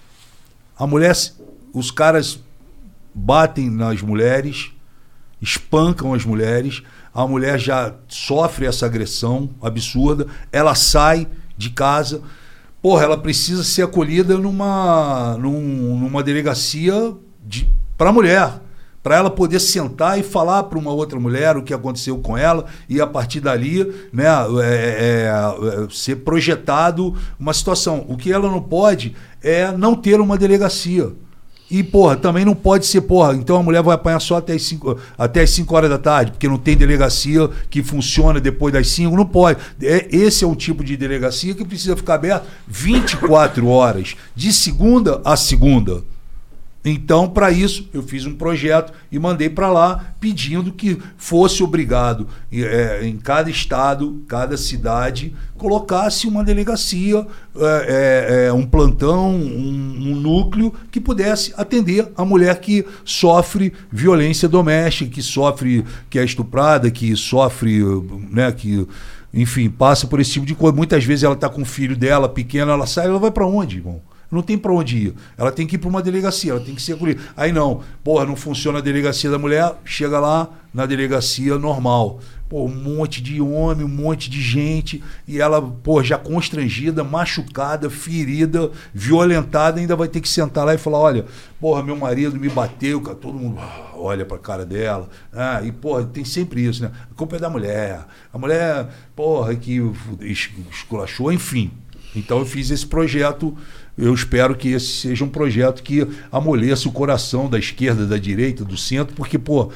Os caras batem nas mulheres, espancam as mulheres, a mulher já sofre essa agressão absurda, ela sai de casa, porra, ela precisa ser acolhida numa delegacia para mulher, para ela poder sentar e falar para uma outra mulher o que aconteceu com ela e a partir dali, né, ser projetado uma situação. O que ela não pode é não ter uma delegacia. E, porra, também não pode ser, porra, então a mulher vai apanhar só até as 5 horas da tarde, porque não tem delegacia que funciona depois das 5, não pode. Esse é um tipo de delegacia que precisa ficar aberto 24 horas, de segunda a segunda. Então, para isso, eu fiz um projeto e mandei para lá pedindo que fosse obrigado em cada estado, cada cidade, colocasse uma delegacia, um plantão, um núcleo que pudesse atender a mulher que sofre violência doméstica, que é estuprada, que sofre, né, que, enfim, passa por esse tipo de coisa. Muitas vezes ela está com o filho dela pequeno, ela sai, ela vai para onde, irmão? Não tem para onde ir. Ela tem que ir para uma delegacia, ela tem que ser acolhida. Aí não, porra, não funciona a delegacia da mulher, chega lá na delegacia normal. Pô, um monte de homem, um monte de gente, e ela, pô, já constrangida, machucada, ferida, violentada, ainda vai ter que sentar lá e falar: olha, porra, meu marido me bateu, cara, todo mundo olha pra cara dela. E, porra, tem sempre isso, né? A culpa é da mulher. A mulher, porra, que esculachou, enfim. Então eu fiz esse projeto. Eu espero que esse seja um projeto que amoleça o coração da esquerda, da direita, do centro, porque, pô,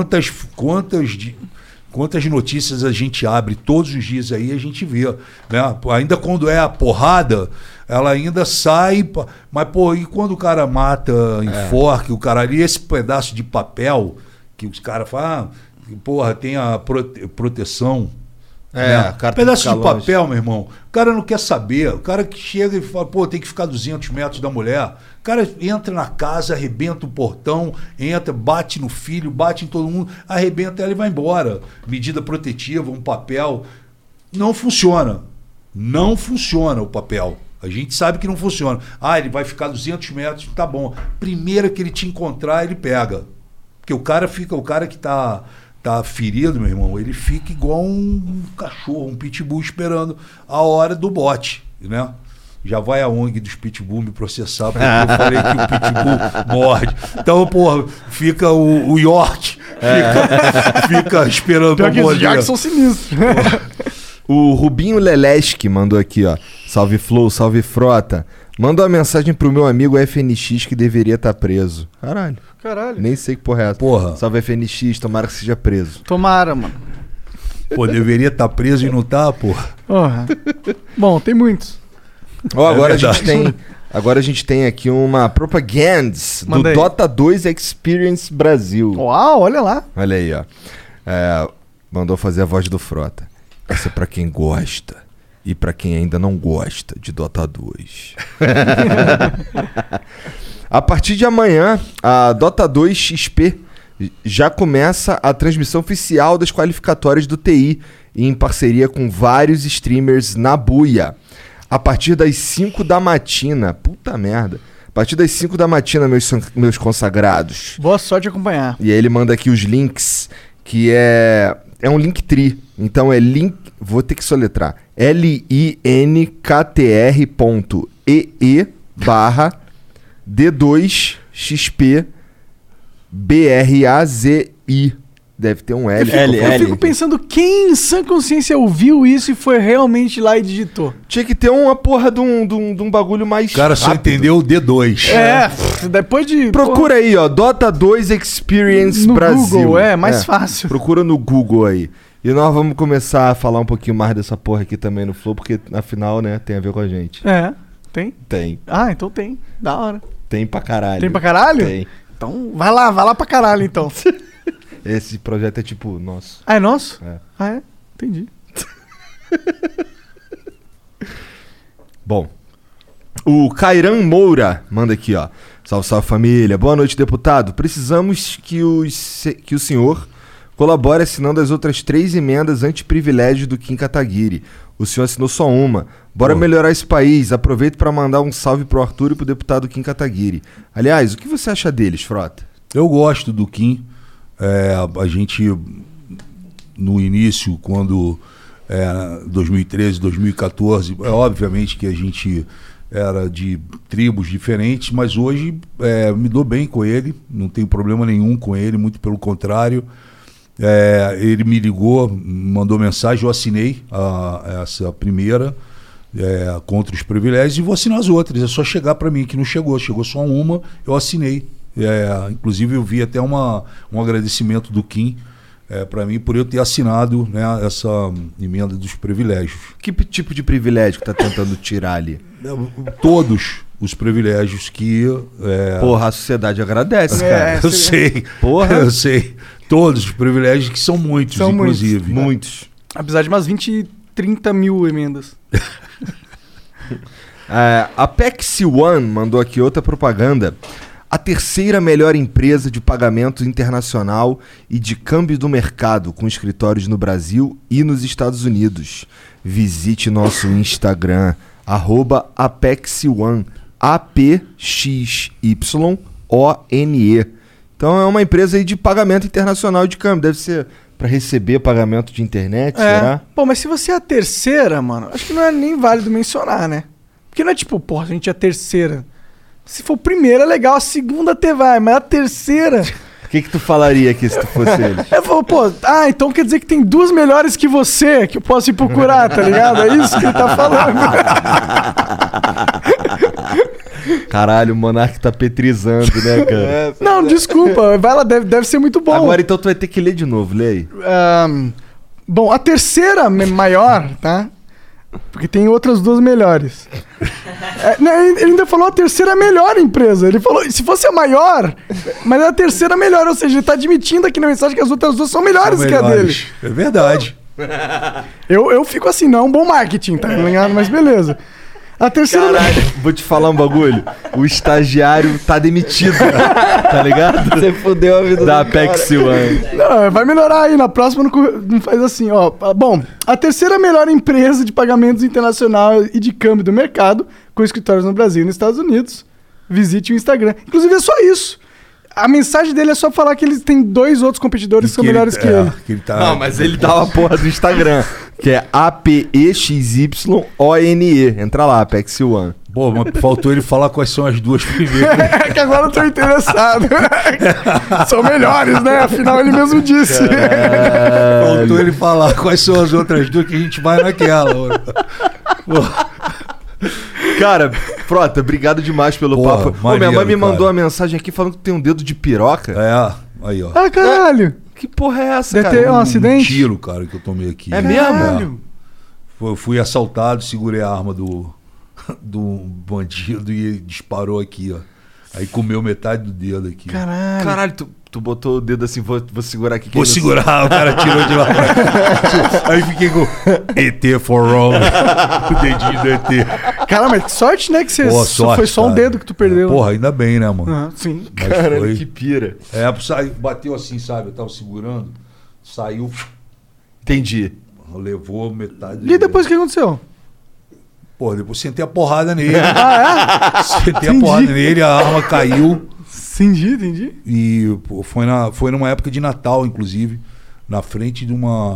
quantas notícias a gente abre todos os dias aí, a gente vê, né? Ainda quando é a porrada, ela ainda sai, mas, pô, e quando o cara mata, enforca, o cara ali, esse pedaço de papel que os caras falam, porra, tem a proteção Pedaço de papel, meu irmão. O cara não quer saber. O cara que chega e fala, pô, tem que ficar 200 metros da mulher. O cara entra na casa, arrebenta o portão, entra, bate no filho, bate em todo mundo, arrebenta ela e vai embora. Medida protetiva, um papel. Não funciona. Não funciona o papel. A gente sabe que não funciona. Ele vai ficar 200 metros, tá bom. Primeiro que ele te encontrar, ele pega. Porque o cara que tá ferido, meu irmão, ele fica igual um cachorro, um pitbull esperando a hora do bote, né? Já vai a ONG dos pitbull me processar porque eu falei que o pitbull morde. Então, porra, fica o York, fica esperando pra morder. Os Yorks são sinistros. O Rubinho Leleski mandou aqui, ó. Salve Flow, salve Frota. Manda uma mensagem pro meu amigo FNX que deveria estar preso. Caralho. Nem sei que porra é essa. Porra. Salve FNX, tomara que seja preso. Tomara, mano. Pô, deveria estar preso e não tá, porra. Bom, tem muitos. Agora a gente tem aqui uma propaganda do Dota 2 Experience Brasil. Uau, olha lá. Olha aí, ó. Mandou fazer a voz do Frota. Essa é pra quem gosta e pra quem ainda não gosta de Dota 2. A partir de amanhã, a Dota 2 XP já começa a transmissão oficial das qualificatórias do TI, em parceria com vários streamers na buia. A partir das 5 da matina, puta merda. A partir das 5 da matina, meus consagrados. Boa sorte acompanhar. E aí ele manda aqui os links, que é um Linktree. Então é link, vou ter que soletrar. linktr.ee/D2XPBRAZI. Deve ter um L. Eu fico pensando quem em sã consciência ouviu isso e foi realmente lá e digitou. Tinha que ter uma porra de um bagulho mais O cara só entendeu o D2. Depois de... Procura aí, ó. Dota 2 Experience no Brasil. Google, mais fácil. Procura no Google aí. E nós vamos começar a falar um pouquinho mais dessa porra aqui também no Flow, porque afinal, né, tem a ver com a gente. Tem? Tem. Então tem. Da hora. Tem pra caralho. Tem pra caralho? Tem. Então vai lá pra caralho, então. Esse projeto é tipo nosso. É nosso? É. Entendi. Bom, o Cairan Moura manda aqui, ó. Salve, salve família. Boa noite, deputado. Precisamos que o senhor colabore assinando as outras 3 emendas anti-privilégio do Kim Kataguiri. O senhor assinou só uma. Bora melhorar esse país. Aproveito para mandar um salve pro Arthur e pro deputado Kim Kataguiri. Aliás, o que você acha deles, Frota? Eu gosto do Kim. A gente, no início, quando 2013, 2014, obviamente que a gente era de tribos diferentes, mas hoje me dou bem com ele, não tenho problema nenhum com ele, muito pelo contrário. Ele me ligou, mandou mensagem, eu assinei essa primeira contra os privilégios e vou assinar as outras. É só chegar para mim, que não chegou só uma, eu assinei. Inclusive eu vi até um agradecimento do Kim para mim por eu ter assinado, né, essa emenda dos privilégios. Que tipo de privilégio que tá tentando tirar ali? Todos os privilégios que... Porra, a sociedade agradece, cara. Eu sei. Porra. Eu sei. Todos os privilégios, que são muitos, inclusive. Muitos. Apesar de umas 20, 30 mil emendas. A Pexi One mandou aqui outra propaganda. A terceira melhor empresa de pagamento internacional e de câmbio do mercado, com escritórios no Brasil e nos Estados Unidos. Visite nosso Instagram, @ApexiOne, APXYONE. Então é uma empresa aí de pagamento internacional de câmbio. Deve ser para receber pagamento de internet, será? Pô, mas se você é a terceira, mano, acho que não é nem válido mencionar, né? Porque não é tipo, porra, a gente é a terceira. Se for a primeira é legal, a segunda até vai, mas a terceira... O que tu falaria aqui se tu fosse ele? Eu falo, pô, então quer dizer que tem 2 melhores que você, que eu posso ir procurar, tá ligado? É isso que ele tá falando. Caralho, o Monark tá petrizando, né, cara? Não, desculpa, vai lá, deve ser muito bom. Agora então tu vai ter que ler de novo, lê aí. Bom, a terceira maior, tá? Porque tem outras 2 melhores. Ele ainda falou a terceira melhor empresa. Ele falou, se fosse a maior, mas é a terceira melhor. Ou seja, ele tá admitindo aqui na mensagem que as outras 2 são melhores que a dele. É verdade. Eu fico assim, não é um bom marketing, tá ligado? Mas beleza. A terceira... Caralho, vou te falar um bagulho. O estagiário tá demitido, tá ligado? Você fudeu a vida da do cara. Apex One. Não, vai melhorar aí. Na próxima não faz assim, ó. Bom, a terceira melhor empresa de pagamentos internacional e de câmbio do mercado, com escritórios no Brasil e nos Estados Unidos. Visite o Instagram. Inclusive, é só isso. A mensagem dele é só falar que ele tem 2 outros competidores que são melhores que ele. Que ele tá... Não, mas ele dá uma porra do Instagram, que é APEXYONE. Entra lá, Apex One. Pô, mas faltou ele falar quais são as duas primeiras. É que agora eu tô interessado. São melhores, né? Afinal, ele mesmo disse. Faltou ele falar quais são as outras duas que a gente vai naquela. Cara, Frota, obrigado demais pelo Porra, papo. Ô, minha mãe me maneiro, mandou cara. uma mensagem aqui falando que tem um dedo de piroca. É, aí, ó. Ah, caralho. Que porra é essa, Deve cara? ter um acidente? Tiro, cara, que eu tomei aqui. É mesmo? Caralho. Eu fui assaltado, segurei a arma do bandido e ele disparou aqui, ó. Aí comeu metade do dedo aqui. Caralho. Caralho, tu botou o dedo assim, vou segurar aqui. que Vou ele não- segurar, o cara tirou de lá. Aí fiquei com ET for all. O dedinho do ET. Cara, mas que sorte, né? Que você Pô, sorte, foi só um cara. dedo que tu perdeu. Porra, ainda bem, né, mano? Ah, sim. Mas Caralho, foi. que pira. Bateu assim, sabe? Eu tava segurando, saiu, Entendi. levou metade do E depois o que aconteceu? Porra, depois sentei a porrada nele. Sentei a Entendi. porrada nele, a arma caiu. Entendi. E pô, foi numa época de Natal, inclusive, na frente de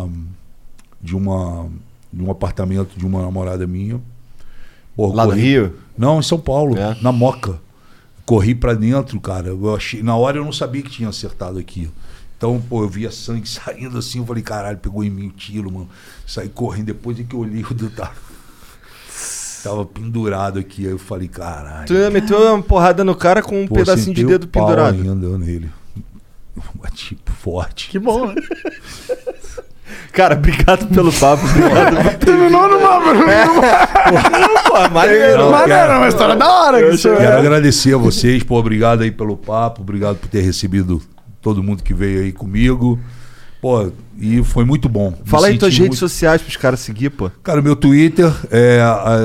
um apartamento de uma namorada minha. Porra, Lá no Rio? Não, em São Paulo, É. na Moca. Corri pra dentro, cara. Eu achei, na hora eu não sabia que tinha acertado aqui. Então, pô, eu via sangue saindo assim, eu falei, caralho, pegou em mim o tiro, mano. Saí correndo, depois é que eu olhei o dedo tava pendurado aqui. Aí eu falei, caralho. Tu meteu uma porrada no cara com um Pô, pedacinho de sentei dedo o pau pendurado. ainda nele. Bati forte. Que bom, né? Cara, obrigado pelo papo. Obrigado por ter Terminou numa... Pô, maneiro. Mas era uma história da hora. Que isso Quero agradecer a vocês, pô, obrigado aí pelo papo, obrigado por ter recebido todo mundo que veio aí comigo. Pô, e foi muito bom. Me Fala aí senti tuas redes muito- sociais pros caras seguir, pô. Cara, meu Twitter é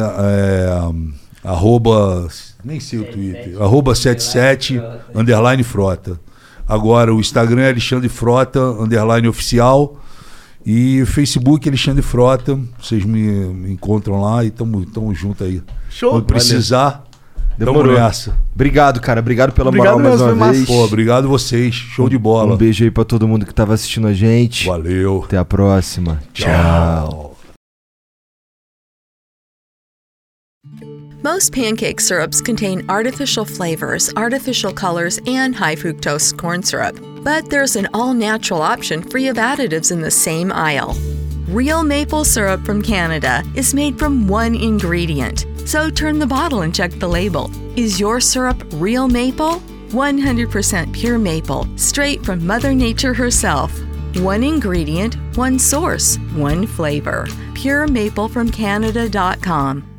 arroba, nem sei o Twitter, arroba 77 _ frota. Agora o Instagram é Alexandre Frota _ oficial e Facebook Alexandre Frota. Vocês me encontram lá e tamo junto aí. Show. Quando precisar, Demorou. tamo nessa. Obrigado, cara. Obrigado pela Obrigado moral mais mesmo, uma foi vez. Pô, obrigado vocês. Show de bola. Um beijo aí pra todo mundo que tava assistindo a gente. Valeu. Até a próxima. Tchau. Most pancake syrups contain artificial flavors, artificial colors, and high fructose corn syrup. But there's an all-natural option free of additives in the same aisle. Real maple syrup from Canada is made from one ingredient. So turn the bottle and check the label. Is your syrup real maple? 100% pure maple, straight from Mother Nature herself. One ingredient, one source, one flavor. PureMapleFromCanada.com.